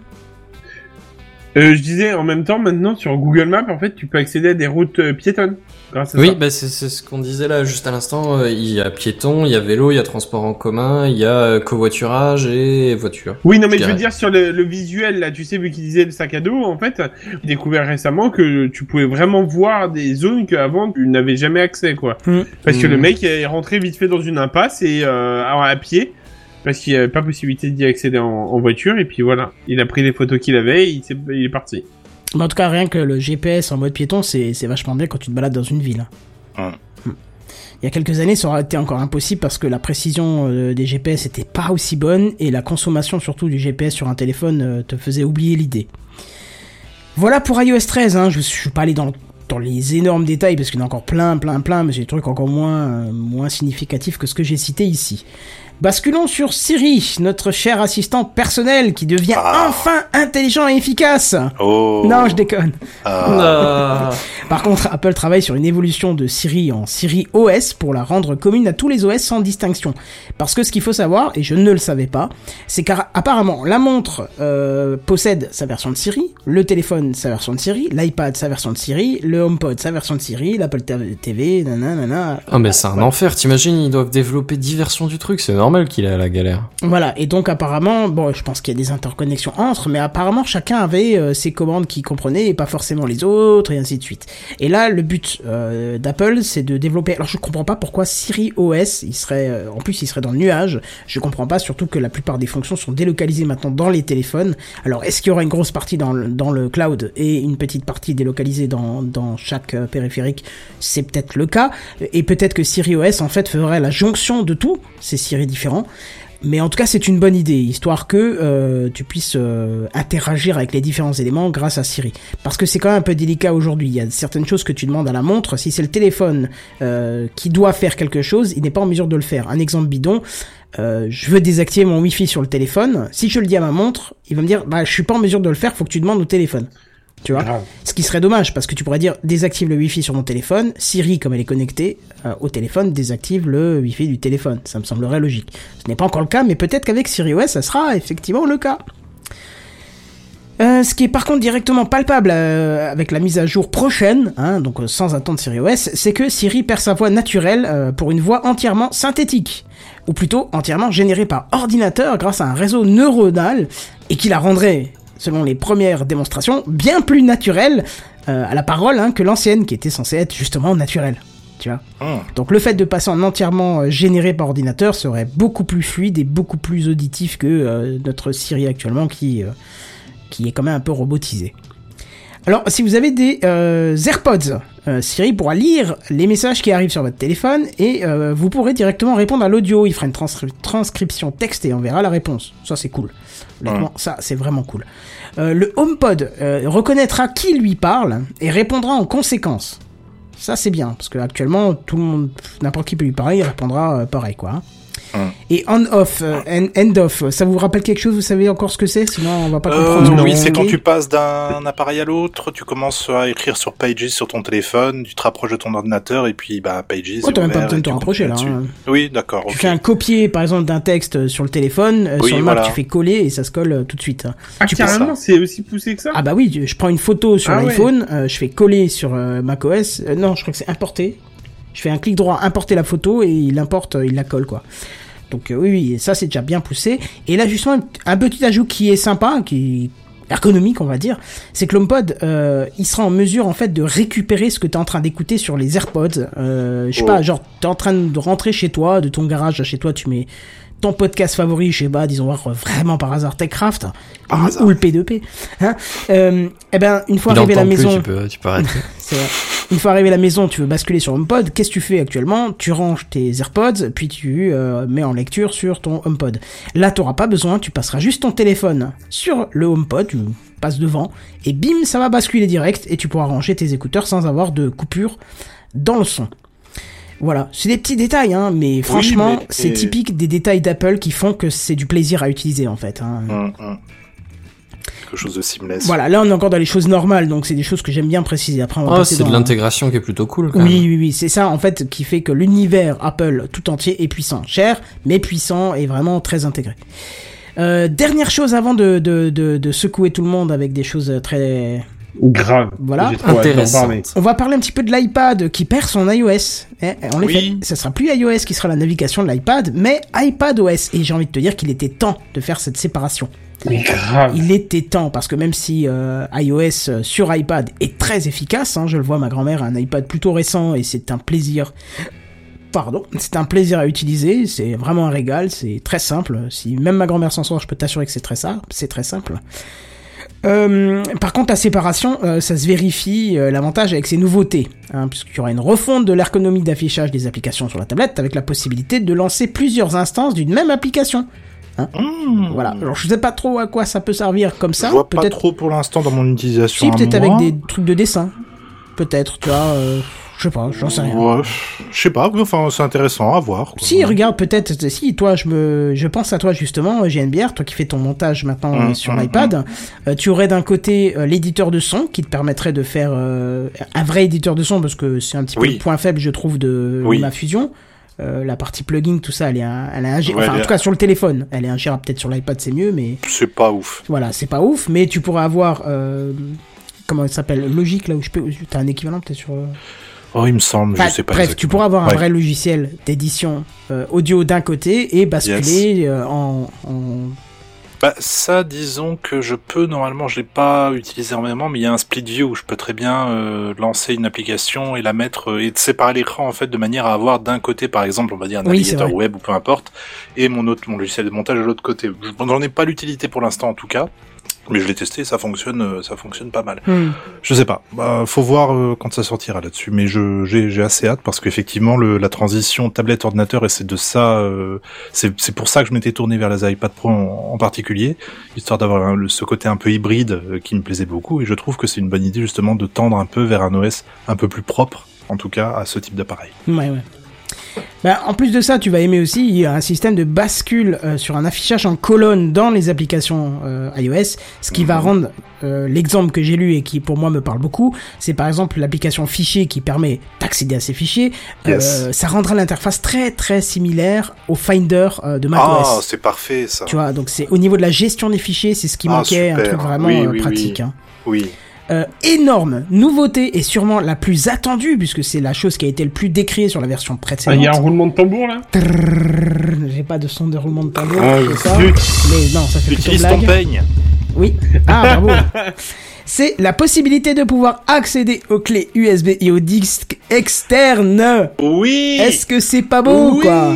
Speaker 8: Je disais, en même temps, maintenant, sur Google Maps, en fait, tu peux accéder à des routes piétonnes. Grâce à ça.
Speaker 4: Bah c'est ce qu'on disait là juste à l'instant. Il y a piéton, il y a vélo, il y a transport en commun, il y a covoiturage et voiture.
Speaker 8: Oui, non, mais je veux dire, sur le visuel, là, tu sais, vu qu'il disait le sac à dos, en fait, j'ai découvert récemment que tu pouvais vraiment voir des zones qu'avant, tu n'avais jamais accès, quoi. Parce que le mec est rentré vite fait dans une impasse et à pied. Parce qu'il n'y avait pas possibilité d'y accéder en voiture, et puis voilà. Il a pris les photos qu'il avait, et il est parti.
Speaker 1: Mais en tout cas, rien que le GPS en mode piéton, c'est vachement bien quand tu te balades dans une ville. Il y a quelques années, ça aurait été encore impossible parce que la précision des GPS était pas aussi bonne, et la consommation surtout du GPS sur un téléphone te faisait oublier l'idée. Voilà pour iOS 13, hein. Je suis pas allé dans les énormes détails parce qu'il y en a encore plein, mais c'est des trucs encore moins significatifs que ce que j'ai cité ici. Basculons sur Siri, notre cher assistant personnel qui devient enfin intelligent et efficace. Non, je déconne. Par contre, Apple travaille sur une évolution de Siri en Siri OS pour la rendre commune à tous les OS sans distinction. Parce que ce qu'il faut savoir, et je ne le savais pas, c'est qu'apparemment la montre possède sa version de Siri, le téléphone sa version de Siri, l'iPad sa version de Siri, le HomePod sa version de Siri, l'Apple TV, nanana.
Speaker 4: Ah mais c'est un enfer, t'imagines, ils doivent développer 10 versions du truc, c'est normal qu'il est à la galère.
Speaker 1: Voilà, et donc apparemment, bon, je pense qu'il y a des interconnexions entre, mais apparemment chacun avait ses commandes qu'il comprenait et pas forcément les autres, et ainsi de suite. Et là, le but d'Apple, c'est de développer... Alors je comprends pas pourquoi Siri OS, il serait dans le nuage, je comprends pas, surtout que la plupart des fonctions sont délocalisées maintenant dans les téléphones. Alors est-ce qu'il y aura une grosse partie dans le cloud et une petite partie délocalisée dans chaque périphérique? C'est peut-être le cas, et peut-être que Siri OS en fait ferait la jonction de tout, ces Siri différents. Mais en tout cas, c'est une bonne idée, histoire que tu puisses interagir avec les différents éléments grâce à Siri. Parce que c'est quand même un peu délicat aujourd'hui. Il y a certaines choses que tu demandes à la montre. Si c'est le téléphone qui doit faire quelque chose, il n'est pas en mesure de le faire. Un exemple bidon, je veux désactiver mon Wi-Fi sur le téléphone. Si je le dis à ma montre, il va me dire, je suis pas en mesure de le faire, faut que tu demandes au téléphone. Tu vois, ce qui serait dommage parce que tu pourrais dire désactive le Wi-Fi sur mon téléphone, Siri comme elle est connectée au téléphone désactive le Wi-Fi du téléphone, ça me semblerait logique. Ce n'est pas encore le cas, mais peut-être qu'avec Siri OS ça sera effectivement le cas. Ce qui est par contre directement palpable avec la mise à jour prochaine, hein, donc sans attendre Siri OS, c'est que Siri perd sa voix naturelle pour une voix entièrement synthétique, ou plutôt entièrement générée par ordinateur grâce à un réseau neuronal, et qui la rendrait, selon les premières démonstrations, bien plus naturelle à la parole que l'ancienne, qui était censée être justement naturelle. Tu vois. Donc le fait de passer en entièrement généré par ordinateur serait beaucoup plus fluide et beaucoup plus auditif que notre Siri actuellement qui est quand même un peu robotisé. Alors si vous avez des AirPods, Siri pourra lire les messages qui arrivent sur votre téléphone et vous pourrez directement répondre à l'audio. Il fera une transcription texte et enverra la réponse. Ça c'est cool. Honnêtement, ça c'est vraiment cool. Le HomePod reconnaîtra qui lui parle et répondra en conséquence. Ça c'est bien parce que actuellement tout le monde, n'importe qui peut lui parler, il répondra pareil quoi. Et on-off, end-off, ça vous rappelle quelque chose? Vous savez encore ce que c'est? Sinon, on va pas comprendre.
Speaker 2: Oui, c'est quand tu passes d'un appareil à l'autre, tu commences à écrire sur Pages sur ton téléphone, tu te rapproches de ton ordinateur et puis Pages.
Speaker 1: Oh, t'as même pas besoin de te rapprocher là. Hein.
Speaker 2: Oui, d'accord.
Speaker 1: Tu fais un copier par exemple d'un texte sur le téléphone, sur le Mac tu fais coller et ça se colle tout de suite.
Speaker 8: Ah carrément, c'est aussi poussé que ça?
Speaker 1: Ah bah oui, je prends une photo sur l'iPhone, je fais coller sur macOS. Non, je crois que c'est importer. Je fais un clic droit, importer la photo et il importe, il la colle quoi. Donc oui, ça c'est déjà bien poussé. Et là justement, un petit ajout qui est sympa, qui est ergonomique on va dire, c'est que l'HomePod, il sera en mesure en fait de récupérer ce que t'es en train d'écouter sur les AirPods. Je sais pas, genre t'es en train de rentrer chez toi, de ton garage chez toi, tu mets ton podcast favori, je sais pas, disons vraiment par hasard TechCraft ou le P2P. Hein eh ben une fois arrivé à la maison,
Speaker 4: tu peux arrêter.
Speaker 1: C'est vrai. Une fois arrivé à la maison, tu veux basculer sur HomePod. Qu'est-ce que tu fais actuellement? Tu ranges tes AirPods, puis tu mets en lecture sur ton HomePod. Là, t'auras pas besoin, tu passeras juste ton téléphone sur le HomePod, tu passes devant, et bim, ça va basculer direct, et tu pourras ranger tes écouteurs sans avoir de coupure dans le son. Voilà, c'est des petits détails, hein, mais franchement, c'est typique des détails d'Apple qui font que c'est du plaisir à utiliser, en fait. Hein.
Speaker 2: Quelque chose de seamless.
Speaker 1: Voilà, là on est encore dans les choses normales, donc c'est des choses que j'aime bien préciser. Après, on va passer
Speaker 4: c'est de l'intégration qui est plutôt cool. Quand
Speaker 1: oui, c'est ça en fait qui fait que l'univers Apple tout entier est puissant, cher mais puissant et vraiment très intégré. Dernière chose avant de secouer tout le monde avec des choses très
Speaker 8: grave.
Speaker 1: Voilà.
Speaker 4: Intéressant.
Speaker 1: On va parler un petit peu de l'iPad qui perd son iOS. En effet, ça sera plus iOS qui sera la navigation de l'iPad, mais iPadOS. Et j'ai envie de te dire qu'il était temps de faire cette séparation.
Speaker 8: Mais grave.
Speaker 1: Il était temps parce que même si iOS sur iPad est très efficace, hein, je le vois, ma grand-mère a un iPad plutôt récent et c'est un plaisir. C'est un plaisir à utiliser, c'est vraiment un régal, c'est très simple. Si même ma grand-mère s'en sort, je peux t'assurer que c'est très simple. Par contre, la séparation, ça se vérifie l'avantage avec ces nouveautés, hein, puisqu'il y aura une refonte de l'ergonomie d'affichage des applications sur la tablette avec la possibilité de lancer plusieurs instances d'une même application. Hein voilà. Alors je sais pas trop à quoi ça peut servir comme ça.
Speaker 2: Je vois pas trop pour l'instant dans mon utilisation.
Speaker 1: Si peut-être avec des trucs de dessin. Peut-être, tu vois. Je sais pas, j'en sais rien.
Speaker 2: Ouais, je sais pas. Enfin, c'est intéressant à voir. Quoi.
Speaker 1: Si, regarde, peut-être. Si, toi, je pense à toi justement, JNBR, toi qui fais ton montage maintenant sur l'iPad. Tu aurais d'un côté l'éditeur de son qui te permettrait de faire un vrai éditeur de son parce que c'est un petit peu le point faible, je trouve, de ma Fusion. La partie plugin, tout ça, elle est ingérable. Enfin, en tout cas, sur le téléphone, elle est ingérable. Peut-être sur l'iPad, c'est mieux, mais...
Speaker 2: C'est pas ouf.
Speaker 1: Voilà, c'est pas ouf, mais tu pourrais avoir... comment il s'appelle? Logic, là où t'as un équivalent, peut-être, sur...
Speaker 2: Oh, il me semble, je sais pas.
Speaker 1: Bref, tu pourras avoir un vrai logiciel d'édition audio d'un côté et basculer en...
Speaker 2: Bah, ça, disons que je peux, normalement, je l'ai pas utilisé énormément, mais il y a un split view où je peux très bien lancer une application et la mettre, et de séparer l'écran, en fait, de manière à avoir d'un côté, par exemple, on va dire un navigateur web ou peu importe, et mon logiciel de montage de l'autre côté. J'en ai pas l'utilité pour l'instant, en tout cas. Mais je l'ai testé, ça fonctionne pas mal. Je sais pas, faut voir quand ça sortira là-dessus. Mais j'ai assez hâte parce qu'effectivement la transition tablette-ordinateur et c'est de ça, c'est pour ça que je m'étais tourné vers les iPad Pro en particulier, histoire d'avoir ce côté un peu hybride qui me plaisait beaucoup. Et je trouve que c'est une bonne idée justement de tendre un peu vers un OS un peu plus propre, en tout cas à ce type d'appareil.
Speaker 1: Ouais. Bah, en plus de ça, tu vas aimer aussi, il y a un système de bascule sur un affichage en colonne dans les applications iOS, ce qui va rendre l'exemple que j'ai lu et qui pour moi me parle beaucoup, c'est par exemple l'application fichier qui permet d'accéder à ces fichiers. Ça rendra l'interface très très similaire au Finder de macOS.
Speaker 2: Ah, c'est parfait ça.
Speaker 1: Tu vois, donc c'est au niveau de la gestion des fichiers, c'est ce qui manquait, super. Un truc vraiment pratique.
Speaker 2: Oui.
Speaker 1: Énorme nouveauté et sûrement la plus attendue puisque c'est la chose qui a été le plus décriée sur la version précédente.
Speaker 8: Il y a un roulement de tambour là.
Speaker 1: J'ai pas de son de roulement de tambour.
Speaker 2: Ça.
Speaker 1: Mais non, ça fait plutôt blague.
Speaker 2: Utilise ton peigne.
Speaker 1: Oui. Ah bravo. C'est la possibilité de pouvoir accéder aux clés USB et aux disques externes.
Speaker 2: Oui.
Speaker 1: Est-ce que c'est pas beau quoi?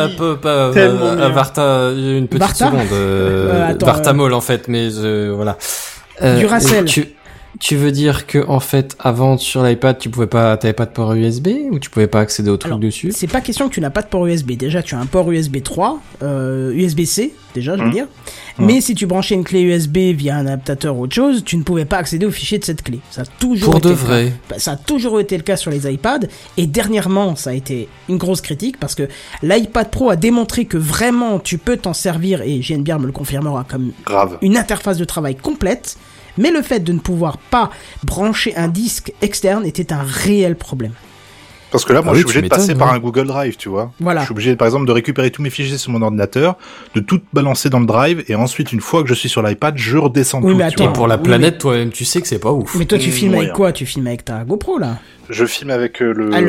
Speaker 4: Varta, une petite seconde. Vartamol en fait, mais voilà.
Speaker 1: Duracell.
Speaker 4: Tu veux dire que en fait, avant sur l'iPad, t'avais pas de port USB ou tu pouvais pas accéder au truc dessus?
Speaker 1: C'est pas question que tu n'as pas de port USB. Déjà, tu as un port USB 3, USB-C, déjà, je veux dire. Mais si tu branchais une clé USB via un adaptateur ou autre chose, tu ne pouvais pas accéder aux fichiers de cette clé. Ça a toujours été
Speaker 4: de vrai.
Speaker 1: Ça a toujours été le cas sur les iPads. Et dernièrement, ça a été une grosse critique parce que l'iPad Pro a démontré que vraiment tu peux t'en servir, et JNBR me le confirmera, comme une interface de travail complète. Mais le fait de ne pouvoir pas brancher un disque externe était un réel problème.
Speaker 2: Parce que là, moi, je suis obligé de passer par un Google Drive, tu vois.
Speaker 1: Voilà.
Speaker 2: Je suis obligé, par exemple, de récupérer tous mes fichiers sur mon ordinateur, de tout balancer dans le Drive, et ensuite, une fois que je suis sur l'iPad, je redescends tout.
Speaker 1: Mais attends,
Speaker 4: et pour la planète, toi-même, tu sais que c'est pas ouf.
Speaker 1: Mais toi, tu filmes avec quoi? Tu filmes avec ta GoPro, là?
Speaker 2: Je filme avec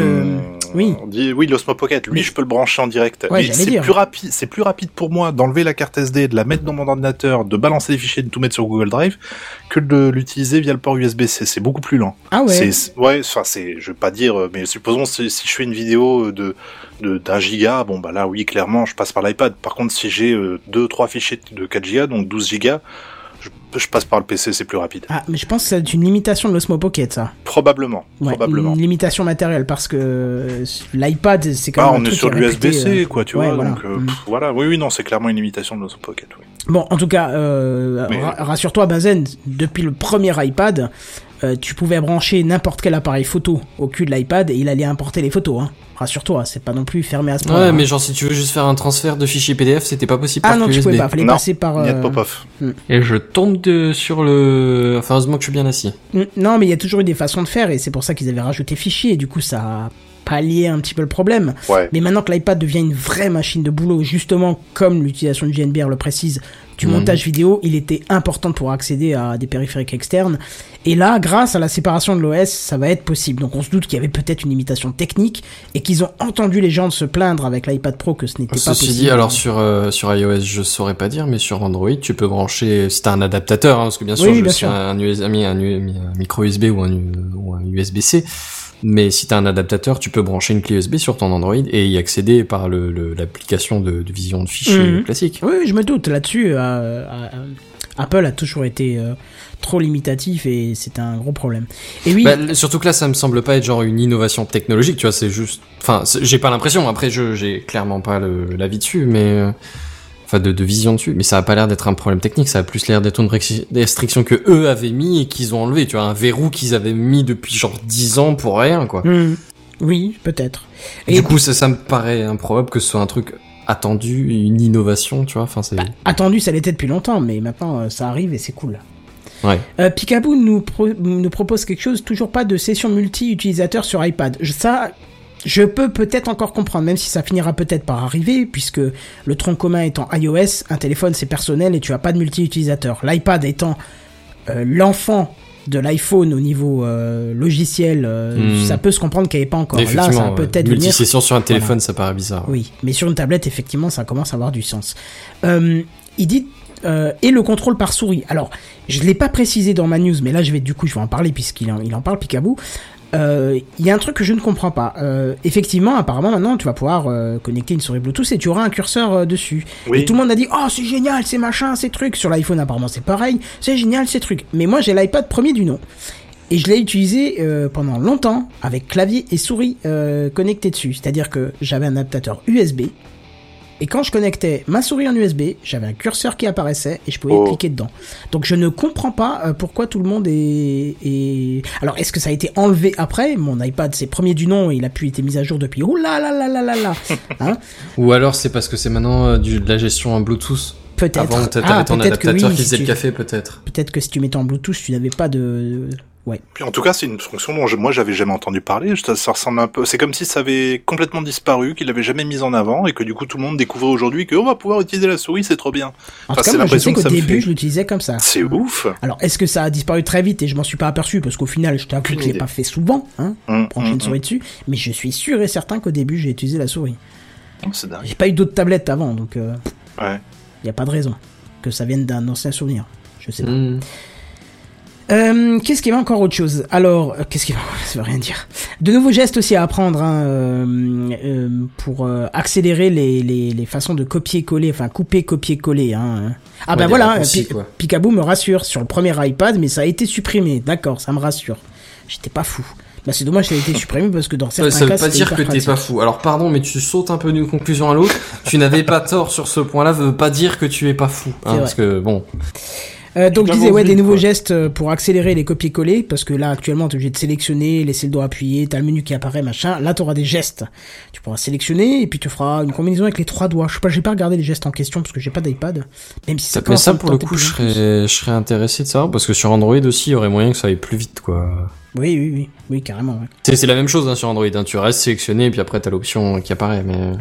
Speaker 1: Oui,
Speaker 2: l'Osmo Pocket. Lui, je peux le brancher en direct.
Speaker 1: Ouais,
Speaker 2: mais c'est plus rapide pour moi d'enlever la carte SD, de la mettre dans mon ordinateur, de balancer les fichiers, de tout mettre sur Google Drive, que de l'utiliser via le port USB-C. C'est beaucoup plus lent.
Speaker 1: Ah ouais.
Speaker 2: Je veux pas dire, mais supposons si je fais une vidéo d'un giga, bon bah là oui, clairement, je passe par l'iPad. Par contre, si j'ai 2-3 fichiers de 4 gigas, donc 12 gigas, je passe par le PC, c'est plus rapide.
Speaker 1: Ah, mais je pense que c'est une limitation de l'Osmo Pocket, ça.
Speaker 2: Probablement.
Speaker 1: Une limitation matérielle, parce que l'iPad, c'est quand même
Speaker 2: on est sur l'USB-C, quoi, tu vois.
Speaker 1: Voilà.
Speaker 2: Donc, voilà. Oui, non, c'est clairement une limitation de l'Osmo Pocket, oui.
Speaker 1: Bon, en tout cas, rassure-toi, Benzen, depuis le premier iPad, tu pouvais brancher n'importe quel appareil photo au cul de l'iPad et il allait importer les photos, hein. Rassure-toi, c'est pas non plus fermé à ce point.
Speaker 4: Ouais, mais genre si tu veux juste faire un transfert de fichiers PDF, c'était pas possible par USB.
Speaker 1: Ah non, tu pouvais pas, fallait passer par...
Speaker 2: il y a de pop-off.
Speaker 4: Et je tombe sur le... Enfin, heureusement que je suis bien assis.
Speaker 1: Non, mais il y a toujours eu des façons de faire et c'est pour ça qu'ils avaient rajouté fichiers et du coup ça a pallié un petit peu le problème.
Speaker 2: Ouais.
Speaker 1: Mais maintenant que l'iPad devient une vraie machine de boulot, justement comme l'utilisation de JNBR le précise, du montage vidéo, il était important de pouvoir accéder à des périphériques externes. Et là, grâce à la séparation de l'OS, ça va être possible. Donc on se doute qu'il y avait peut-être une limitation technique et qu'ils ont entendu les gens se plaindre avec l'iPad Pro que ce n'était pas possible.
Speaker 4: Ceci dit, alors sur iOS, je saurais pas dire, mais sur Android, tu peux brancher, si t'as un adaptateur, hein, parce que bien sûr, un micro USB ou un USB-C. Mais si t'as un adaptateur, tu peux brancher une clé USB sur ton Android et y accéder par l'application de vision de fichiers classique.
Speaker 1: Oui, je me doute. Là-dessus, Apple a toujours été trop limitatif et c'est un gros problème. Et oui.
Speaker 4: Surtout que là, ça me semble pas être genre une innovation technologique, tu vois, c'est juste... Enfin, j'ai pas l'impression, après, j'ai clairement pas l'avis dessus, mais... Enfin, de vision dessus, mais ça a pas l'air d'être un problème technique, ça a plus l'air d'être une restriction que eux avaient mis et qu'ils ont enlevé, tu vois, un verrou qu'ils avaient mis depuis genre 10 ans pour rien, quoi.
Speaker 1: Oui, peut-être.
Speaker 4: Et du coup, ça me paraît improbable que ce soit un truc attendu, une innovation, tu vois, enfin c'est...
Speaker 1: attendu, ça l'était depuis longtemps, mais maintenant, ça arrive et c'est cool.
Speaker 4: Ouais.
Speaker 1: Picaboo nous propose quelque chose, toujours pas de session multi-utilisateur sur iPad. Je peux peut-être encore comprendre, même si ça finira peut-être par arriver, puisque le tronc commun étant iOS, un téléphone c'est personnel et tu as pas de multi-utilisateur. L'iPad étant l'enfant de l'iPhone au niveau logiciel, ça peut se comprendre qu'il n'y avait pas encore. Là, ça peut peut-être venir.
Speaker 4: Multisession sur un téléphone, ça paraît bizarre.
Speaker 1: Oui, mais sur une tablette, effectivement, ça commence à avoir du sens. Il dit et le contrôle par souris. Alors, je l'ai pas précisé dans ma news, mais là, je vais en parler puisqu'il en parle, Picaboo. Il y a un truc que je ne comprends pas. Effectivement, apparemment, maintenant, tu vas pouvoir connecter une souris Bluetooth et tu auras un curseur dessus. Oui. Et tout le monde a dit, oh, c'est génial, c'est machin, ces trucs. Sur l'iPhone, apparemment, c'est pareil. C'est génial, ces trucs. Mais moi, j'ai l'iPad premier du nom. Et je l'ai utilisé pendant longtemps avec clavier et souris connectés dessus. C'est-à-dire que j'avais un adaptateur USB. Et quand je connectais ma souris en USB, j'avais un curseur qui apparaissait et je pouvais cliquer dedans. Donc je ne comprends pas pourquoi tout le monde est... Alors est-ce que ça a été enlevé après ? Mon iPad c'est premier du nom et il a pu être mis à jour depuis. Oh là là là là là là hein ?
Speaker 4: Ou alors c'est parce que c'est maintenant de la gestion en Bluetooth.
Speaker 1: Peut-être.
Speaker 4: Avant t'avais ton adaptateur qui faisait le café peut-être.
Speaker 1: Peut-être que si tu mettais en Bluetooth tu n'avais pas de... Ouais.
Speaker 2: Puis en tout cas, c'est une fonction dont moi j'avais jamais entendu parler. Ça ressemble un peu. C'est comme si ça avait complètement disparu, qu'il l'avait jamais mis en avant, et que du coup tout le monde découvrait aujourd'hui que on va pouvoir utiliser la souris, c'est trop bien.
Speaker 1: En tout cas, moi, je sais qu'au début je l'utilisais comme ça.
Speaker 2: C'est ouf.
Speaker 1: Alors est-ce que ça a disparu très vite et je m'en suis pas aperçu parce qu'au final je t'avoue que je l'ai pas fait souvent, hein, brancher une souris dessus, mais je suis sûr et certain qu'au début j'ai utilisé la souris.
Speaker 2: C'est dingue.
Speaker 1: J'ai pas eu d'autres tablettes avant, donc
Speaker 2: ouais.
Speaker 1: Y a pas de raison que ça vienne d'un ancien souvenir. Je sais pas. Qu'est-ce qu'il y avait encore autre chose ? Alors, ça veut rien dire. De nouveaux gestes aussi à apprendre pour accélérer les façons de copier-coller, enfin couper, copier-coller. Hein. Ah bah voilà, Picaboo me rassure sur le premier iPad, mais ça a été supprimé. D'accord, ça me rassure. J'étais pas fou. Bah c'est dommage, ça a été supprimé parce que dans certains cas,
Speaker 4: ça veut pas dire que t'es pas fou. Alors pardon, mais tu sautes un peu d'une conclusion à l'autre. Tu n'avais pas tort sur ce point-là, veut pas dire que tu es pas fou. Hein, parce que bon.
Speaker 1: Donc je disais des nouveaux gestes pour accélérer les copier-coller, parce que là actuellement t'es obligé de sélectionner, laisser le doigt appuyé, t'as le menu qui apparaît, machin. Là t'auras des gestes. Tu pourras sélectionner et puis tu feras une combinaison avec les 3 doigts. Je sais pas, j'ai pas regardé les gestes en question parce que j'ai pas d'iPad. Même si ça.
Speaker 4: Mais ça pour le coup, je serais intéressé de savoir parce que sur Android aussi, il y aurait moyen que ça aille plus vite, quoi.
Speaker 1: Oui, carrément. Ouais.
Speaker 4: C'est la même chose sur Android. Hein. Tu restes sélectionné et puis après t'as l'option qui apparaît, mais.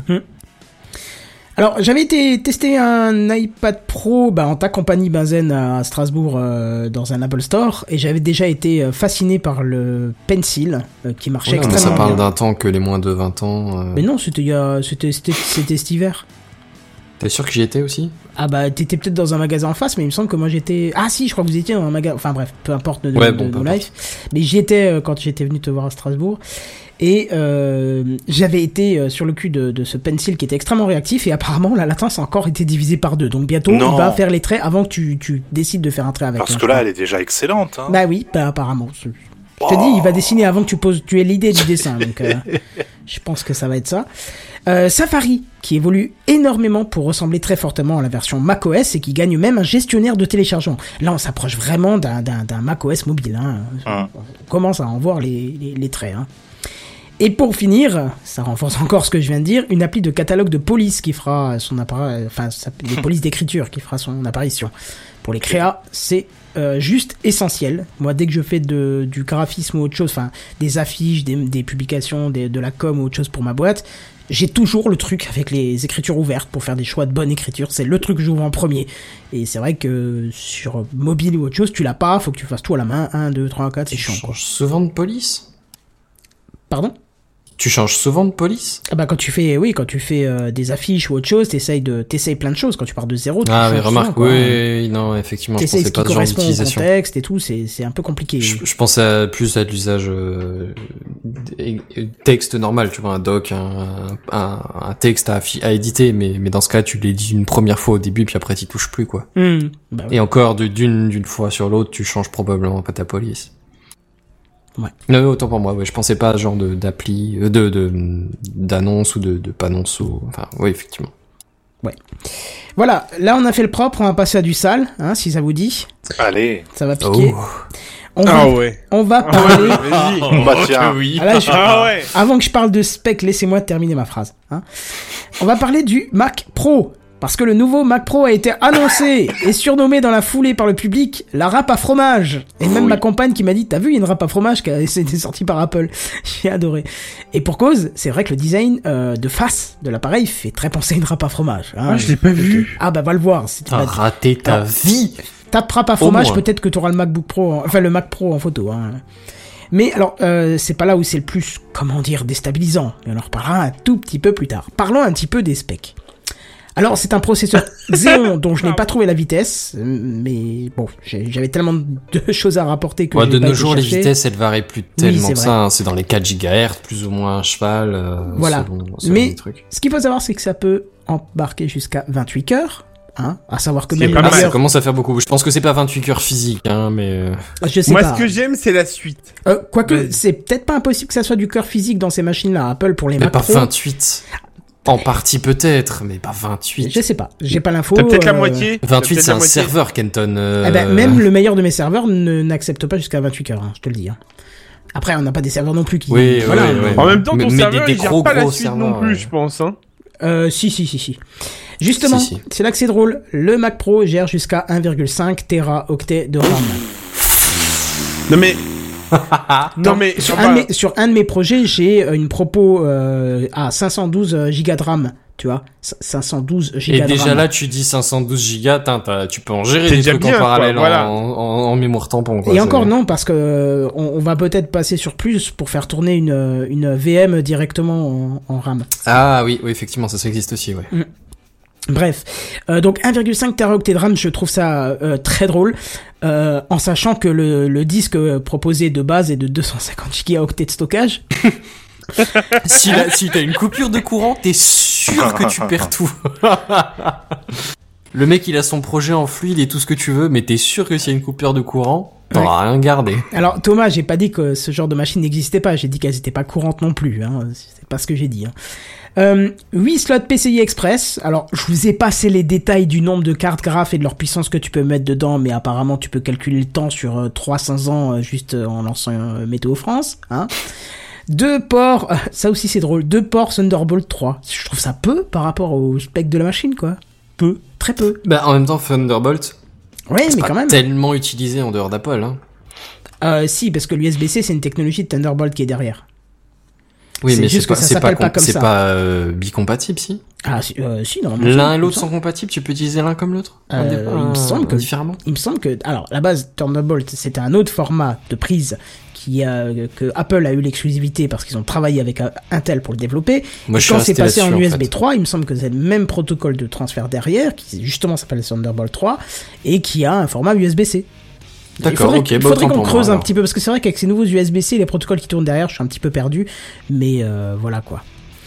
Speaker 1: Alors, j'avais été tester un iPad Pro en ta compagnie, Benzen, à Strasbourg, dans un Apple Store, et j'avais déjà été fasciné par le Pencil, qui marchait extrêmement bien.
Speaker 4: Ça parle d'un temps que les moins de 20 ans...
Speaker 1: Mais non, c'était cet hiver.
Speaker 4: T'es sûr que j'y étais aussi ?
Speaker 1: Ah bah, t'étais peut-être dans un magasin en face, mais il me semble que moi j'étais... Ah si, je crois que vous étiez dans un magasin... Enfin bref, peu importe de live. Mais j'y étais quand j'étais venu te voir à Strasbourg. Et j'avais été sur le cul de ce Pencil qui était extrêmement réactif, et apparemment la latence a encore été divisée par 2. Donc bientôt il va faire les traits avant que tu décides de faire un trait avec.
Speaker 2: Parce que là elle est déjà excellente. Hein.
Speaker 1: Bah oui, apparemment. Je te dis, il va dessiner avant que tu aies l'idée du dessin. Donc je pense que ça va être ça. Safari, qui évolue énormément pour ressembler très fortement à la version macOS et qui gagne même un gestionnaire de téléchargement. Là, on s'approche vraiment d'un macOS mobile. Hein. On commence à en voir les traits. Hein. Et pour finir, ça renforce encore ce que je viens de dire, une appli de catalogue de police qui fera son apparition, enfin, des polices d'écriture qui fera son apparition. Pour les créas, c'est juste essentiel. Moi, dès que je fais du graphisme ou autre chose, enfin, des affiches, des publications, de la com ou autre chose pour ma boîte, j'ai toujours le truc avec les écritures ouvertes pour faire des choix de bonne écriture. C'est le truc que j'ouvre en premier. Et c'est vrai que sur mobile ou autre chose, tu l'as pas, faut que tu fasses tout à la main. 1, 2, 3, 4, c'est chiant.
Speaker 4: Tu changes souvent de police ?
Speaker 1: Pardon ?
Speaker 4: Tu changes souvent de police ?
Speaker 1: Ah bah quand tu fais des affiches ou autre chose, t'essayes plein de choses. Quand tu pars de zéro, tu changes
Speaker 4: remarque,
Speaker 1: souvent,
Speaker 4: non, effectivement, je
Speaker 1: pensais
Speaker 4: pas ce genre d'utilisation.
Speaker 1: Au contexte et tout, c'est un peu compliqué.
Speaker 4: Je pensais plus à l'usage texte normal, tu vois, un doc, un texte à éditer, mais dans ce cas, tu l'édites une première fois au début, puis après t'y touches plus, quoi.
Speaker 1: Bah ouais.
Speaker 4: Et encore, d'une fois sur l'autre, tu changes probablement pas ta police.
Speaker 1: Ouais.
Speaker 4: Non, autant pour moi, je pensais pas à ce genre d'appli, d'annonce ou de panonce ou, enfin, oui, effectivement.
Speaker 1: Ouais. Voilà, là on a fait le propre, on va passer à du sale, hein, si ça vous dit.
Speaker 2: Allez.
Speaker 1: Ça va piquer.
Speaker 8: Oh.
Speaker 1: On va parler.
Speaker 2: Vas-y.
Speaker 1: Avant que je parle de spec, laissez-moi terminer ma phrase. Hein. On va parler du Mac Pro. Parce que le nouveau Mac Pro a été annoncé et surnommé dans la foulée par le public la râpe à fromage. Et même ma compagne qui m'a dit, t'as vu, il y a une râpe à fromage qui a été sortie par Apple. J'ai adoré. Et pour cause, c'est vrai que le design de face de l'appareil fait très penser à une râpe à fromage. Hein.
Speaker 8: Ah, je l'ai pas vu.
Speaker 1: Ah bah va le voir.
Speaker 4: T'as raté ta vie.
Speaker 1: Tape râpe à fromage, peut-être que t'auras le MacBook Pro, le Mac Pro en photo. Hein. Mais alors, c'est pas là où c'est le plus, déstabilisant. Mais on en reparlera un tout petit peu plus tard. Parlons un petit peu des specs. Alors, c'est un processeur Xeon dont je n'ai pas trouvé la vitesse, mais bon, j'avais tellement de choses à rapporter que
Speaker 4: de nos jours, les vitesses, elles varient plus tellement que ça. Hein. C'est dans les 4 GHz, plus ou moins un cheval.
Speaker 1: Voilà.
Speaker 4: Selon
Speaker 1: mais
Speaker 4: les trucs.
Speaker 1: ce qu'il faut savoir, c'est que ça peut embarquer jusqu'à 28 cœurs. Hein, à savoir que même
Speaker 8: pas
Speaker 4: ça commence à faire beaucoup. Je pense que c'est pas 28 cœurs physiques, hein, mais
Speaker 1: je sais
Speaker 8: moi,
Speaker 1: pas.
Speaker 8: Ce que j'aime, c'est la suite.
Speaker 1: Quoique, c'est peut-être pas impossible que ça soit du cœur physique dans ces machines-là. Apple pour les Mac Pro.
Speaker 4: Mais pas 28. En partie peut-être, mais pas 28.
Speaker 1: Je sais pas, j'ai pas l'info.
Speaker 8: T'as peut-être la moitié.
Speaker 4: 28, c'est un serveur, Kenton.
Speaker 1: Même le meilleur de mes serveurs n'accepte pas jusqu'à 28 cœurs, hein, je te le dis. Hein. Après, on n'a pas des serveurs non plus qui...
Speaker 4: Oui.
Speaker 8: En même temps, ton serveur,
Speaker 4: des
Speaker 8: il gère pas la suite non plus, je pense. Hein.
Speaker 1: Si. Justement, c'est là que c'est drôle. Le Mac Pro gère jusqu'à 1,5 teraoctets de RAM.
Speaker 8: Non mais...
Speaker 1: sur un de mes projets, j'ai une propos à 512 gigas de RAM, tu vois, 512 gigas de RAM.
Speaker 4: Et déjà là, tu dis 512 gigas, tu peux en gérer des trucs en parallèle en mémoire tampon. Quoi,
Speaker 1: et encore non, parce que on va peut-être passer sur plus pour faire tourner une VM directement en RAM.
Speaker 4: Ah oui, effectivement, ça existe aussi, ouais.
Speaker 1: Bref, donc 1,5 teraoctets de RAM, je trouve ça très drôle. en sachant que le disque proposé de base est de 250 gigaoctets de stockage.
Speaker 4: Si t'as une coupure de courant, t'es sûr que tu perds tout. Le mec, il a son projet en fluide et tout ce que tu veux, mais t'es sûr que s'il y a une coupure de courant, t'auras rien gardé.
Speaker 1: Alors Thomas, j'ai pas dit que ce genre de machine n'existait pas, j'ai dit qu'elles étaient pas courantes non plus, hein. C'est pas ce que j'ai dit, hein. 8 slots PCI Express. Alors, je vous ai passé les détails du nombre de cartes graphes et de leur puissance que tu peux mettre dedans, mais apparemment tu peux calculer le temps sur 300 ans juste en lançant Météo France, hein. 2 ports, ça aussi c'est drôle, 2 ports Thunderbolt 3. Je trouve ça peu par rapport au spec de la machine, quoi. Peu, très peu.
Speaker 4: Bah, en même temps, Thunderbolt,
Speaker 1: ouais,
Speaker 4: c'est
Speaker 1: mais
Speaker 4: pas
Speaker 1: quand même
Speaker 4: tellement utilisé en dehors d'Apple, hein.
Speaker 1: Si, parce que l'USB-C c'est une technologie de Thunderbolt qui est derrière.
Speaker 4: Oui,
Speaker 1: c'est
Speaker 4: mais
Speaker 1: juste que ça s'appelle pas comme ça.
Speaker 4: C'est pas bicompatible, si.
Speaker 1: Ah, si, normalement.
Speaker 4: L'un et l'autre sont compatibles, tu peux utiliser l'un comme l'autre.
Speaker 1: Il me semble que
Speaker 4: différemment.
Speaker 1: Il me semble que, alors, à la base, Thunderbolt, c'était un autre format de prise que Apple a eu l'exclusivité parce qu'ils ont travaillé avec Intel pour le développer.
Speaker 4: Moi,
Speaker 1: et quand c'est passé en USB
Speaker 4: fait.
Speaker 1: 3, il me semble que c'est le même protocole de transfert derrière, qui justement s'appelle Thunderbolt 3, et qui a un format USB-C.
Speaker 4: D'accord, ok.
Speaker 1: Il faudrait qu'on creuse un petit peu, parce que c'est vrai qu'avec ces nouveaux USB-C, les protocoles qui tournent derrière, je suis un petit peu perdu, mais voilà quoi.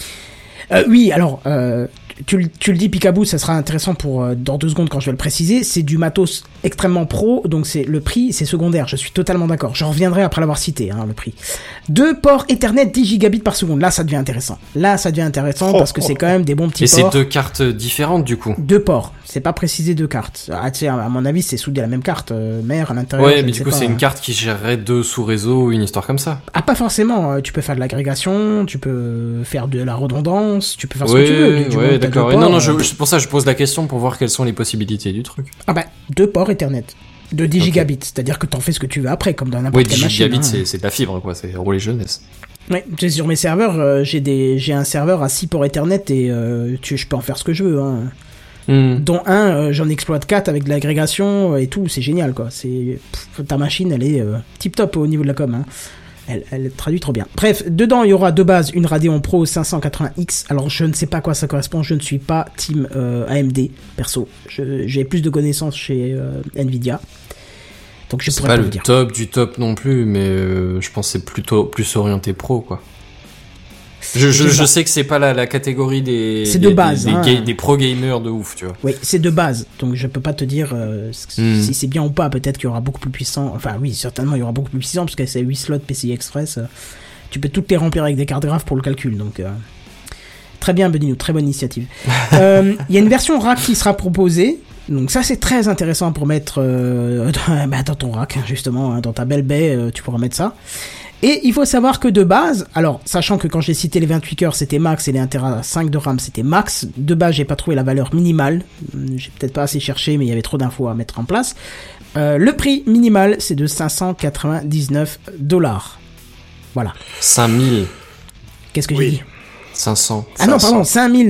Speaker 1: Oui, alors, tu le dis, Picaboo, ça sera intéressant pour dans 2 secondes quand je vais le préciser. C'est du matos extrêmement pro, donc c'est le prix, c'est secondaire. Je suis totalement d'accord. J'en reviendrai après l'avoir cité, hein, le prix. 2 ports Ethernet 10 gigabits par seconde. Là, ça devient intéressant. Parce que c'est quand même des bons petits ports.
Speaker 4: Et c'est 2 cartes différentes du coup.
Speaker 1: 2 ports. C'est pas précisé 2 cartes. Ah, tu sais, à mon avis, c'est soudé à la même carte mère à l'intérieur.
Speaker 4: Ouais, mais du coup, c'est une carte qui gérerait 2 sous-réseaux ou une histoire comme ça.
Speaker 1: Ah, pas forcément. Tu peux faire de l'agrégation, tu peux faire de la redondance, tu peux faire ce que tu veux.
Speaker 4: Ouais, d'accord. Non, c'est pour ça que je pose la question pour voir quelles sont les possibilités du truc.
Speaker 1: Ah bah, 2 ports Ethernet de 10 gigabits, c'est-à-dire que t'en fais ce que tu veux après, comme dans n'importe quelle machine.
Speaker 4: 10 gigabits, c'est de la fibre, quoi, c'est rouler jeunesse.
Speaker 1: Ouais, sur mes serveurs, j'ai un serveur à 6 ports Ethernet et je peux en faire ce que je veux, hein. Dont j'en exploite 4 avec de l'agrégation et tout, c'est génial, quoi. Ta machine, elle est tip top au niveau de la com, hein. Elle traduit trop bien. Bref, dedans, il y aura de base une Radeon Pro 580X. Alors, je ne sais pas à quoi ça correspond. Je ne suis pas team AMD, perso. J'ai plus de connaissances chez Nvidia. Donc, je pourrais pas vous dire.
Speaker 4: C'est pas le top du top non plus, mais je pense que c'est plutôt plus orienté pro, quoi. Je sais que c'est pas la catégorie des pro gamers de ouf, tu vois.
Speaker 1: Oui, c'est de base. Donc je peux pas te dire si c'est bien ou pas. Peut-être qu'il y aura beaucoup plus puissant. Enfin oui, certainement il y aura beaucoup plus puissant parce que c'est 8 slots PCI Express. Tu peux toutes les remplir avec des cartes graphes pour le calcul. Donc très bien, Benino, très bonne initiative. Il y a une version rack qui sera proposée. Donc ça c'est très intéressant pour mettre dans ton rack, justement, hein, dans ta belle baie, tu pourras mettre ça. Et il faut savoir que de base, alors, sachant que quand j'ai cité les 28 cœurs, c'était max, et les 1 Tera 5 de RAM, c'était max, de base, j'ai pas trouvé la valeur minimale. J'ai peut-être pas assez cherché, mais il y avait trop d'infos à mettre en place. Le prix minimal, c'est de $599. Voilà.
Speaker 4: 5000.
Speaker 1: Qu'est-ce que j'ai dit?
Speaker 4: 500.
Speaker 1: Ah non, pardon,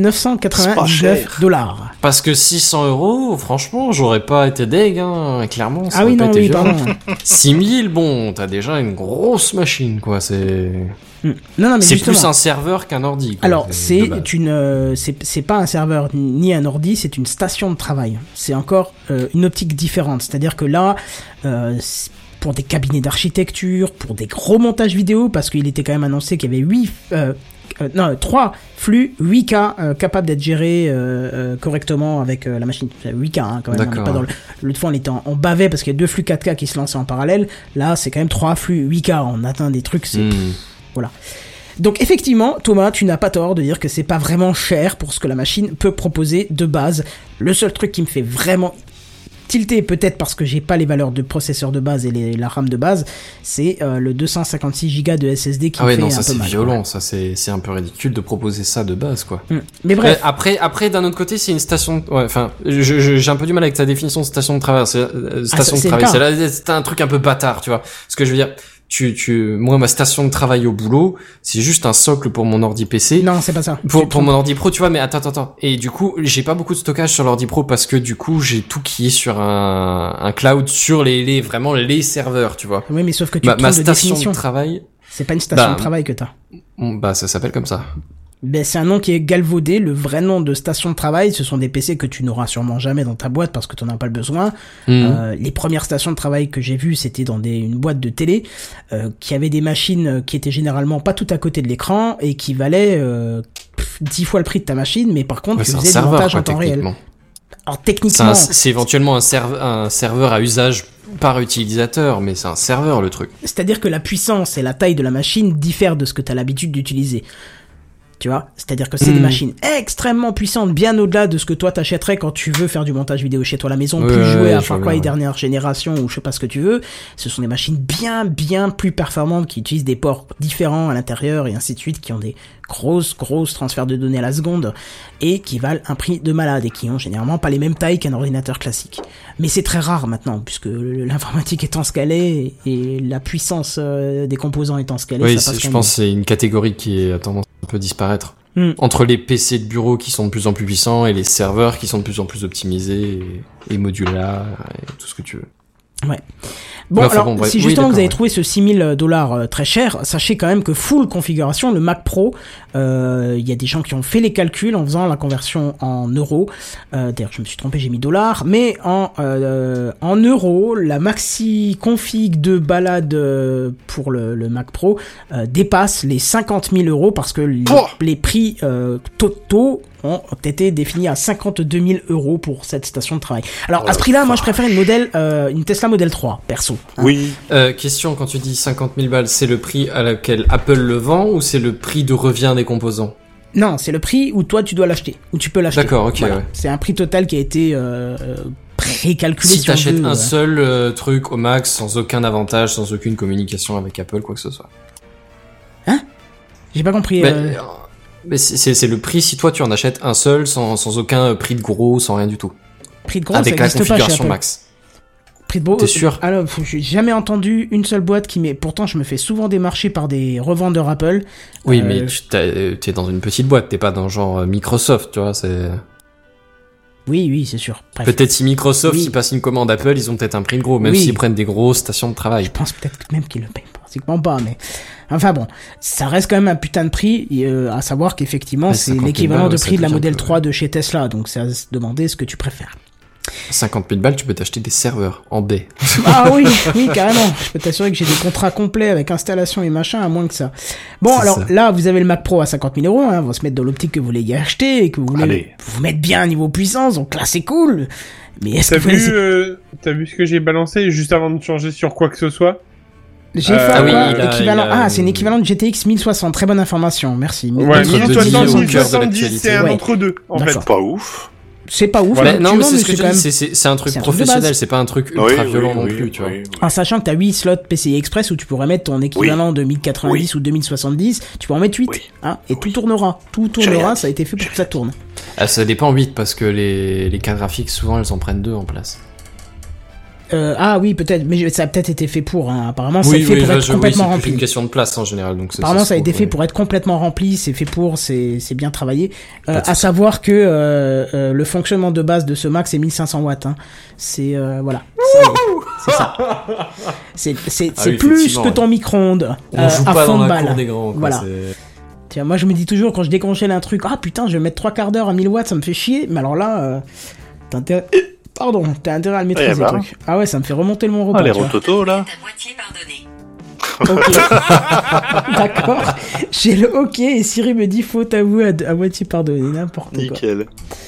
Speaker 1: $5,999.
Speaker 4: Parce que 600€, franchement, j'aurais pas été deg, hein, clairement. Ça
Speaker 1: oui, non, oui, pardon.
Speaker 4: 6000, bon, t'as déjà une grosse machine, quoi, c'est...
Speaker 1: Non, mais
Speaker 4: c'est
Speaker 1: justement,
Speaker 4: plus un serveur qu'un ordi, quoi.
Speaker 1: Alors, c'est pas un serveur ni un ordi, c'est une station de travail. C'est encore une optique différente. C'est-à-dire que là, pour des cabinets d'architecture, pour des gros montages vidéo, parce qu'il était quand même annoncé qu'il y avait 3 flux 8K capables d'être gérés correctement avec la machine. 8K, hein, quand même.
Speaker 4: D'accord.
Speaker 1: On est pas dans l'autre fois, on était en bavait parce qu'il y a 2 flux 4K qui se lançaient en parallèle. Là, c'est quand même 3 flux 8K. On atteint des trucs, voilà. Donc effectivement, Thomas, tu n'as pas tort de dire que c'est pas vraiment cher pour ce que la machine peut proposer de base. Le seul truc qui me fait vraiment tilté, peut-être parce que j'ai pas les valeurs de processeur de base et la RAM de base, c'est le 256 Go de SSD qui me fait un peu mal. Ah ouais, non, ça
Speaker 4: c'est violent, ça c'est un peu ridicule de proposer ça de base, quoi.
Speaker 1: Mais bref.
Speaker 4: Après d'un autre côté, c'est une station, ouais, enfin, j'ai un peu du mal avec ta définition de station de travail, c'est un truc un peu bâtard, tu vois. Ce que je veux dire, moi, ma station de travail au boulot, c'est juste un socle pour mon ordi PC.
Speaker 1: Non, c'est pas ça.
Speaker 4: Pour mon ordi pro, tu vois, mais attends. Et du coup, j'ai pas beaucoup de stockage sur l'ordi pro parce que du coup, j'ai tout qui est sur un cloud sur vraiment les serveurs, tu vois.
Speaker 1: Oui, mais sauf que tu
Speaker 4: ma station de travail.
Speaker 1: C'est pas une station de travail que t'as.
Speaker 4: Bah, ça s'appelle comme ça.
Speaker 1: Ben, c'est un nom qui est galvaudé. Le vrai nom de station de travail, ce sont des PC que tu n'auras sûrement jamais dans ta boîte parce que tu n'en as pas le besoin. Les premières stations de travail que j'ai vues, c'était dans une boîte de télé qui avait des machines qui étaient généralement pas tout à côté de l'écran et qui valaient 10 fois le prix de ta machine, mais par contre, tu faisais du montage en temps réel. Alors techniquement,
Speaker 4: c'est éventuellement un serveur à usage par utilisateur, mais c'est un serveur le truc.
Speaker 1: C'est-à-dire que la puissance et la taille de la machine diffèrent de ce que tu as l'habitude d'utiliser. Tu vois, c'est-à-dire que c'est des machines extrêmement puissantes, bien au-delà de ce que toi t'achèterais quand tu veux faire du montage vidéo chez toi à la maison, plus jouer à Far Cry dernière génération ou je sais pas ce que tu veux. Ce sont des machines bien plus performantes qui utilisent des ports différents à l'intérieur et ainsi de suite, qui ont des grosses transferts de données à la seconde et qui valent un prix de malade et qui ont généralement pas les mêmes tailles qu'un ordinateur classique. Mais c'est très rare maintenant puisque l'informatique étant ce qu'elle est et la puissance des composants étant ce qu'elle est.
Speaker 4: Oui, je pense que c'est une catégorie qui a tendance à un peu disparaître. Entre les PC de bureau qui sont de plus en plus puissants et les serveurs qui sont de plus en plus optimisés et modulaires et tout ce que tu veux.
Speaker 1: Ouais. Bon, si justement vous avez trouvé ce $6,000 très cher, sachez quand même que full configuration, le Mac Pro, il y a des gens qui ont fait les calculs en faisant la conversion en euros. D'ailleurs, je me suis trompé, j'ai mis dollars, mais en euros, la maxi config de balade pour le Mac Pro dépasse les 50 000 euros parce que les prix totaux ont été définis à 52 000 euros pour cette station de travail. Alors, à ce prix-là, moi, je préfère une Tesla Model 3, perso. Hein.
Speaker 2: Oui.
Speaker 4: Question, quand tu dis 50 000 balles, c'est le prix à laquelle Apple le vend ou c'est le prix de revient des composants?
Speaker 1: Non, c'est le prix où toi, tu dois l'acheter, où tu peux l'acheter.
Speaker 4: D'accord, ok,
Speaker 1: voilà.
Speaker 4: Ouais.
Speaker 1: C'est un prix total qui a été précalculé.
Speaker 4: Si t'achètes un seul truc au max, sans aucun avantage, sans aucune communication avec Apple, quoi que ce soit.
Speaker 1: Hein? J'ai pas compris.
Speaker 4: Mais c'est le prix si toi tu en achètes un seul sans aucun prix de gros, sans rien du tout.
Speaker 1: Prix de gros,
Speaker 4: avec
Speaker 1: ça
Speaker 4: la
Speaker 1: existe pas chez
Speaker 4: configuration
Speaker 1: Apple.
Speaker 4: max.
Speaker 1: Prix de gros.
Speaker 4: T'es sûr?
Speaker 1: Alors, j'ai jamais entendu une seule boîte qui met. Pourtant, je me fais souvent démarcher par des revendeurs Apple.
Speaker 4: Oui, mais t'es dans une petite boîte, t'es pas dans genre Microsoft, tu vois, c'est.
Speaker 1: Oui, c'est sûr. Bref.
Speaker 4: Peut-être si Microsoft ils passent une commande Apple, ils ont peut-être un prix de gros, même s'ils prennent des grosses stations de travail.
Speaker 1: Je pense peut-être même qu'ils le payent pratiquement pas, mais enfin bon, ça reste quand même un putain de prix, à savoir qu'effectivement c'est l'équivalent de prix de la Model 3 de chez Tesla, donc c'est à se demander ce que tu préfères.
Speaker 4: 50 000 balles, tu peux t'acheter des serveurs en baie.
Speaker 1: Ah oui, carrément. Je peux t'assurer que j'ai des contrats complets avec installation et machin, à moins que ça. Bon, alors là, vous avez le Mac Pro à 50 000 euros, hein, on va se mettre dans l'optique que vous l'ayez acheté et que vous voulez vous mettre bien niveau puissance, donc là c'est cool. Mais est-ce que
Speaker 8: t'as vu ce que j'ai balancé juste avant de changer sur quoi que ce soit?
Speaker 1: J'ai fait équivalent. C'est un équivalent de GTX 1060. Très bonne information, merci.
Speaker 8: Ouais, 1070, c'est un entre-deux, en fait.
Speaker 2: Pas ouf.
Speaker 1: C'est pas ouf.
Speaker 4: Ouais, non, mais c'est ce que tu dis, c'est un truc professionnel, c'est pas un truc ultra violent non plus, tu vois.
Speaker 1: En sachant que t'as 8 slots PCI Express où tu pourrais mettre ton équivalent de 1090 ou 2070, tu peux en mettre 8, hein, et tout tournera. Tout tournera, ça a été fait pour que ça tourne.
Speaker 4: Ça dépend 8, parce que les cartes graphiques, souvent, elles en prennent 2 en place.
Speaker 1: Oui, peut-être, mais ça a peut-être été fait pour, hein. Apparemment, c'est fait pour être complètement rempli.
Speaker 4: C'est une question de place en général, donc
Speaker 1: apparemment, ça a été fait pour être complètement rempli, c'est fait pour, c'est bien travaillé. À savoir que, le fonctionnement de base de ce Mac, c'est 1500 watts, hein. C'est, voilà. C'est ça. C'est plus que ton micro-ondes,
Speaker 4: à fond de balle.
Speaker 1: Voilà. Tiens, moi, je me dis toujours, quand je décongèle un truc, putain, je vais mettre 3 quarts d'heure à 1000 watts, ça me fait chier, mais alors là, t'as intérêt à le maîtriser, le truc. Ah ouais, ça me fait remonter le mon repas.
Speaker 2: Les rototos, là.
Speaker 1: Ok. D'accord. J'ai le ok et Siri me dit faut t'avouer à moitié pardonner, n'importe quoi.
Speaker 2: Nickel.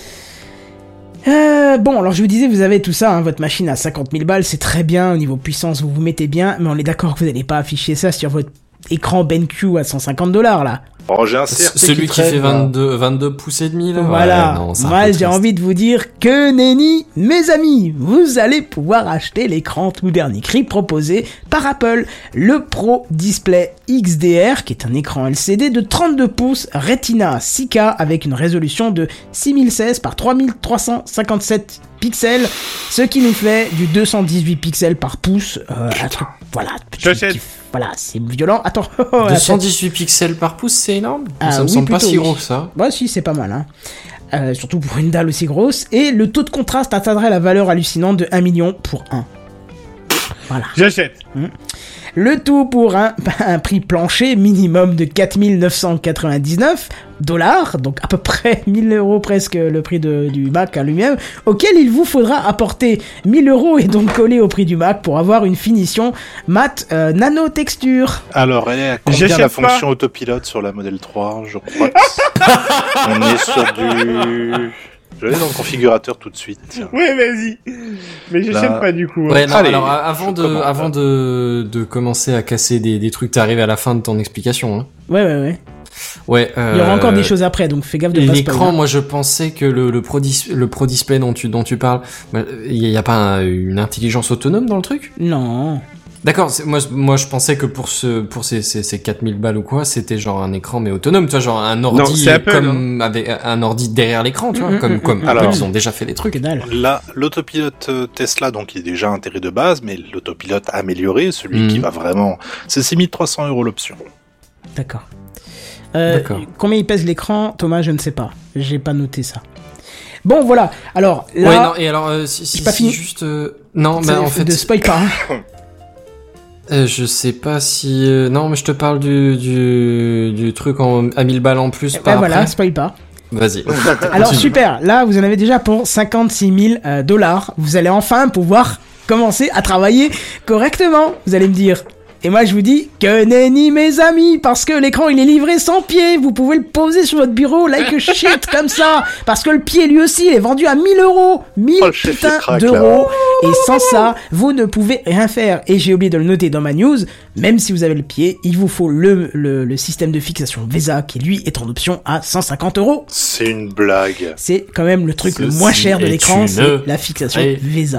Speaker 1: Bon, alors je vous disais, vous avez tout ça, hein, votre machine à 50 000 balles, c'est très bien, au niveau puissance, vous vous mettez bien, mais on est d'accord que vous n'allez pas afficher ça sur votre écran BenQ à $150, là.
Speaker 2: Oh, j'ai un CRT
Speaker 4: celui qui fait 22 pouces et demi, là.
Speaker 1: Voilà.
Speaker 4: Ouais, non,
Speaker 1: moi, j'ai envie de vous dire que nenni, mes amis, vous allez pouvoir acheter l'écran tout dernier cri proposé par Apple, le Pro Display XDR, qui est un écran LCD de 32 pouces Retina 6K avec une résolution de 6016 par 3357 pixels, ce qui nous fait du 218 pixels par pouce, un truc, voilà. Voilà, c'est violent. Attends.
Speaker 4: 218 pixels par pouce, c'est énorme. Ça me semble pas si gros que ça.
Speaker 1: Bah si, c'est pas mal, hein. Surtout pour une dalle aussi grosse. Et le taux de contraste atteindrait la valeur hallucinante de 1 million pour 1. Voilà.
Speaker 8: J'achète.
Speaker 1: Le tout pour un prix plancher minimum de 4 999 $, donc à peu près 1000 € presque le prix du Mac à lui-même, auquel il vous faudra apporter 1000 € et donc coller au prix du Mac pour avoir une finition mat nano texture.
Speaker 2: Alors, elle est à combien la fonction autopilote sur la Model 3? Je crois que on est sur du... Je vais aller dans le configurateur tout de suite. Tiens.
Speaker 8: Ouais, vas-y. Mais j'achète pas du coup.
Speaker 4: Ouais, non, allez, alors avant de commencer à casser des trucs, t'es arrivé à la fin de ton explication. Hein.
Speaker 1: Ouais.
Speaker 4: Ouais.
Speaker 1: Il y aura encore des choses après, donc fais gaffe de pas spoiler.
Speaker 4: L'écran, moi je pensais que le Pro Display dont tu parles, il y a pas une intelligence autonome dans le truc?
Speaker 1: Non.
Speaker 4: D'accord, moi je pensais que pour ces 4000 balles ou quoi, c'était genre un écran mais autonome, tu vois, genre un ordi avec un ordi derrière l'écran, tu vois, comme alors, ils ont déjà fait des trucs.
Speaker 2: Là, l'autopilote Tesla, donc il est déjà intégré de base, mais l'autopilote amélioré, celui qui va vraiment, c'est 6300 € l'option.
Speaker 1: D'accord. Combien il pèse l'écran, Thomas, je ne sais pas. J'ai pas noté ça. Bon, voilà. Alors là,
Speaker 4: ouais, non, et alors si
Speaker 1: pas fini.
Speaker 4: Juste non, mais en fait
Speaker 1: de spoil pas.
Speaker 4: Je sais pas si non, mais je te parle du truc à 1000 balles en plus.
Speaker 1: Voilà, spoil pas.
Speaker 4: Vas-y.
Speaker 1: Alors super. Là, vous en avez déjà pour 56 000 $. Vous allez enfin pouvoir commencer à travailler correctement. Vous allez me dire. Et moi, je vous dis que nenni, mes amis, parce que l'écran, il est livré sans pied. Vous pouvez le poser sur votre bureau, like a shit, comme ça. Parce que le pied, lui aussi, il est vendu à 1000 €. 1000 €. Et sans ça, vous ne pouvez rien faire. Et j'ai oublié de le noter dans ma news. Même si vous avez le pied, il vous faut le système de fixation VESA, qui lui est en option à 150 €.
Speaker 2: C'est une blague.
Speaker 1: C'est quand même le truc le moins cher de l'écran, c'est la fixation VESA.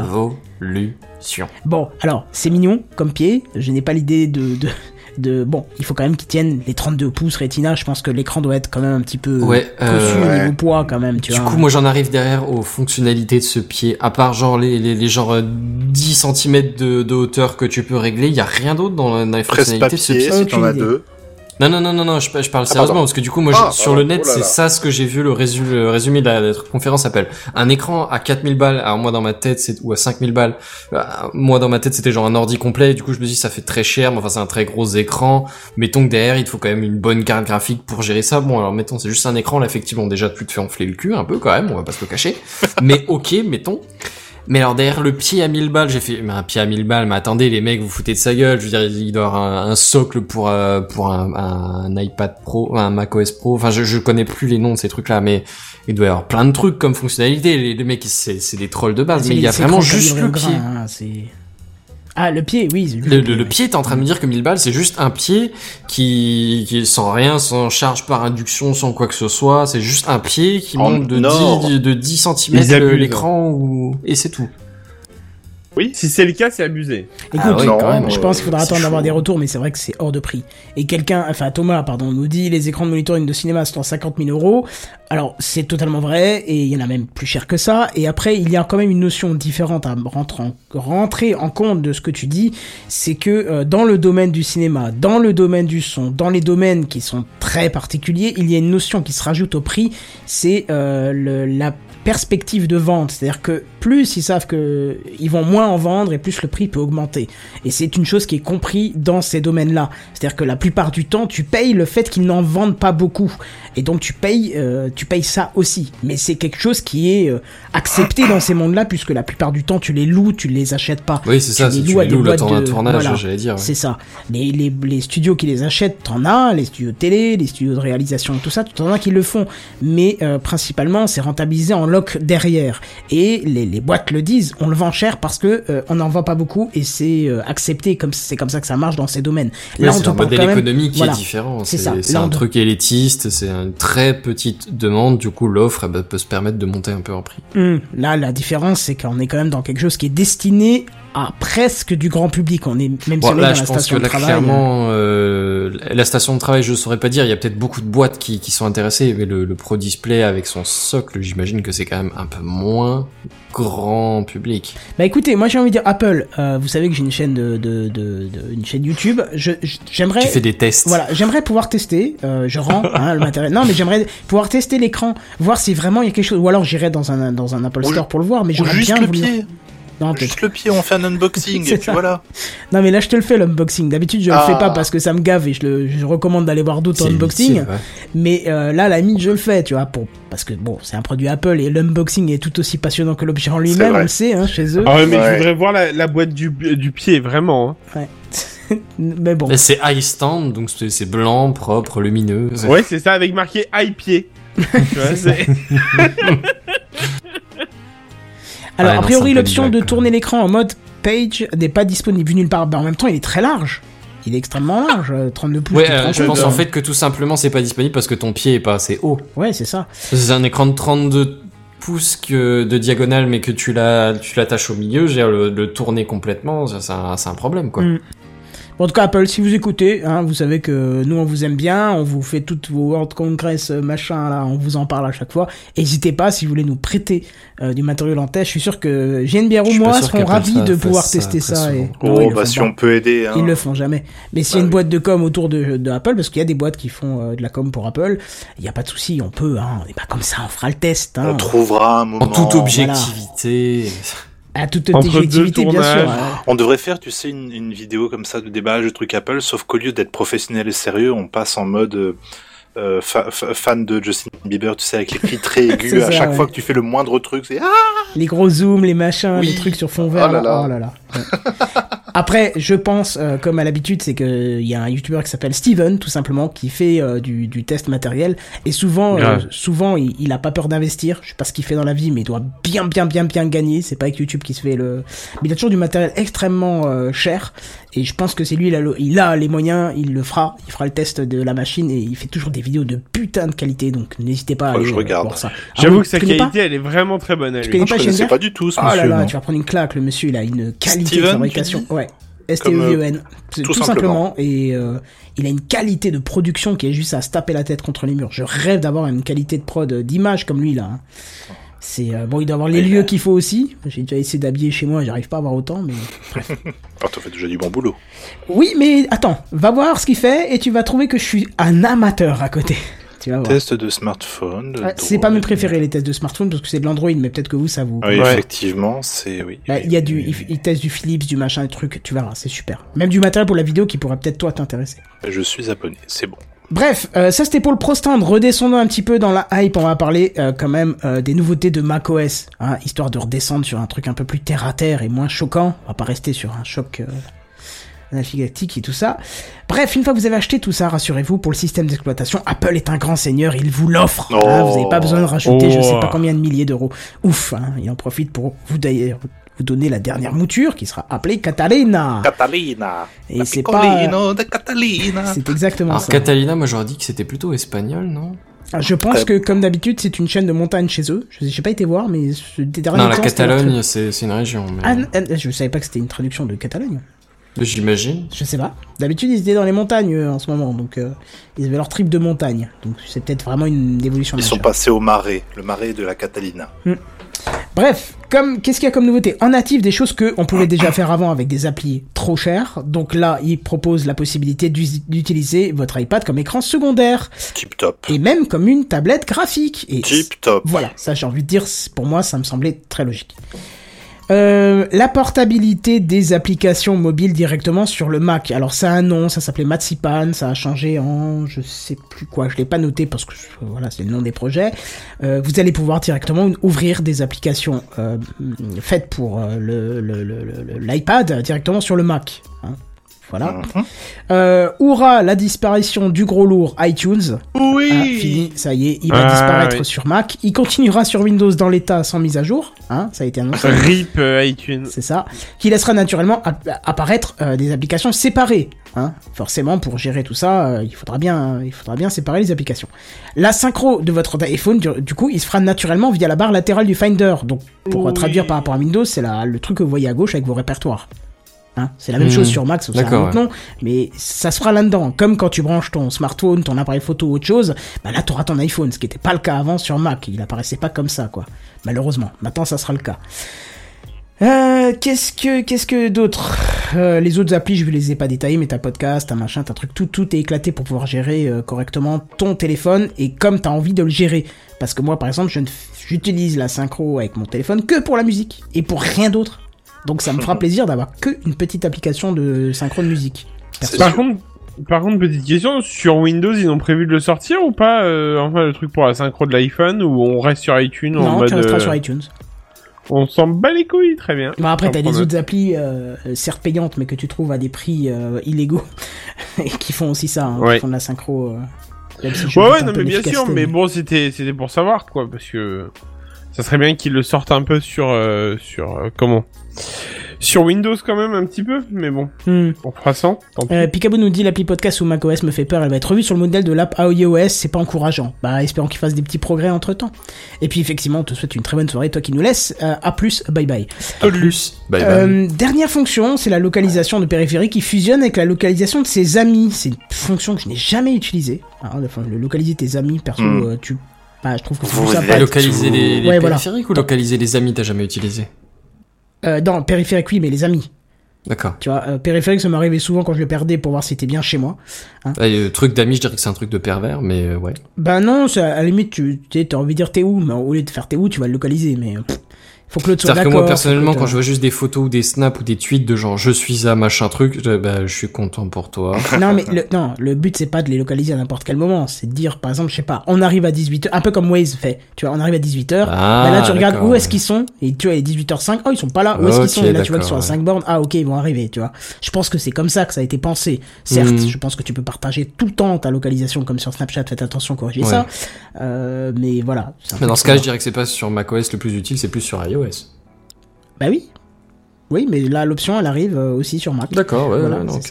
Speaker 1: Bon, alors, c'est mignon comme pied. Je n'ai pas l'idée de... Bon, il faut quand même qu'il tienne les 32 pouces Retina. Je pense que l'écran doit être quand même un petit peu cossu au niveau poids quand même, tu vois.
Speaker 4: Du coup, moi, j'en arrive derrière aux fonctionnalités de ce pied. À part genre les genre 10 cm de hauteur que tu peux régler, il y a rien d'autre dans les fonctionnalités de ce pied.
Speaker 2: Si t'en as deux.
Speaker 4: Non, je parle sérieusement, parce que du coup, moi, sur le net, c'est ça ce que j'ai vu, le résumé de la conférence s'appelle un écran à 4000 balles, alors moi dans ma tête, ou à 5000 balles, moi dans ma tête, c'était genre un ordi complet, du coup, je me dis, ça fait très cher, mais enfin, c'est un très gros écran, mettons que derrière, il te faut quand même une bonne carte graphique pour gérer ça, bon, alors mettons, c'est juste un écran, là, effectivement, déjà, tu te fais enfler le cul, un peu, quand même, on va pas se le cacher, mais ok, mettons. Mais alors derrière le pied à 1000 balles, j'ai fait mais un pied à 1000 balles, mais attendez les mecs, vous foutez de sa gueule, je veux dire il doit y avoir un socle pour un iPad Pro, un macOS Pro, enfin je connais plus les noms de ces trucs-là, mais il doit y avoir plein de trucs comme fonctionnalité, les mecs c'est des trolls de base, mais il y a vraiment juste le pied.
Speaker 1: Ah, le pied, oui.
Speaker 4: Le pied, t'es en train de me dire que 1000 balles, c'est juste un pied qui sans rien, sans charge par induction, sans quoi que ce soit. C'est juste un pied qui monte de 10 cm l'écran et c'est tout.
Speaker 8: Oui, si c'est le cas, c'est abusé.
Speaker 1: Écoute, je pense qu'il faudra attendre d'avoir des retours, mais c'est vrai que c'est hors de prix. Et Thomas, nous dit les écrans de monitoring de cinéma sont à 50 000 €. Alors, c'est totalement vrai, et il y en a même plus cher que ça. Et après, il y a quand même une notion différente à rentrer en compte de ce que tu dis. C'est que dans le domaine du cinéma, dans le domaine du son, dans les domaines qui sont très particuliers, il y a une notion qui se rajoute au prix, c'est la perspective de vente, c'est-à-dire que plus ils savent que ils vont moins en vendre et plus le prix peut augmenter. Et c'est une chose qui est compris dans ces domaines-là. C'est-à-dire que la plupart du temps, tu payes le fait qu'ils n'en vendent pas beaucoup. Et donc tu payes ça aussi. Mais c'est quelque chose qui est accepté dans ces mondes-là, puisque la plupart du temps, tu les loues, tu les achètes pas.
Speaker 4: Oui, c'est ça, tu loues le temps d'un tournage,
Speaker 1: voilà,
Speaker 4: j'allais dire. Ouais.
Speaker 1: C'est ça. Les studios qui les achètent, t'en as, les studios de télé, les studios de réalisation et tout ça, t'en as qui le font. Mais principalement, c'est rentabilisé en loc derrière. Et les boîtes le disent, on le vend cher parce que on n'en vend pas beaucoup et c'est accepté, c'est comme ça que ça marche dans ces domaines.
Speaker 4: Là, c'est un modèle économique qui est différent. C'est un truc élitiste, c'est une très petite demande, du coup l'offre peut se permettre de monter un peu en prix.
Speaker 1: Là, la différence, c'est qu'on est quand même dans quelque chose qui est destiné à presque du grand public. On est même si on est dans la station de travail.
Speaker 4: Clairement, la station de travail, je saurais pas dire. Il y a peut-être beaucoup de boîtes qui sont intéressées, mais le Pro Display avec son socle, j'imagine que c'est quand même un peu moins grand public.
Speaker 1: Bah écoutez, moi j'ai envie de dire Apple. Vous savez que j'ai une chaîne une chaîne YouTube. J'aimerais.
Speaker 4: Tu fais des tests.
Speaker 1: Voilà, j'aimerais pouvoir tester. Je rends le matériel. Non, mais j'aimerais pouvoir tester l'écran, voir si vraiment il y a quelque chose. Ou alors j'irai dans un Apple Store pour le voir. Mais j'aimerais bien
Speaker 2: le pied.
Speaker 1: Non,
Speaker 2: juste le pied, on fait un unboxing et puis voilà.
Speaker 1: Non mais là je te le fais l'unboxing. D'habitude je le fais pas parce que ça me gave et je recommande d'aller voir d'autres unboxings. Ouais. Mais là à la limite je le fais, tu vois, parce que bon c'est un produit Apple et l'unboxing est tout aussi passionnant que l'objet en lui-même, on le sait, hein, chez eux.
Speaker 8: Ah ouais mais je voudrais voir la boîte du pied vraiment. Hein.
Speaker 1: Ouais. Mais bon.
Speaker 4: Et c'est iStand, donc c'est blanc, propre, lumineux.
Speaker 8: Ouais c'est ça avec marqué iPied. Tu vois, c'est...
Speaker 1: Alors, a priori, l'option de tourner l'écran en mode page n'est pas disponible nulle part. En même temps, il est très large. Il est extrêmement large, 32 pouces.
Speaker 4: Ouais, je pense en fait que tout simplement, c'est pas disponible parce que ton pied est pas assez haut.
Speaker 1: Ouais, c'est ça.
Speaker 4: C'est un écran de 32 pouces de diagonale, mais que tu l'attaches au milieu, le tourner complètement, c'est un problème, quoi.
Speaker 1: Bon, en tout cas, Apple, si vous écoutez, hein, vous savez que nous, on vous aime bien, on vous fait toutes vos World Congress, machin, là, on vous en parle à chaque fois. N'hésitez pas, si vous voulez nous prêter du matériel en test, je suis sûr que JNBR ou moi seront ravis de pouvoir tester ça. Et...
Speaker 2: Oh, bah si on peut aider. Hein.
Speaker 1: Ils le font jamais. Mais s'il y a une boîte de com autour de Apple, parce qu'il y a des boîtes qui font de la com pour Apple, il n'y a pas de souci, on peut, hein, on n'est pas comme ça, on fera le test. Hein.
Speaker 2: On trouvera un moment.
Speaker 4: En toute objectivité.
Speaker 1: Voilà. À toute objectivité, bien sûr.
Speaker 2: On devrait faire, tu sais, une vidéo comme ça de déballage de trucs Apple, sauf qu'au lieu d'être professionnel et sérieux, on passe en mode fan de Justin Bieber, tu sais, avec les cris très aigus. À chaque fois que tu fais le moindre truc, c'est
Speaker 1: les gros zooms, les machins, les trucs sur fond vert. Oh là là. Ouais. Après, je pense, comme à l'habitude, c'est que il y a un YouTuber qui s'appelle Steven, tout simplement, qui fait du test matériel. Et souvent, il a pas peur d'investir. Je sais pas ce qu'il fait dans la vie, mais il doit bien gagner. C'est pas avec YouTube qui se fait mais il a toujours du matériel extrêmement cher. Et je pense que c'est lui, il a les moyens, il fera le test de la machine et il fait toujours des vidéos de putain de qualité. Donc n'hésitez pas à aller voir ça.
Speaker 8: J'avoue que sa qualité, elle est vraiment très bonne.
Speaker 2: Je connaissais pas du tout ce monsieur.
Speaker 1: Oh là là, tu vas prendre une claque. Le monsieur, il a une qualité de fabrication. Ouais. STEVEN, tout simplement, et il a une qualité de production qui est juste à se taper la tête contre les murs. Je rêve d'avoir une qualité de prod d'image comme lui là. Hein. C'est bon, il doit avoir les lieux qu'il faut aussi. J'ai déjà essayé d'habiller chez moi, j'arrive pas à avoir autant, mais bref.
Speaker 2: Oh, t'as fait déjà du bon boulot.
Speaker 1: Oui, mais attends, va voir ce qu'il fait et tu vas trouver que je suis un amateur à côté.
Speaker 2: Test de smartphone.
Speaker 1: C'est pas mes préférés les tests de smartphone parce que c'est de l'Android, mais peut-être que vous ça vous.
Speaker 2: Oui, effectivement, c'est
Speaker 1: Là, il y a il teste du Philips, du machin, des trucs, tu verras, c'est super. Même du matériel pour la vidéo qui pourrait peut-être toi t'intéresser.
Speaker 2: Je suis abonné, c'est bon.
Speaker 1: Bref, ça c'était pour le Pro Stand. Redescendons un petit peu dans la hype. On va parler quand même des nouveautés de macOS, hein, histoire de redescendre sur un truc un peu plus terre à terre et moins choquant. On va pas rester sur un choc anaphylaxie et tout ça. Bref, une fois que vous avez acheté tout ça, rassurez-vous, pour le système d'exploitation, Apple est un grand seigneur, il vous l'offre. Hein, vous n'avez pas besoin de rajouter je sais pas combien de milliers d'euros. Ouf, hein, il en profite pour vous d'ailleurs vous donner la dernière mouture qui sera appelée Catalina.
Speaker 2: Catalina.
Speaker 1: Et c'est pas
Speaker 2: de Catalina.
Speaker 1: C'est exactement
Speaker 4: alors,
Speaker 1: ça.
Speaker 4: Catalina, moi j'aurais dit que c'était plutôt espagnol, non?
Speaker 1: Je pense que, comme d'habitude, c'est une chaîne de montagne chez eux. J'ai pas été voir, mais des derniers temps...
Speaker 4: Non, la Catalogne, c'est une région. Mais...
Speaker 1: je savais pas que c'était une traduction de Catalogne.
Speaker 4: J'imagine.
Speaker 1: Je sais pas. D'habitude, ils étaient dans les montagnes en ce moment, donc ils avaient leur trip de montagne. Donc c'est peut-être vraiment une évolution.
Speaker 2: Ils sont passés au marais, le marais de la Catalina.
Speaker 1: Bref, qu'est-ce qu'il y a comme nouveauté? En natif, des choses qu'on pouvait déjà faire avant avec des applis trop chères. Donc là, ils proposent la possibilité d'utiliser votre iPad comme écran secondaire.
Speaker 2: Tip top.
Speaker 1: Et même comme une tablette graphique. Et
Speaker 2: tip top.
Speaker 1: Voilà, ça j'ai envie de dire, pour moi, ça me semblait très logique. La portabilité des applications mobiles directement sur le Mac. Alors ça a un nom, ça s'appelait Matsipan, ça a changé en je sais plus quoi, je l'ai pas noté parce que voilà, c'est le nom des projets. Vous allez pouvoir directement ouvrir des applications faites pour l'iPad directement sur le Mac. Hein. Voilà. Aura la disparition du gros lourd iTunes.
Speaker 8: Oui.
Speaker 1: Fini, ça y est, il va disparaître sur Mac. Il continuera sur Windows dans l'état sans mise à jour. Hein, ça a été annoncé.
Speaker 8: RIP iTunes.
Speaker 1: C'est ça. Qui laissera naturellement apparaître des applications séparées. Hein. Forcément, pour gérer tout ça, il faudra bien séparer les applications. La synchro de votre iPhone, du coup, il se fera naturellement via la barre latérale du Finder. Donc, pour traduire par rapport à Windows, c'est le truc que vous voyez à gauche avec vos répertoires. Hein, c'est la même chose sur Mac, c'est un autre nom, mais ça se fera là-dedans. Comme quand tu branches ton smartphone, ton appareil photo ou autre chose, bah là t'auras ton iPhone, ce qui n'était pas le cas avant sur Mac. Il apparaissait pas comme ça, quoi. Malheureusement, maintenant ça sera le cas. Qu'est-ce que d'autre? Les autres applis, je ne les ai pas détaillées, mais t'as podcast, t'as machin, t'as truc, tout est éclaté pour pouvoir gérer correctement ton téléphone et comme t'as envie de le gérer. Parce que moi, par exemple, j'utilise la synchro avec mon téléphone que pour la musique et pour rien d'autre. Donc ça me fera plaisir d'avoir qu'une petite application de synchro de musique.
Speaker 8: Par contre, petite question, sur Windows, ils ont prévu de le sortir ou pas enfin, le truc pour la synchro de l'iPhone, ou on reste sur iTunes
Speaker 1: non,
Speaker 8: en mode...
Speaker 1: tu resteras sur iTunes.
Speaker 8: On s'en bat les couilles, très bien.
Speaker 1: Bon, après, t'as des autres applis, certes payantes, mais que tu trouves à des prix illégaux, et qui font aussi ça, hein, qui font de la synchro.
Speaker 8: Ouais, non, mais bien sûr, mais bon, c'était pour savoir, quoi, parce que ça serait bien qu'ils le sortent un peu sur sur Windows quand même un petit peu, mais bon, on fera ça.
Speaker 1: Picaboo nous dit l'appli podcast ou macOS me fait peur, elle va être revue sur le modèle de l'app iOS, c'est pas encourageant. Bah, espérons qu'il fasse des petits progrès entre temps. Et puis effectivement, on te souhaite une très bonne soirée, toi qui nous laisses. À plus, bye bye.
Speaker 4: À plus, bye bye.
Speaker 1: Dernière fonction, c'est la localisation de périphérique qui fusionne avec la localisation de ses amis. C'est une fonction que je n'ai jamais utilisée. Enfin, le localiser tes amis, perso, je trouve que c'est plus sympa.
Speaker 4: Localiser les périphériques ou localiser les amis, t'as jamais utilisé?
Speaker 1: Non, périphérique oui, mais les amis.
Speaker 4: D'accord.
Speaker 1: Tu vois, périphérique, ça m'arrivait souvent quand je le perdais pour voir si c'était bien chez moi. Hein.
Speaker 4: Truc d'amis, je dirais que c'est un truc de pervers, mais ouais.
Speaker 1: Ben non, à la limite, t'as envie de dire t'es où, mais au lieu de faire t'es où, tu vas le localiser, mais faut que l'autre soit d'accord.
Speaker 4: C'est-à-dire que moi, personnellement, quand je vois juste des photos ou des snaps ou des tweets de genre je suis à machin truc, je suis content pour toi.
Speaker 1: Non, mais le but, c'est pas de les localiser à n'importe quel moment. C'est de dire, par exemple, je sais pas, on arrive à 18h, un peu comme Waze fait. Tu vois, on arrive à 18h. Là, tu regardes où est-ce qu'ils sont. Et tu vois, il est 18h05. Oh, ils sont pas là. Où est-ce qu'ils sont? Et là, tu vois qu'ils sont à 5 bornes. Ah, ok, ils vont arriver, tu vois. Je pense que c'est comme ça que ça a été pensé. Certes, je pense que tu peux partager tout le temps ta localisation comme sur Snapchat. Faites attention, corrigez ça. Mais voilà.
Speaker 4: Mais dans ce cas, je dirais que c'est pas sur macOS le plus utile, c'est plus sur iOS.
Speaker 1: Bah oui. Oui, mais là, l'option, elle arrive aussi sur Mac.
Speaker 4: D'accord, ouais,
Speaker 1: voilà,
Speaker 4: non,
Speaker 1: c'est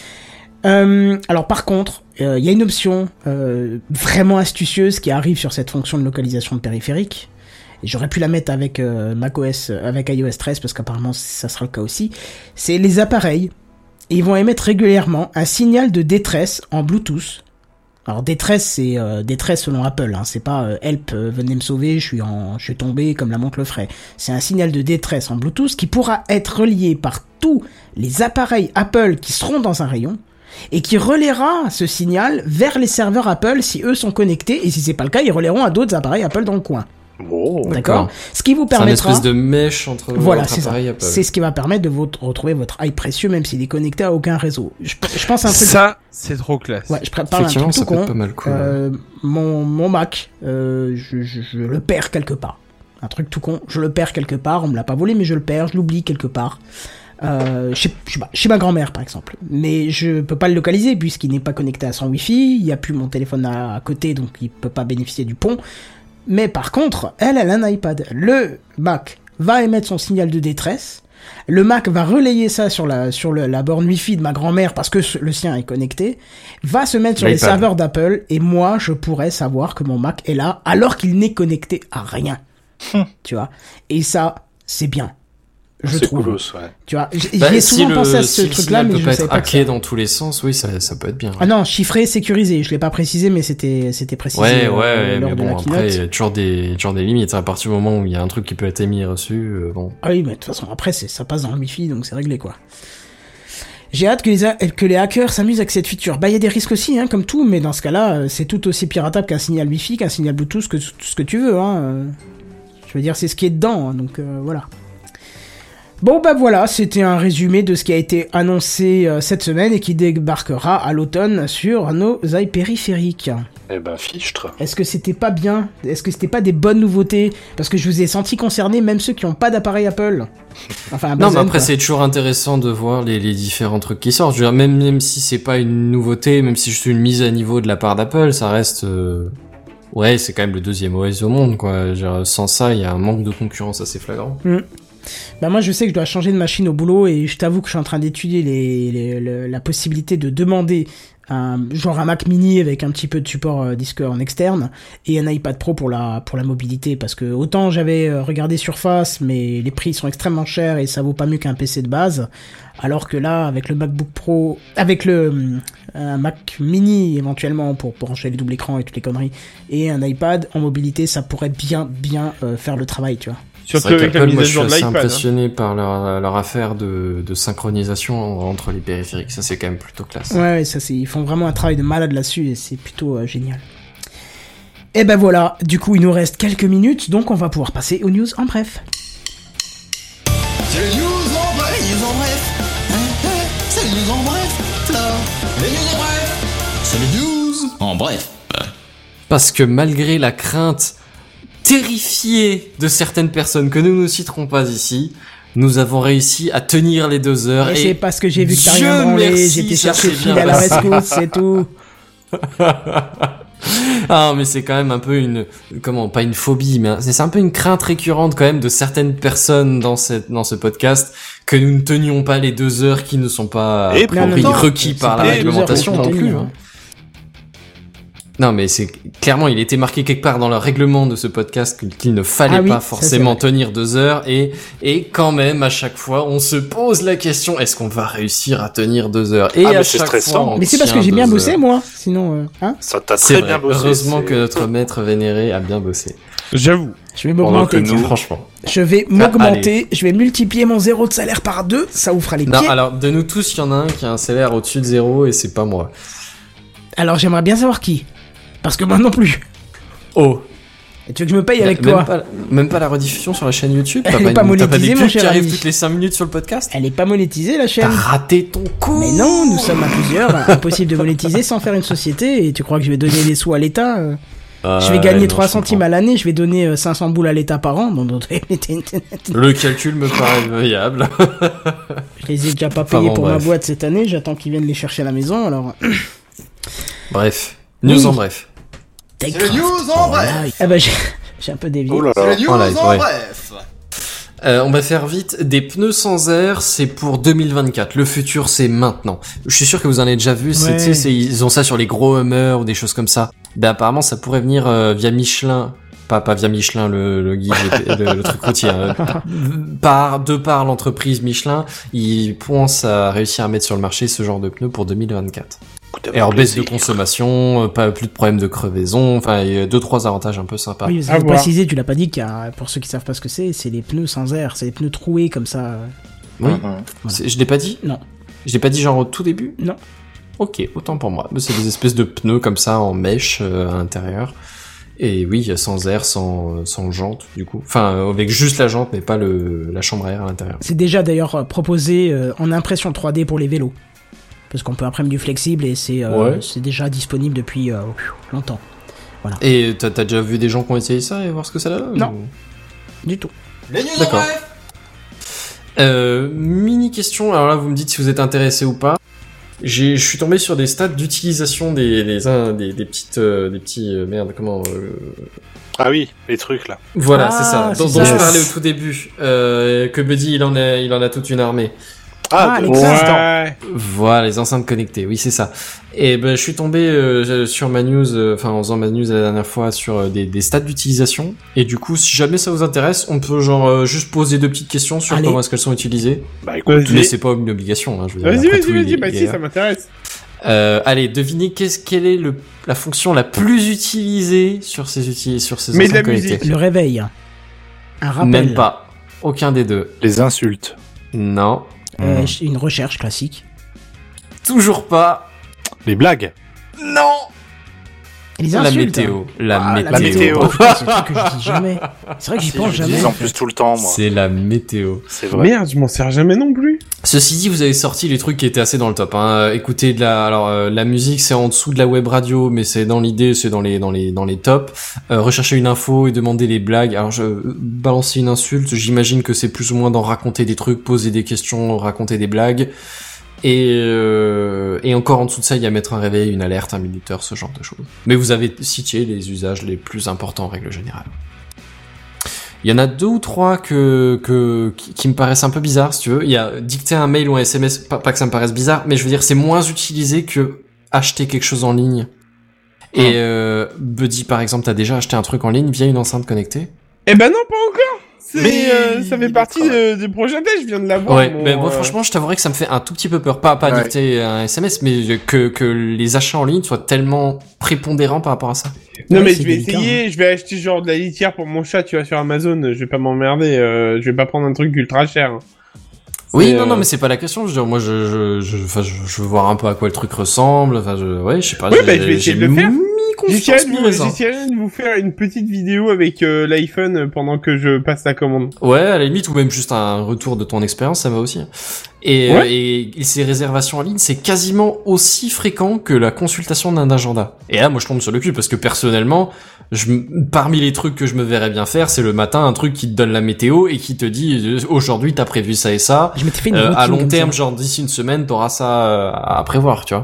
Speaker 1: ça. Alors, par contre, il y a une option vraiment astucieuse qui arrive sur cette fonction de localisation de périphérique. Et j'aurais pu la mettre avec macOS, avec iOS 13, parce qu'apparemment, ça sera le cas aussi. C'est les appareils. Ils vont émettre régulièrement un signal de détresse en Bluetooth. Alors détresse, c'est détresse selon Apple, hein. C'est pas help, venez me sauver, je suis tombé comme la montre le ferait. C'est un signal de détresse en Bluetooth qui pourra être relié par tous les appareils Apple qui seront dans un rayon et qui relaiera ce signal vers les serveurs Apple si eux sont connectés, et si c'est pas le cas, ils relayeront à d'autres appareils Apple dans le coin.
Speaker 2: Oh,
Speaker 1: d'accord. Ce qui vous permettra...
Speaker 4: C'est une espèce de mèche entre votre appareil Apple.
Speaker 1: C'est ce qui va permettre de retrouver votre i précieux même s'il est connecté à aucun réseau. Je pense à un truc...
Speaker 8: Ça, c'est trop classe.
Speaker 1: Ouais, je parle d'un truc tout con.
Speaker 4: Pas mal cool.
Speaker 1: Mon Mac, je le perds quelque part. Un truc tout con, je le perds quelque part. On me l'a pas volé, mais je le perds, je l'oublie quelque part. Chez ma grand-mère par exemple, mais je peux pas le localiser puisqu'il n'est pas connecté à son Wi-Fi, il y a plus mon téléphone à côté, donc il peut pas bénéficier du pont. Mais par contre, elle a un iPad. Le Mac va émettre son signal de détresse. Le Mac va relayer ça sur la borne Wi-Fi de ma grand-mère parce que le sien est connecté. Va se mettre sur les serveurs d'Apple et moi, je pourrais savoir que mon Mac est là alors qu'il n'est connecté à rien. Tu vois. Et ça, c'est bien. Je trouve.
Speaker 2: Coolos, ouais.
Speaker 1: Tu vois, j'y ai souvent pensé à ce truc-là, mais je ne savais pas.
Speaker 4: Hacké dans tous les sens, oui, ça peut être bien. Ouais.
Speaker 1: Ah non, chiffré, sécurisé. Je l'ai pas précisé, mais c'était précisé.
Speaker 4: Ouais,
Speaker 1: lors
Speaker 4: mais
Speaker 1: de
Speaker 4: bon,
Speaker 1: la
Speaker 4: après, il y
Speaker 1: keynote.
Speaker 4: a toujours des limites. À partir du moment où il y a un truc qui peut être émis et reçu, bon.
Speaker 1: Ah oui, mais de toute façon, après, ça passe dans le Wi-Fi, donc c'est réglé, quoi. J'ai hâte que les hackers s'amusent avec cette feature. Bah, il y a des risques aussi, hein, comme tout, mais dans ce cas-là, c'est tout aussi piratable qu'un signal Wi-Fi, qu'un signal Bluetooth, que tout ce que tu veux, hein. Je veux dire, c'est ce qui est dedans, hein, donc voilà. Bon bah voilà, c'était un résumé de ce qui a été annoncé cette semaine et qui débarquera à l'automne sur nos iPériphériques.
Speaker 2: Eh ben fichtre.
Speaker 1: Est-ce que c'était pas bien? Est-ce que c'était pas des bonnes nouveautés? Parce que je vous ai senti concernés, même ceux qui n'ont pas d'appareil Apple. Enfin,
Speaker 4: non, mais après c'est toujours intéressant de voir les différents trucs qui sortent. Je veux dire, même si c'est pas une nouveauté, même si je suis une mise à niveau de la part d'Apple, ça reste... Ouais, c'est quand même le deuxième OS au monde, quoi. Genre, sans ça, il y a un manque de concurrence assez flagrant.
Speaker 1: Bah moi je sais que je dois changer de machine au boulot et je t'avoue que je suis en train d'étudier la possibilité de demander un Mac mini avec un petit peu de support disque en externe et un iPad Pro pour la mobilité, parce que autant j'avais regardé Surface mais les prix sont extrêmement chers et ça vaut pas mieux qu'un PC de base, alors que là avec le MacBook Pro, avec un Mac mini éventuellement pour brancher les doubles écrans et toutes les conneries et un iPad en mobilité, ça pourrait bien faire le travail, tu vois.
Speaker 8: Surtout avec la mise à jour de
Speaker 4: je suis
Speaker 8: l'iPad.
Speaker 4: impressionné par leur affaire de synchronisation entre les périphériques. Ça, c'est quand même plutôt classe.
Speaker 1: Ouais, ils font vraiment un travail de malade là-dessus et c'est plutôt génial. Et ben voilà, du coup, il nous reste quelques minutes, donc on va pouvoir passer aux news en bref.
Speaker 9: The news bref.
Speaker 4: Parce que malgré la crainte terrifiée de certaines personnes que nous ne citerons pas ici, nous avons réussi à tenir les 2 heures.
Speaker 1: Et c'est parce que j'ai vu que t'as
Speaker 4: Dieu
Speaker 1: rien branlé,
Speaker 4: merci,
Speaker 1: j'étais
Speaker 4: ça
Speaker 1: chercher le
Speaker 4: s'est
Speaker 1: fil
Speaker 4: bien
Speaker 1: à la
Speaker 4: passé.
Speaker 1: rescousse, c'est tout.
Speaker 4: Ah, mais c'est quand même un peu pas une phobie, mais c'est un peu une crainte récurrente quand même de certaines personnes dans ce podcast, que nous ne tenions pas les 2 heures qui ne sont pas requis par la réglementation non plus. Hein. Non, mais c'est clairement, il était marqué quelque part dans le règlement de ce podcast qu'il ne fallait pas forcément tenir 2 heures, et quand même à chaque fois on se pose la question, est-ce qu'on va réussir à tenir 2 heures? Et à chaque fois,
Speaker 1: mais c'est parce que j'ai bien bossé moi, sinon hein.
Speaker 2: Ça t'a très bien bossé.
Speaker 4: Heureusement que notre maître vénéré a bien bossé.
Speaker 8: J'avoue.
Speaker 1: Je vais m'augmenter.
Speaker 4: Franchement.
Speaker 1: Je vais m'augmenter. Je vais multiplier mon 0 de salaire par 2. Ça vous fera les pieds.
Speaker 4: Non, alors de nous tous, il y en a un qui a un salaire au-dessus de 0 et c'est pas moi.
Speaker 1: Alors j'aimerais bien savoir qui. Parce que moi non plus.
Speaker 4: Oh.
Speaker 1: Et tu veux que je me paye avec quoi?
Speaker 4: Même pas la rediffusion sur la chaîne YouTube.
Speaker 1: Elle est pas monétisée, mon cher
Speaker 4: qui arrive
Speaker 1: ami.
Speaker 4: toutes les 5 minutes sur le podcast.
Speaker 1: Elle est pas monétisée, la chaîne.
Speaker 4: T'as raté ton coup.
Speaker 1: Mais non, nous sommes à plusieurs. Impossible de monétiser sans faire une société. Et tu crois que je vais donner des sous à l'État? Je vais gagner 3 centimes à l'année. Je vais donner 500 boules à l'État par an.
Speaker 4: Le calcul me paraît viable.
Speaker 1: Je les ai déjà pas payés pour ma boîte cette année. J'attends qu'ils viennent les chercher à la maison. Alors.
Speaker 4: Bref. News en bref.
Speaker 9: C'est le news en bref.
Speaker 1: Ah bah j'ai un peu dévié.
Speaker 9: Oh là là. C'est le news en bref.
Speaker 4: On va faire vite. Des pneus sans air, c'est pour 2024. Le futur, c'est maintenant. Je suis sûr que vous en avez déjà vu. Ils ont ça sur les gros Hummer ou des choses comme ça. Ben apparemment, ça pourrait venir via Michelin. Pas via Michelin, le guide, le truc routier. De par l'entreprise Michelin, ils pensent à réussir à mettre sur le marché ce genre de pneus pour 2024. Et en baisse de consommation, pas plus de problèmes de crevaison, enfin, il y a 2-3 avantages un peu sympas.
Speaker 1: Oui, vous avez précisé, tu l'as pas dit, car pour ceux qui savent pas ce que c'est les pneus sans air, c'est des pneus troués comme ça.
Speaker 4: Oui. Je l'ai pas dit?
Speaker 1: Non.
Speaker 4: Je l'ai pas dit genre au tout début?
Speaker 1: Non.
Speaker 4: Ok, autant pour moi. C'est des espèces de pneus comme ça en mèche à l'intérieur. Et oui, sans air, sans jante, du coup. Enfin, avec juste la jante, mais pas la chambre à air à l'intérieur.
Speaker 1: C'est déjà d'ailleurs proposé en impression 3D pour les vélos. Parce qu'on peut imprimer du flexible et c'est déjà disponible depuis longtemps. Voilà.
Speaker 4: Et t'as déjà vu des gens qui ont essayé ça et voir ce que ça donne?
Speaker 1: Non, du tout.
Speaker 9: Les news en bref.
Speaker 4: Mini question, alors là vous me dites si vous êtes intéressé ou pas. Je suis tombé sur des stats d'utilisation des petits merde, comment
Speaker 2: Ah oui, les trucs là.
Speaker 4: Voilà, c'est ça. Dont je parlais au tout début. Que Buddy il en a toute une armée.
Speaker 1: Les enceintes.
Speaker 4: Voilà, les enceintes connectées, oui c'est ça. Et ben je suis tombé sur ma news, en faisant ma news la dernière fois sur des stats d'utilisation. Et du coup, si jamais ça vous intéresse, on peut juste poser 2 petites questions sur comment est-ce qu'elles sont utilisées.
Speaker 2: Bah écoute,
Speaker 4: mais c'est pas une obligation. Hein, je veux dire,
Speaker 8: vas-y, bah si, ça m'intéresse.
Speaker 4: Allez, devinez quelle est la fonction la plus utilisée sur ces enceintes connectées.
Speaker 1: Le réveil. Un rappel.
Speaker 4: Même pas. Aucun des deux.
Speaker 2: Les insultes.
Speaker 4: Non.
Speaker 1: Une recherche classique.
Speaker 4: Toujours pas.
Speaker 2: Les blagues.
Speaker 4: Non.
Speaker 1: Les insultes.
Speaker 4: La météo.
Speaker 2: La météo.
Speaker 1: Oh, putain, c'est un truc que je dis jamais. C'est vrai que j'y pense jamais.
Speaker 2: Je dis en plus tout le temps, moi.
Speaker 4: C'est la météo.
Speaker 2: C'est vrai.
Speaker 8: Merde, je m'en sers jamais non plus.
Speaker 4: Ceci dit, vous avez sorti les trucs qui étaient assez dans le top. Hein. Écoutez la musique, c'est en dessous de la web radio, mais c'est dans l'idée, c'est dans les tops. Rechercher une info et demander les blagues. Alors, balancer une insulte, j'imagine que c'est plus ou moins d'en raconter des trucs, poser des questions, raconter des blagues. Et encore en dessous de ça, il y a mettre un réveil, une alerte, un minuteur, ce genre de choses. Mais vous avez cité les usages les plus importants en règle générale. Il y en a 2 ou 3 qui me paraissent un peu bizarres, si tu veux. Il y a dicter un mail ou un SMS, pas que ça me paraisse bizarre, mais je veux dire, c'est moins utilisé que acheter quelque chose en ligne. Et Buddy, par exemple, t'as déjà acheté un truc en ligne via une enceinte connectée?
Speaker 8: Eh ben non, pas encore. Ça fait partie des projets je viens de l'avoir.
Speaker 4: Ouais, mais moi franchement, je t'avouerais que ça me fait un tout petit peu peur. Pas dicter un SMS, mais que les achats en ligne soient tellement prépondérants par rapport à ça.
Speaker 8: Non, mais je vais essayer. Je vais acheter genre de la litière pour mon chat, tu vois, sur Amazon. Je vais pas m'emmerder. Je vais pas prendre un truc ultra cher.
Speaker 4: Oui, non, mais c'est pas la question. Je veux dire, moi, je veux voir un peu à quoi le truc ressemble. Enfin, je sais pas.
Speaker 8: Ouais, je vais essayer de le faire.
Speaker 1: confiance,
Speaker 8: J'essaierai de vous faire une petite vidéo avec l'iPhone pendant que je passe la commande.
Speaker 4: Ouais, à la limite, ou même juste un retour de ton expérience, ça va aussi. Et ces réservations en ligne, c'est quasiment aussi fréquent que la consultation d'un agenda. Et là, moi, je tombe sur le cul parce que personnellement, parmi les trucs que je me verrais bien faire, c'est le matin un truc qui te donne la météo et qui te dit aujourd'hui t'as prévu ça et ça.
Speaker 1: Je m'étais fait une routine
Speaker 4: à long terme,
Speaker 1: ça.
Speaker 4: genre d'ici une semaine, t'auras ça à prévoir, tu vois.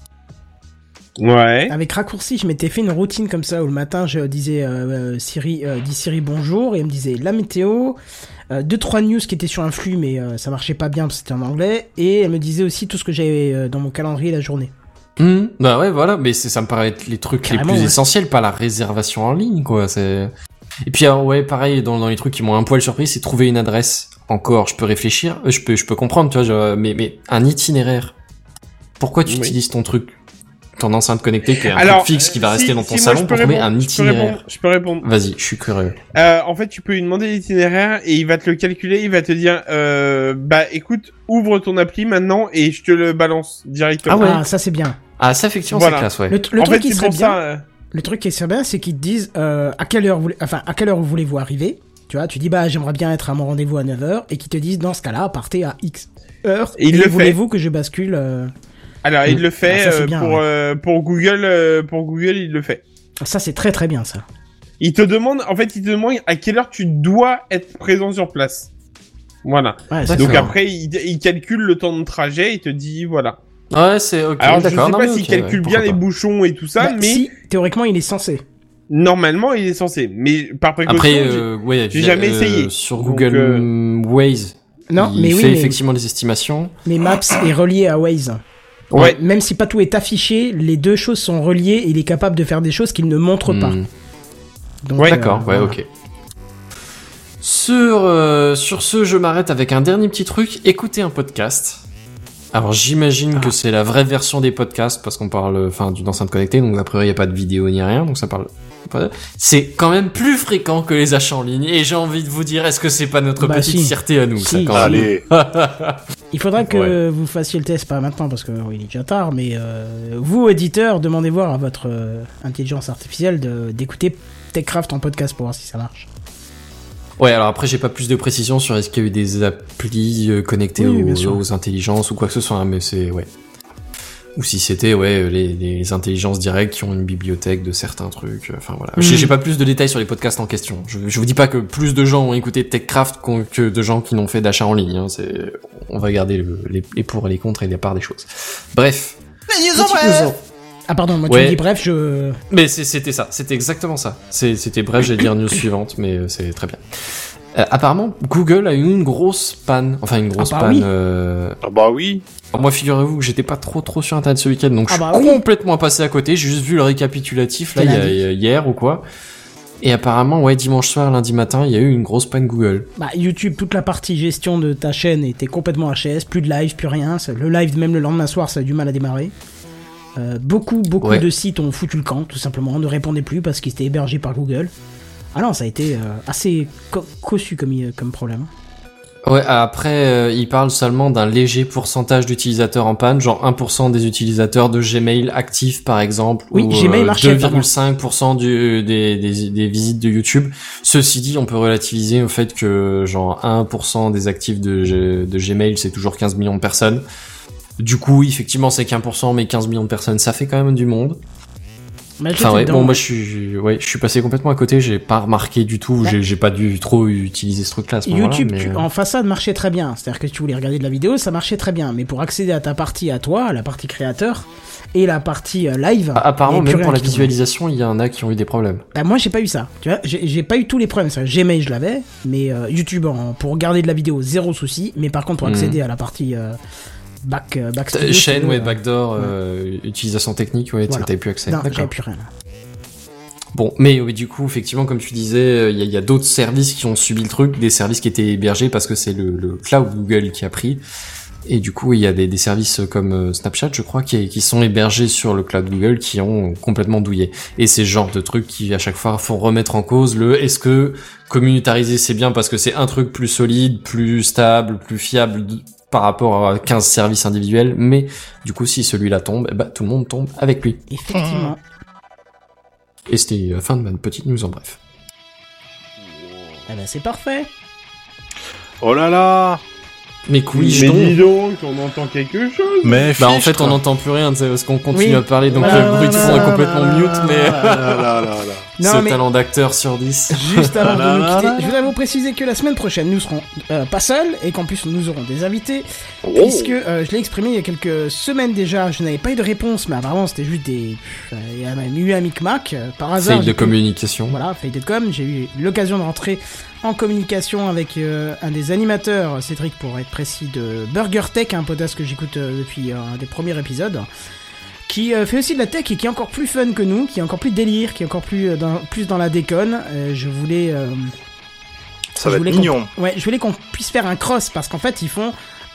Speaker 8: Ouais.
Speaker 1: Avec raccourci, je m'étais fait une routine comme ça où le matin je disais Siri bonjour et elle me disait la météo, 2-3 news qui étaient sur un flux mais ça marchait pas bien parce que c'était en anglais, et elle me disait aussi tout ce que j'avais dans mon calendrier la journée.
Speaker 4: Bah ouais, voilà, mais ça me paraît être les trucs
Speaker 1: Carrément,
Speaker 4: les plus
Speaker 1: ouais.
Speaker 4: essentiels, pas la réservation en ligne, quoi. Et puis ouais, pareil, dans les trucs qui m'ont un poil surpris, c'est trouver une adresse. Encore, je peux réfléchir, je peux comprendre, tu vois, mais un itinéraire. Pourquoi tu utilises ton truc, ton enceinte connectée qui est un truc fixe qui va rester dans ton salon pour trouver un itinéraire?
Speaker 8: Je peux répondre.
Speaker 4: Vas-y, je suis curieux.
Speaker 8: En fait, tu peux lui demander l'itinéraire et il va te le calculer, il va te dire bah écoute, ouvre ton appli maintenant et je te le balance directement.
Speaker 1: Ah ouais, ça c'est bien.
Speaker 4: Ah, ça effectivement
Speaker 8: Voilà.
Speaker 4: c'est classe, ouais.
Speaker 1: Le
Speaker 8: En
Speaker 1: truc
Speaker 8: fait,
Speaker 1: qui
Speaker 8: c'est
Speaker 1: serait
Speaker 8: pour
Speaker 1: bien,
Speaker 8: ça.
Speaker 1: le truc qui serait bien, c'est qu'ils te disent à quelle heure vous voulez-vous arriver. Tu vois, tu dis bah j'aimerais bien être à mon rendez-vous à 9h et qu'ils te disent dans ce cas-là, partez à X heure.
Speaker 8: Et il le fait.
Speaker 1: Voulez-vous que je bascule
Speaker 8: Alors, il le fait
Speaker 1: ça, c'est bien,
Speaker 8: pour Google, il le fait.
Speaker 1: Ça c'est très très bien ça.
Speaker 8: Il te demande à quelle heure tu dois être présent sur place. Voilà.
Speaker 1: Ouais,
Speaker 4: D'accord.
Speaker 8: Donc après, il calcule le temps de trajet, il te dit voilà.
Speaker 4: Ouais, c'est ok.
Speaker 8: Alors je sais
Speaker 4: d'accord.
Speaker 8: pas
Speaker 4: Non, mais
Speaker 8: s'il
Speaker 4: ok,
Speaker 8: calcule
Speaker 4: ouais,
Speaker 8: bien
Speaker 4: pourquoi
Speaker 8: les
Speaker 4: pas.
Speaker 8: bouchons et tout ça,
Speaker 1: Bah,
Speaker 8: mais
Speaker 1: si, théoriquement il est censé.
Speaker 8: normalement il est censé. Mais par précaution,
Speaker 4: Après, ouais,
Speaker 8: j'ai jamais essayé.
Speaker 4: Sur
Speaker 8: Donc,
Speaker 4: Google Waze,
Speaker 1: Non,
Speaker 4: il
Speaker 1: mais
Speaker 4: fait
Speaker 1: oui, mais
Speaker 4: effectivement des estimations.
Speaker 1: Maps est relié à Waze.
Speaker 8: Ouais.
Speaker 1: Même si pas tout est affiché, les deux choses sont reliées et il est capable de faire des choses qu'il ne montre pas. Donc,
Speaker 8: Ouais.
Speaker 4: D'accord, ouais,
Speaker 1: voilà.
Speaker 4: ok. Sur ce, je m'arrête avec un dernier petit truc. Écoutez un podcast. Alors j'imagine que c'est la vraie version des podcasts parce qu'on parle, d'une enceinte connectée, donc a priori il y a pas de vidéo ni rien, donc ça parle. C'est quand même plus fréquent que les achats en ligne et j'ai envie de vous dire, est-ce que c'est pas notre
Speaker 1: Bah,
Speaker 4: petite
Speaker 1: si.
Speaker 4: fierté à nous,
Speaker 1: Si,
Speaker 4: ça quand
Speaker 1: si.
Speaker 4: même.
Speaker 2: Allez.
Speaker 1: Il faudra que vous fassiez le test, pas maintenant parce que il est déjà tard, mais vous, éditeurs, demandez voir à votre intelligence artificielle d'écouter TechCraft en podcast pour voir si ça marche.
Speaker 4: Ouais, alors après j'ai pas plus de précisions sur est-ce qu'il y a eu des applis connectées
Speaker 1: Oui, bien sûr.
Speaker 4: aux intelligences ou quoi que ce soit, hein, mais c'est ouais. Ou si c'était les intelligences directes qui ont une bibliothèque de certains trucs. Enfin voilà. J'ai pas plus de détails sur les podcasts en question. Je vous dis pas que plus de gens ont écouté TechCraft que de gens qui n'ont fait d'achat en ligne. Hein. On va garder les pour et les contre et la part des choses. Bref.
Speaker 1: Ah pardon, moi
Speaker 4: Ouais.
Speaker 1: tu me dis bref, je...
Speaker 4: Mais c'était ça, c'était exactement ça. C'était bref, j'allais dire news suivante, mais c'est très bien. Apparemment, Google a eu une grosse panne. Enfin, une grosse panne.
Speaker 1: oui.
Speaker 2: Ah bah oui.
Speaker 4: Alors moi, figurez-vous que j'étais pas trop sur Internet ce week-end, donc je suis
Speaker 1: oui.
Speaker 4: complètement passé à côté. J'ai juste vu le récapitulatif, là, hier ou quoi. Et apparemment, ouais, dimanche soir, lundi matin, il y a eu une grosse panne Google.
Speaker 1: Bah, YouTube, toute la partie gestion de ta chaîne était complètement HS, plus de live, plus rien. Le live, même le lendemain soir, ça a du mal à démarrer. Beaucoup
Speaker 4: Ouais.
Speaker 1: de sites ont foutu le camp, tout simplement, ne répondaient plus parce qu'ils étaient hébergés par Google. Ah non, ça a été assez cossu comme problème.
Speaker 4: Ouais, après, il parle seulement d'un léger pourcentage d'utilisateurs en panne, genre 1% des utilisateurs de Gmail actifs, par exemple,
Speaker 1: Oui,
Speaker 4: ou
Speaker 1: Gmail marchait,
Speaker 4: 2,5% des visites de YouTube. Ceci dit, on peut relativiser au fait que genre 1% des actifs de Gmail, c'est toujours 15 millions de personnes. Du coup, effectivement, c'est qu'1%, mais 15 millions de personnes, ça fait quand même du monde. Enfin ouais, bon moi je suis passé complètement à côté, j'ai pas remarqué du tout, j'ai pas dû trop utiliser ce truc-là à ce moment-là.
Speaker 1: YouTube
Speaker 4: mais...
Speaker 1: en façade marchait très bien, c'est-à-dire que si tu voulais regarder de la vidéo, ça marchait très bien, mais pour accéder à ta partie à toi, la partie créateur et la partie live,
Speaker 4: apparemment
Speaker 1: il y avait plus
Speaker 4: même pour
Speaker 1: rien
Speaker 4: la
Speaker 1: qui tournait.
Speaker 4: visualisation, il y en a qui ont eu des problèmes.
Speaker 1: Bah moi j'ai pas eu ça, tu vois, j'ai pas eu tous les problèmes, Gmail je l'avais, mais YouTube pour regarder de la vidéo zéro souci, mais par contre pour accéder à la partie backstage,
Speaker 4: chaîne, backdoor, utilisation technique, voilà. T'avais plus accès.
Speaker 1: Non, j'avais plus rien.
Speaker 4: Bon, mais du coup, effectivement, comme tu disais, il y a d'autres services qui ont subi le truc, des services qui étaient hébergés parce que c'est le cloud Google qui a pris. Et du coup, il y a des services comme Snapchat, je crois, qui sont hébergés sur le cloud Google, qui ont complètement douillé. Et c'est ce genre de trucs qui, à chaque fois, font remettre en cause est-ce que communautariser c'est bien parce que c'est un truc plus solide, plus stable, plus fiable par rapport à 15 services individuels, mais du coup, si celui-là tombe, tout le monde tombe avec lui.
Speaker 1: Effectivement.
Speaker 4: Et c'était la fin de ma petite news en bref.
Speaker 1: Eh ben c'est parfait.
Speaker 2: Oh là là.
Speaker 4: Mais couilles,
Speaker 8: Mais dis donc, on entend quelque chose.
Speaker 2: Mais
Speaker 4: bah en fait on n'entend plus rien, tu sais, parce qu'on continue à parler, donc le bruit de fond est complètement mute, mais
Speaker 1: Non,
Speaker 4: ce
Speaker 1: mais
Speaker 4: talent d'acteur sur 10.
Speaker 1: juste avant de nous quitter, je voudrais vous préciser que la semaine prochaine nous serons pas seuls et qu'en plus nous aurons des invités, puisque je l'ai exprimé il y a quelques semaines déjà, je n'avais pas eu de réponse, mais apparemment c'était juste il y a même eu un micmac par hasard.
Speaker 4: Faille de communication.
Speaker 1: Voilà, faille de com. J'ai eu l'occasion de rentrer en communication avec un des animateurs, Cédric pour être précis, de Burger Tech, un podcast que j'écoute depuis un des premiers épisodes, qui fait aussi de la tech et qui est encore plus fun que nous, qui est encore plus délire, qui est encore plus dans la déconne. Je voulais...
Speaker 2: Ça va être mignon.
Speaker 1: Je voulais qu'on puisse faire un cross, parce qu'en fait ils font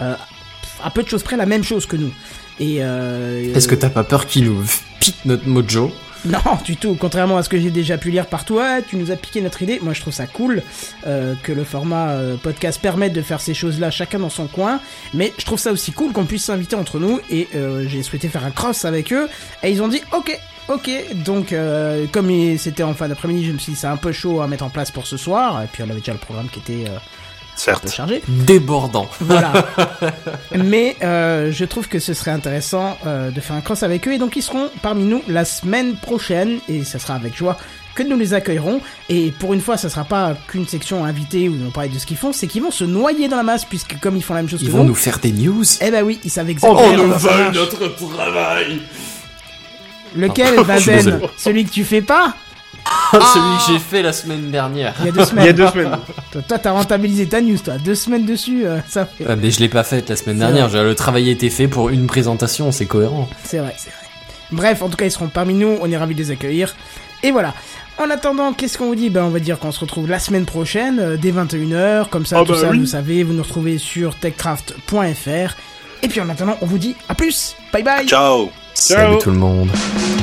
Speaker 1: à peu de choses près la même chose que nous. Et
Speaker 4: est-ce que t'as pas peur qu'ils nous piquent notre mojo?
Speaker 1: Non, du tout. Contrairement à ce que j'ai déjà pu lire par toi, tu nous as piqué notre idée. Moi, je trouve ça cool que le format podcast permette de faire ces choses-là, chacun dans son coin. Mais je trouve ça aussi cool qu'on puisse s'inviter entre nous. Et j'ai souhaité faire un cross avec eux. Et ils ont dit OK. Donc, comme c'était en fin d'après-midi, je me suis dit c'est un peu chaud à mettre en place pour ce soir. Et puis, on avait déjà le programme qui était...
Speaker 2: certes
Speaker 1: chargé.
Speaker 4: Débordant.
Speaker 1: Voilà. Mais je trouve que ce serait intéressant de faire un cross avec eux. Et donc ils seront parmi nous la semaine prochaine. Et ça sera avec joie que nous les accueillerons. Et pour une fois, ça sera pas qu'une section invitée où ils vont parler de ce qu'ils font. C'est qu'ils vont se noyer dans la masse, puisque comme ils font la même chose que nous...
Speaker 4: Ils vont nous faire des news.
Speaker 1: Eh ben oui, ils savent exactement
Speaker 8: on nous
Speaker 1: comment ça
Speaker 8: vole
Speaker 1: marche.
Speaker 8: notre travail.
Speaker 1: Lequel, Bazen? Celui que tu fais pas?
Speaker 4: Celui que j'ai fait la semaine dernière.
Speaker 1: Il y a 2 semaines. Toi, t'as rentabilisé ta news, toi. 2 semaines dessus, ça fait...
Speaker 4: Mais je l'ai pas faite la semaine dernière. Le travail a été fait pour une présentation, c'est cohérent.
Speaker 1: C'est vrai. Bref, en tout cas, ils seront parmi nous. On est ravis de les accueillir. Et voilà. En attendant, qu'est-ce qu'on vous dit? On va dire qu'on se retrouve la semaine prochaine, dès 21h. Comme ça, vous savez, vous nous retrouvez sur techcraft.fr. Et puis en attendant, on vous dit à plus. Bye bye.
Speaker 2: Ciao.
Speaker 4: Salut tout le monde.